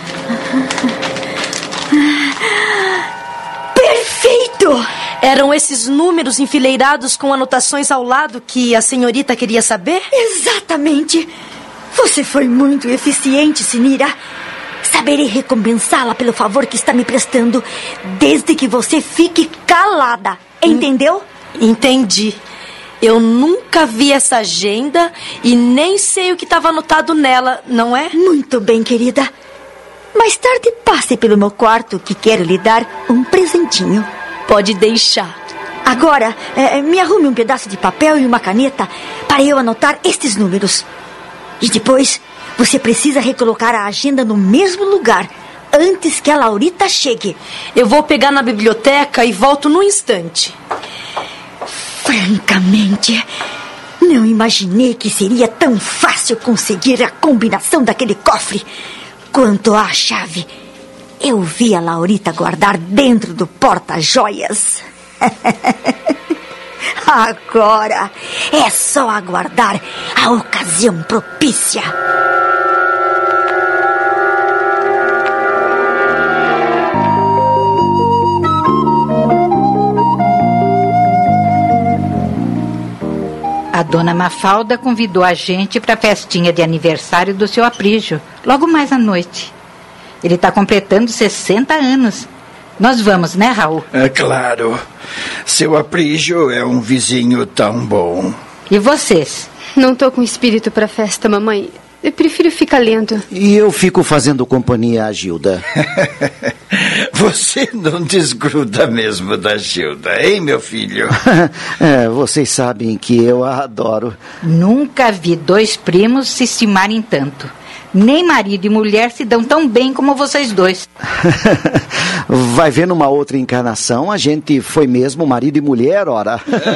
Perfeito! Eram esses números enfileirados com anotações ao lado que a senhorita queria saber? Exatamente. Você foi muito eficiente, Sinira. Saberei recompensá-la pelo favor que está me prestando, desde que você fique calada. Entendeu? Entendi. Eu nunca vi essa agenda e nem sei o que estava anotado nela, não é? Muito bem, querida. Mais tarde passe pelo meu quarto que quero lhe dar um presentinho. Pode deixar. Agora, me arrume um pedaço de papel e uma caneta para eu anotar estes números. E depois, você precisa recolocar a agenda no mesmo lugar, antes que a Laurita chegue. Eu vou pegar na biblioteca e volto num instante. Francamente, não imaginei que seria tão fácil conseguir a combinação daquele cofre. Quanto à chave, eu vi a Laurita guardar dentro do porta-joias. Agora é só aguardar a ocasião propícia. A dona Mafalda convidou a gente para a festinha de aniversário do seu Aprígio, logo mais à noite. Ele está completando 60 anos. Nós vamos, né, Raul? É claro. Seu Aprígio é um vizinho tão bom. E vocês? Não tô com espírito para festa, mamãe. Eu prefiro ficar lendo. E eu fico fazendo companhia à Gilda. Você não desgruda mesmo da Gilda, hein, meu filho? Vocês sabem que eu a adoro. Nunca vi dois primos se estimarem tanto. Nem marido e mulher se dão tão bem como vocês dois. Vai ver, numa outra encarnação, a gente foi mesmo marido e mulher, ora.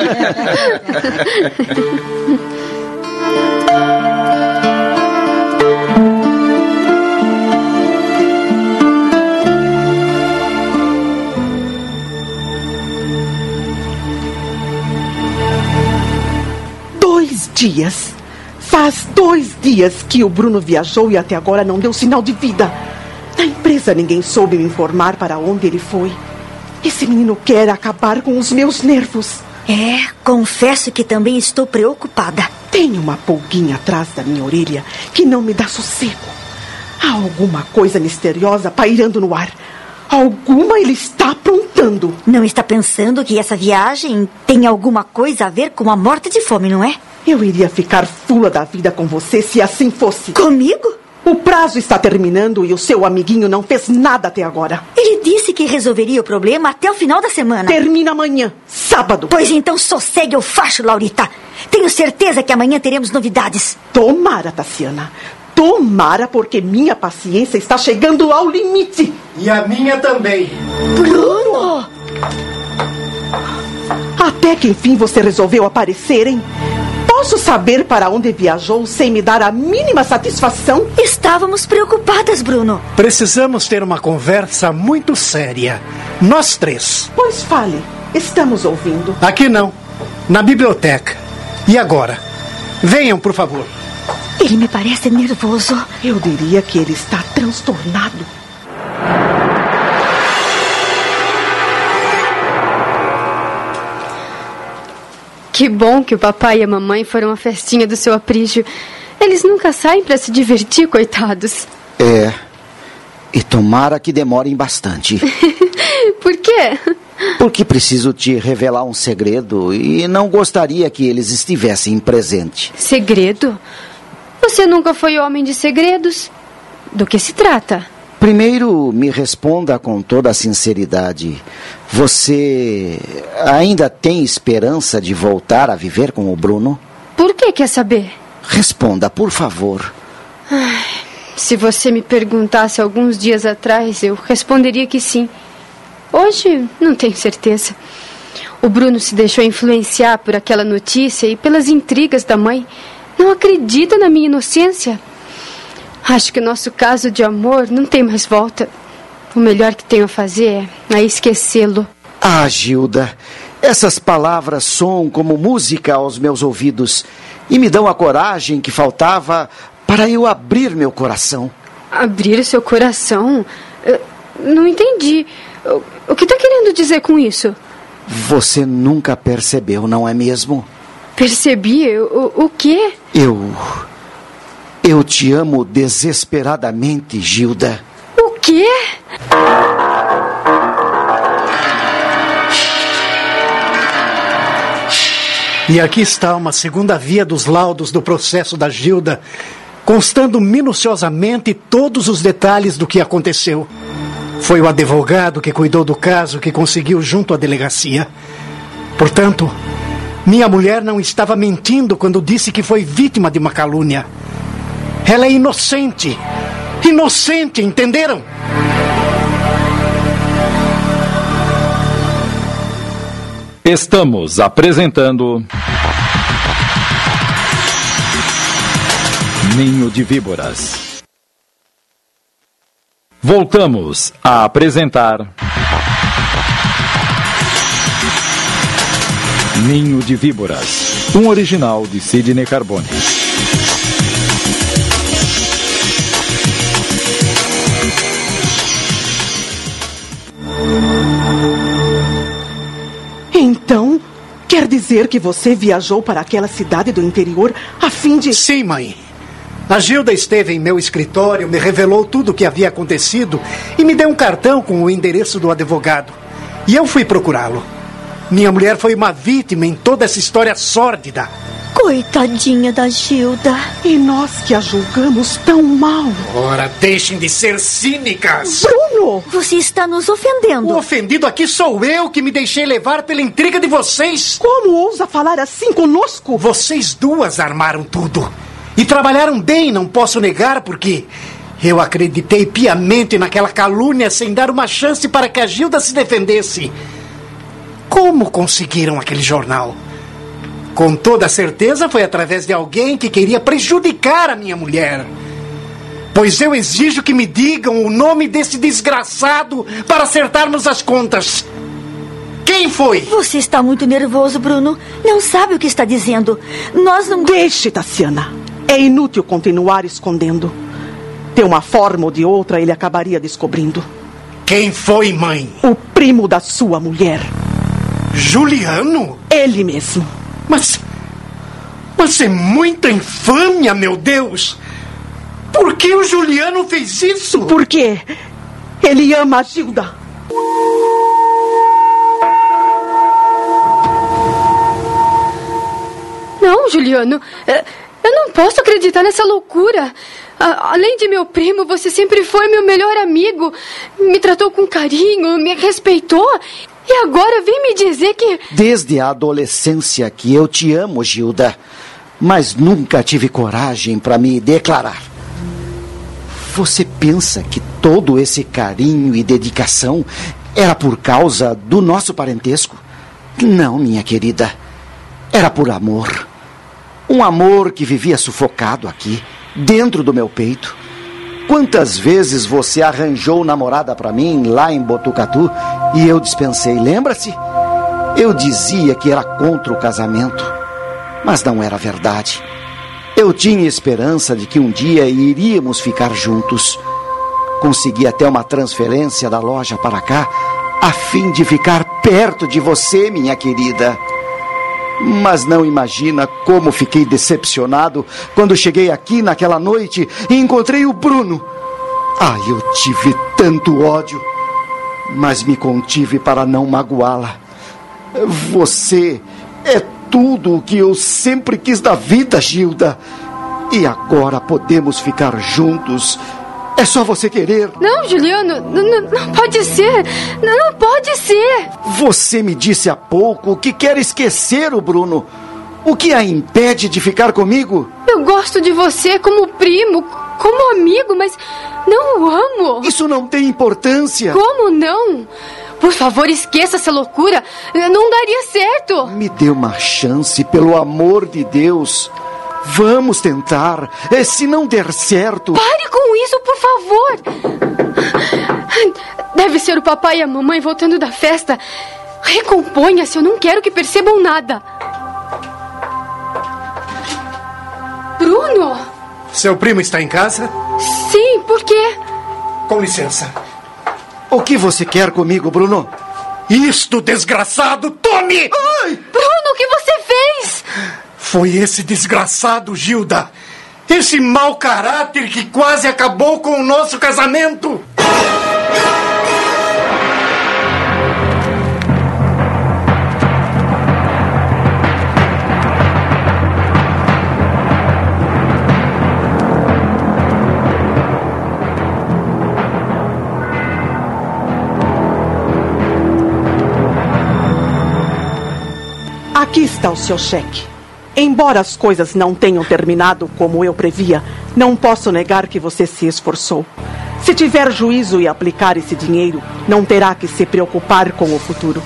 Dias. Faz 2 dias que o Bruno viajou e até agora não deu sinal de vida. Na empresa ninguém soube me informar para onde ele foi. Esse menino quer acabar com os meus nervos. Confesso que também estou preocupada. Tem uma pulguinha atrás da minha orelha que não me dá sossego. Há alguma coisa misteriosa pairando no ar. Alguma ele está aprontando. Não está pensando que essa viagem tem alguma coisa a ver com a morte de fome, não é? Eu iria ficar fula da vida com você se assim fosse. Comigo? O prazo está terminando e o seu amiguinho não fez nada até agora. Ele disse que resolveria o problema até o final da semana. Termina amanhã, sábado. Pois então sossegue o facho, Laurita. Tenho certeza que amanhã teremos novidades. Tomara, Tassiana. Tomara, porque minha paciência está chegando ao limite. E a minha também. Bruno! Até que enfim você resolveu aparecer, hein? Posso saber para onde viajou sem me dar a mínima satisfação? Estávamos preocupadas, Bruno. Precisamos ter uma conversa muito séria. Nós 3. Pois fale. Estamos ouvindo. Aqui não. Na biblioteca. E agora? Venham, por favor. Ele me parece nervoso. Eu diria que ele está transtornado. Que bom que o papai e a mamãe foram à festinha do seu Aprígio. Eles nunca saem para se divertir, coitados. E tomara que demorem bastante. Por quê? Porque preciso te revelar um segredo e não gostaria que eles estivessem presentes. Segredo? Você nunca foi homem de segredos? Do que se trata? Primeiro, me responda com toda a sinceridade. Você ainda tem esperança de voltar a viver com o Bruno? Por que quer saber? Responda, por favor. Se você me perguntasse alguns dias atrás, eu responderia que sim. Hoje, não tenho certeza. O Bruno se deixou influenciar por aquela notícia e pelas intrigas da mãe. Não acredita na minha inocência. Acho que o nosso caso de amor não tem mais volta. O melhor que tenho a fazer é esquecê-lo. Ah, Gilda, essas palavras soam como música aos meus ouvidos e me dão a coragem que faltava para eu abrir meu coração. Abrir seu coração? Não entendi. O que está querendo dizer com isso? Você nunca percebeu, não é mesmo? Percebi? O quê? Eu te amo desesperadamente, Gilda. O quê? E aqui está uma segunda via dos laudos do processo da Gilda, constando minuciosamente todos os detalhes do que aconteceu. Foi o advogado que cuidou do caso que conseguiu junto à delegacia. Portanto, minha mulher não estava mentindo quando disse que foi vítima de uma calúnia. Ela é inocente. Inocente, entenderam? Estamos apresentando Ninho de Víboras. Voltamos a apresentar Ninho de Víboras, um original de Sidney Carbone. Então, Quer dizer que você viajou para aquela cidade do interior a fim de... Sim, mãe. A Gilda esteve em meu escritório, me revelou tudo o que havia acontecido e me deu um cartão com o endereço do advogado. E eu fui procurá-lo. Minha mulher foi uma vítima em toda essa história sórdida. Coitadinha da Gilda. E nós que a julgamos tão mal. Ora, deixem de ser cínicas. Bruno! Você está nos ofendendo. O ofendido aqui sou eu, que me deixei levar pela intriga de vocês. Como ousa falar assim conosco? Vocês duas armaram tudo. E trabalharam bem, não posso negar, porque eu acreditei piamente naquela calúnia sem dar uma chance para que a Gilda se defendesse. Como conseguiram aquele jornal? Com toda certeza foi através de alguém que queria prejudicar a minha mulher. Pois eu exijo que me digam o nome desse desgraçado para acertarmos as contas. Quem foi? Você está muito nervoso, Bruno. Não sabe o que está dizendo. Nós não... Deixe, Tassiana. É inútil continuar escondendo. De uma forma ou de outra, ele acabaria descobrindo. Quem foi, mãe? O primo da sua mulher. Juliano? Ele mesmo. Mas é muita infâmia, meu Deus! Por que o Juliano fez isso? Porque ele ama a Gilda. Não, Juliano. Eu não posso acreditar nessa loucura. Além de meu primo, você sempre foi meu melhor amigo. Me tratou com carinho, me respeitou. E agora vem me dizer que... Desde a adolescência que eu te amo, Gilda. Mas nunca tive coragem para me declarar. Você pensa que todo esse carinho e dedicação era por causa do nosso parentesco? Não, minha querida. Era por amor. Um amor que vivia sufocado aqui, dentro do meu peito. Quantas vezes você arranjou namorada para mim lá em Botucatu e eu dispensei, lembra-se? Eu dizia que era contra o casamento, mas não era verdade. Eu tinha esperança de que um dia iríamos ficar juntos. Consegui até uma transferência da loja para cá, a fim de ficar perto de você, minha querida. Mas não imagina como fiquei decepcionado quando cheguei aqui naquela noite e encontrei o Bruno. Eu tive tanto ódio, mas me contive para não magoá-la. Você é tudo o que eu sempre quis da vida, Gilda. E agora podemos ficar juntos. É só você querer. Não, Juliano, não pode ser. Não pode ser. Você me disse há pouco que quer esquecer o Bruno. O que a impede de ficar comigo? Eu gosto de você como primo, como amigo, mas não o amo. Isso não tem importância. Como não? Por favor, esqueça essa loucura. Não daria certo. Me dê uma chance, pelo amor de Deus. Vamos tentar. Se não der certo... Pare com isso, por favor. Deve ser o papai e a mamãe voltando da festa. Recomponha-se, eu não quero que percebam nada. Bruno! Seu primo está em casa? Sim, por quê? Com licença. O que você quer comigo, Bruno? Isto, desgraçado! Tome! Ai! Bruno, o que você fez? Foi esse desgraçado, Gilda. Esse mau caráter que quase acabou com o nosso casamento. Aqui está o seu cheque. Embora as coisas não tenham terminado como eu previa, não posso negar que você se esforçou. Se tiver juízo e aplicar esse dinheiro, não terá que se preocupar com o futuro.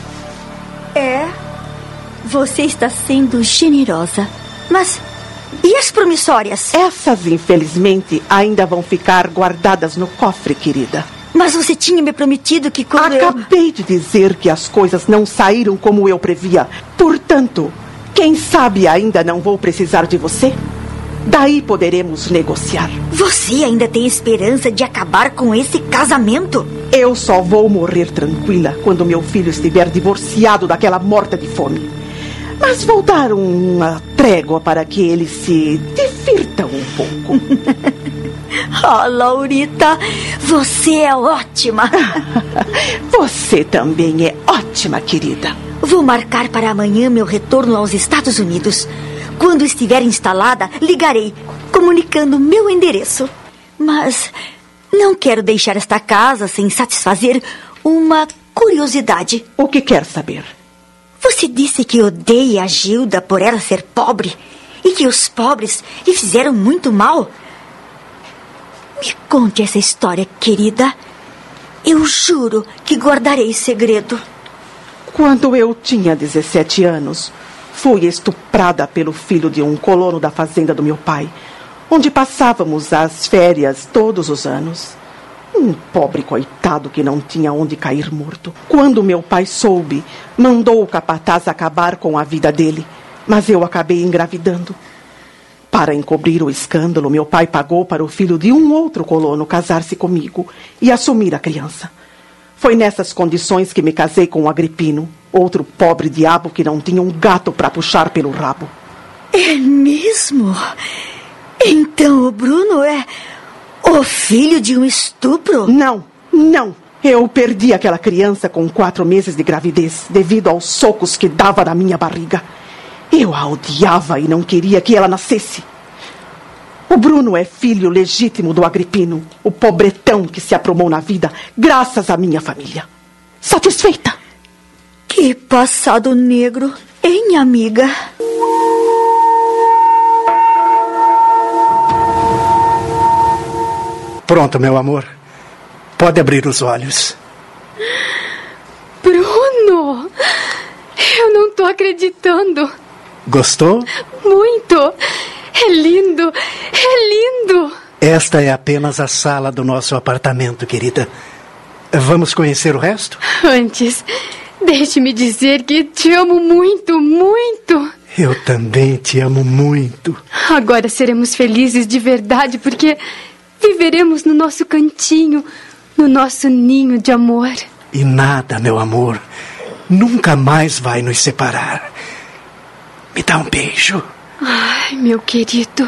Você está sendo generosa. Mas e as promissórias? Essas, infelizmente, ainda vão ficar guardadas no cofre, querida. Mas você tinha me prometido que quando Acabei de dizer que as coisas não saíram como eu previa. Portanto, quem sabe ainda não vou precisar de você? Daí poderemos negociar. Você ainda tem esperança de acabar com esse casamento? Eu só vou morrer tranquila quando meu filho estiver divorciado daquela morta de fome. Mas vou dar uma trégua para que eles se divirtam um pouco. Oh, Laurita, você é ótima. Você também é ótima, querida. Vou marcar para amanhã meu retorno aos Estados Unidos. Quando estiver instalada, ligarei, comunicando meu endereço. Mas não quero deixar esta casa sem satisfazer uma curiosidade. O que quer saber? Você disse que odeia a Gilda por ela ser pobre e que os pobres lhe fizeram muito mal. Me conte essa história, querida. Eu juro que guardarei segredo. Quando eu tinha 17 anos, fui estuprada pelo filho de um colono da fazenda do meu pai, onde passávamos as férias todos os anos. Um pobre coitado que não tinha onde cair morto. Quando meu pai soube, mandou o capataz acabar com a vida dele, mas eu acabei engravidando. Para encobrir o escândalo, meu pai pagou para o filho de um outro colono casar-se comigo e assumir a criança. Foi nessas condições que me casei com o Agripino, outro pobre diabo que não tinha um gato para puxar pelo rabo. É mesmo? Então o Bruno é o filho de um estupro? Não. Eu perdi aquela criança com 4 meses de gravidez, devido aos socos que dava na minha barriga. Eu a odiava e não queria que ela nascesse. O Bruno é filho legítimo do Agripino, o pobretão que se aprumou na vida graças à minha família. Satisfeita? Que passado negro, hein, amiga? Pronto, meu amor. Pode abrir os olhos. Bruno! Eu não tô acreditando. Gostou? Muito! É lindo! É lindo! Esta é apenas a sala do nosso apartamento, querida. Vamos conhecer o resto? Antes, deixe-me dizer que te amo muito, muito. Eu também te amo muito. Agora seremos felizes de verdade, porque viveremos no nosso cantinho, no nosso ninho de amor. E nada, meu amor, nunca mais vai nos separar. Me dá um beijo. Ai, meu querido.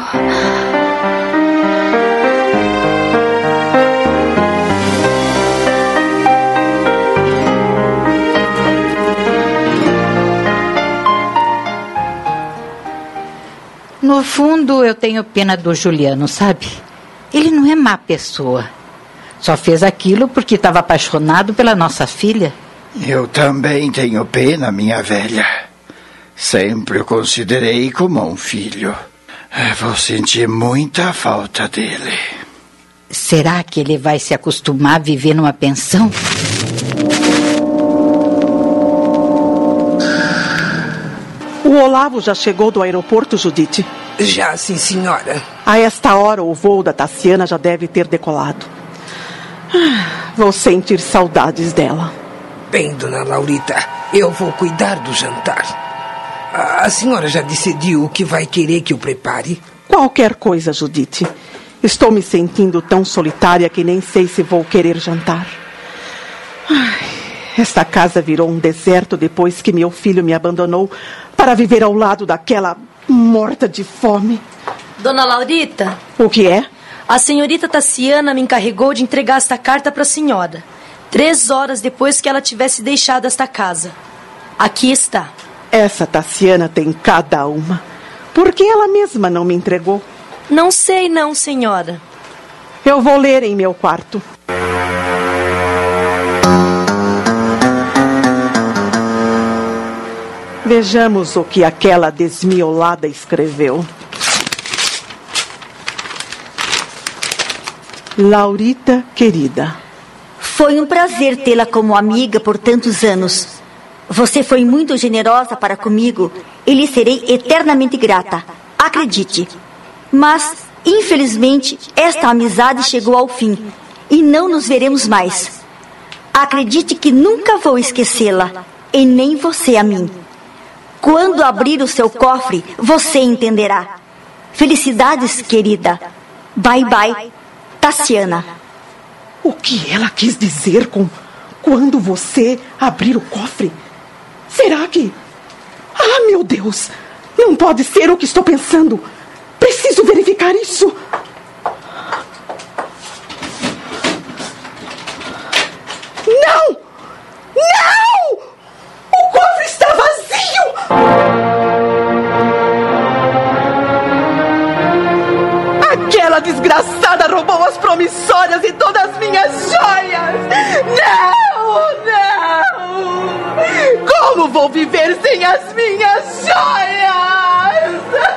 No fundo, eu tenho pena do Juliano, sabe? Ele não é má pessoa. Só fez aquilo porque estava apaixonado pela nossa filha. Eu também tenho pena, minha velha. Sempre o considerei como um filho. Vou sentir muita falta dele. Será que ele vai se acostumar a viver numa pensão? O Olavo já chegou do aeroporto, Judite? Já, sim, senhora. A esta hora, o voo da Tassiana já deve ter decolado. Vou sentir saudades dela. Bem, dona Laurita, eu vou cuidar do jantar. A senhora já decidiu o que vai querer que eu prepare? Qualquer coisa, Judite. Estou me sentindo tão solitária que nem sei se vou querer jantar. Esta casa virou um deserto depois que meu filho me abandonou para viver ao lado daquela morta de fome. Dona Laurita? O que é? A senhorita Tassiana me encarregou de entregar esta carta para a senhora, 3 horas depois que ela tivesse deixado esta casa. Aqui está. Essa Tassiana tem cada uma. Por que ela mesma não me entregou? Não sei não, senhora. Eu vou ler em meu quarto. Vejamos o que aquela desmiolada escreveu. Laurita, querida. Foi um prazer tê-la como amiga por tantos anos. Você foi muito generosa para comigo e lhe serei eternamente grata. Acredite. Mas, infelizmente, esta amizade chegou ao fim e não nos veremos mais. Acredite que nunca vou esquecê-la, e nem você a mim. Quando abrir o seu cofre, você entenderá. Felicidades, querida. Bye, bye, Tassiana. O que ela quis dizer com quando você abrir o cofre? Será que Ah, meu Deus! Não pode ser o que estou pensando. Preciso verificar isso. Não! Não! O cofre está vazio! Aquela desgraçada roubou as promissórias e todas as minhas joias! Não! Não! Como vou viver sem as minhas joias?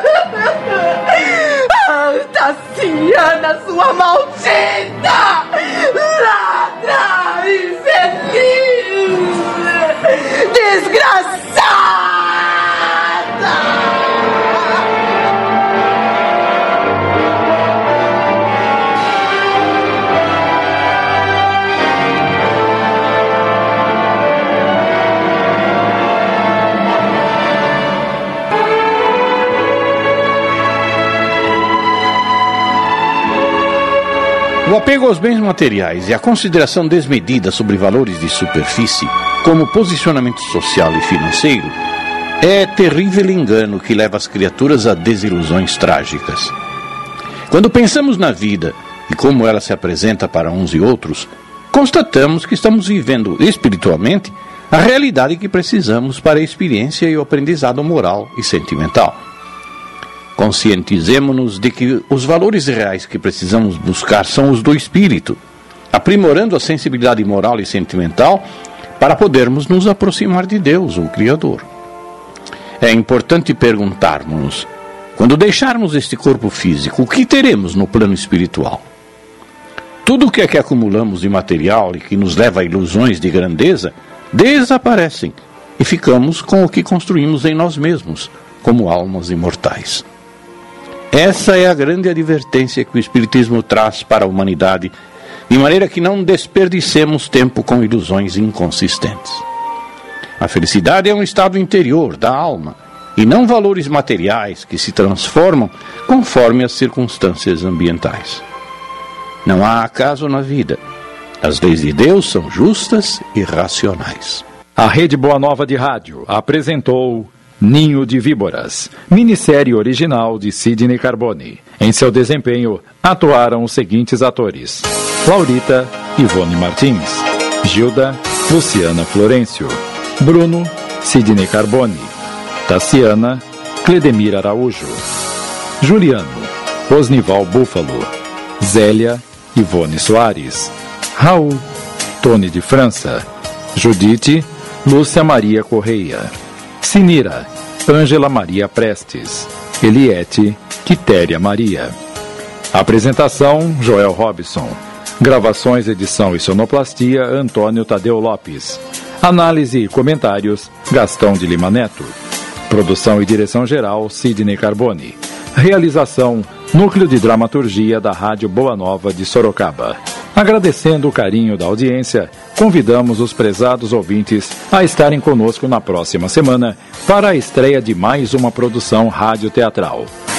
Tassiana, sua maldita! Ladra! Infeliz! Desgraçada! O apego aos bens materiais e a consideração desmedida sobre valores de superfície, como posicionamento social e financeiro, é terrível engano que leva as criaturas a desilusões trágicas. Quando pensamos na vida e como ela se apresenta para uns e outros, constatamos que estamos vivendo espiritualmente a realidade que precisamos para a experiência e o aprendizado moral e sentimental. Conscientizemo-nos de que os valores reais que precisamos buscar são os do espírito, aprimorando a sensibilidade moral e sentimental para podermos nos aproximar de Deus, o Criador. É importante perguntarmos-nos, quando deixarmos este corpo físico, o que teremos no plano espiritual? Tudo o que é que acumulamos de material e que nos leva a ilusões de grandeza, desaparecem e ficamos com o que construímos em nós mesmos, como almas imortais. Essa é a grande advertência que o Espiritismo traz para a humanidade, de maneira que não desperdicemos tempo com ilusões inconsistentes. A felicidade é um estado interior da alma, e não valores materiais que se transformam conforme as circunstâncias ambientais. Não há acaso na vida. As leis de Deus são justas e racionais. A Rede Boa Nova de Rádio apresentou Ninho de Víboras, minissérie original de Sidney Carbone. Em seu desempenho, atuaram os seguintes atores: Laurita, Ivone Martins; Gilda, Luciana Florencio; Bruno, Sidney Carbone; Tassiana, Cledemir Araújo; Juliano, Osnival Búfalo; Zélia, Ivone Soares; Raul, Tony de França; Judite, Lúcia Maria Correia; Sinira, Ângela Maria Prestes; Eliette, Quitéria Maria. Apresentação, Joel Robson. Gravações, edição e sonoplastia, Antônio Tadeu Lopes. Análise e comentários, Gastão de Lima Neto. Produção e direção geral, Sidney Carbone. Realização, Núcleo de Dramaturgia da Rádio Boa Nova de Sorocaba. Agradecendo o carinho da audiência, convidamos os prezados ouvintes a estarem conosco na próxima semana para a estreia de mais uma produção radioteatral.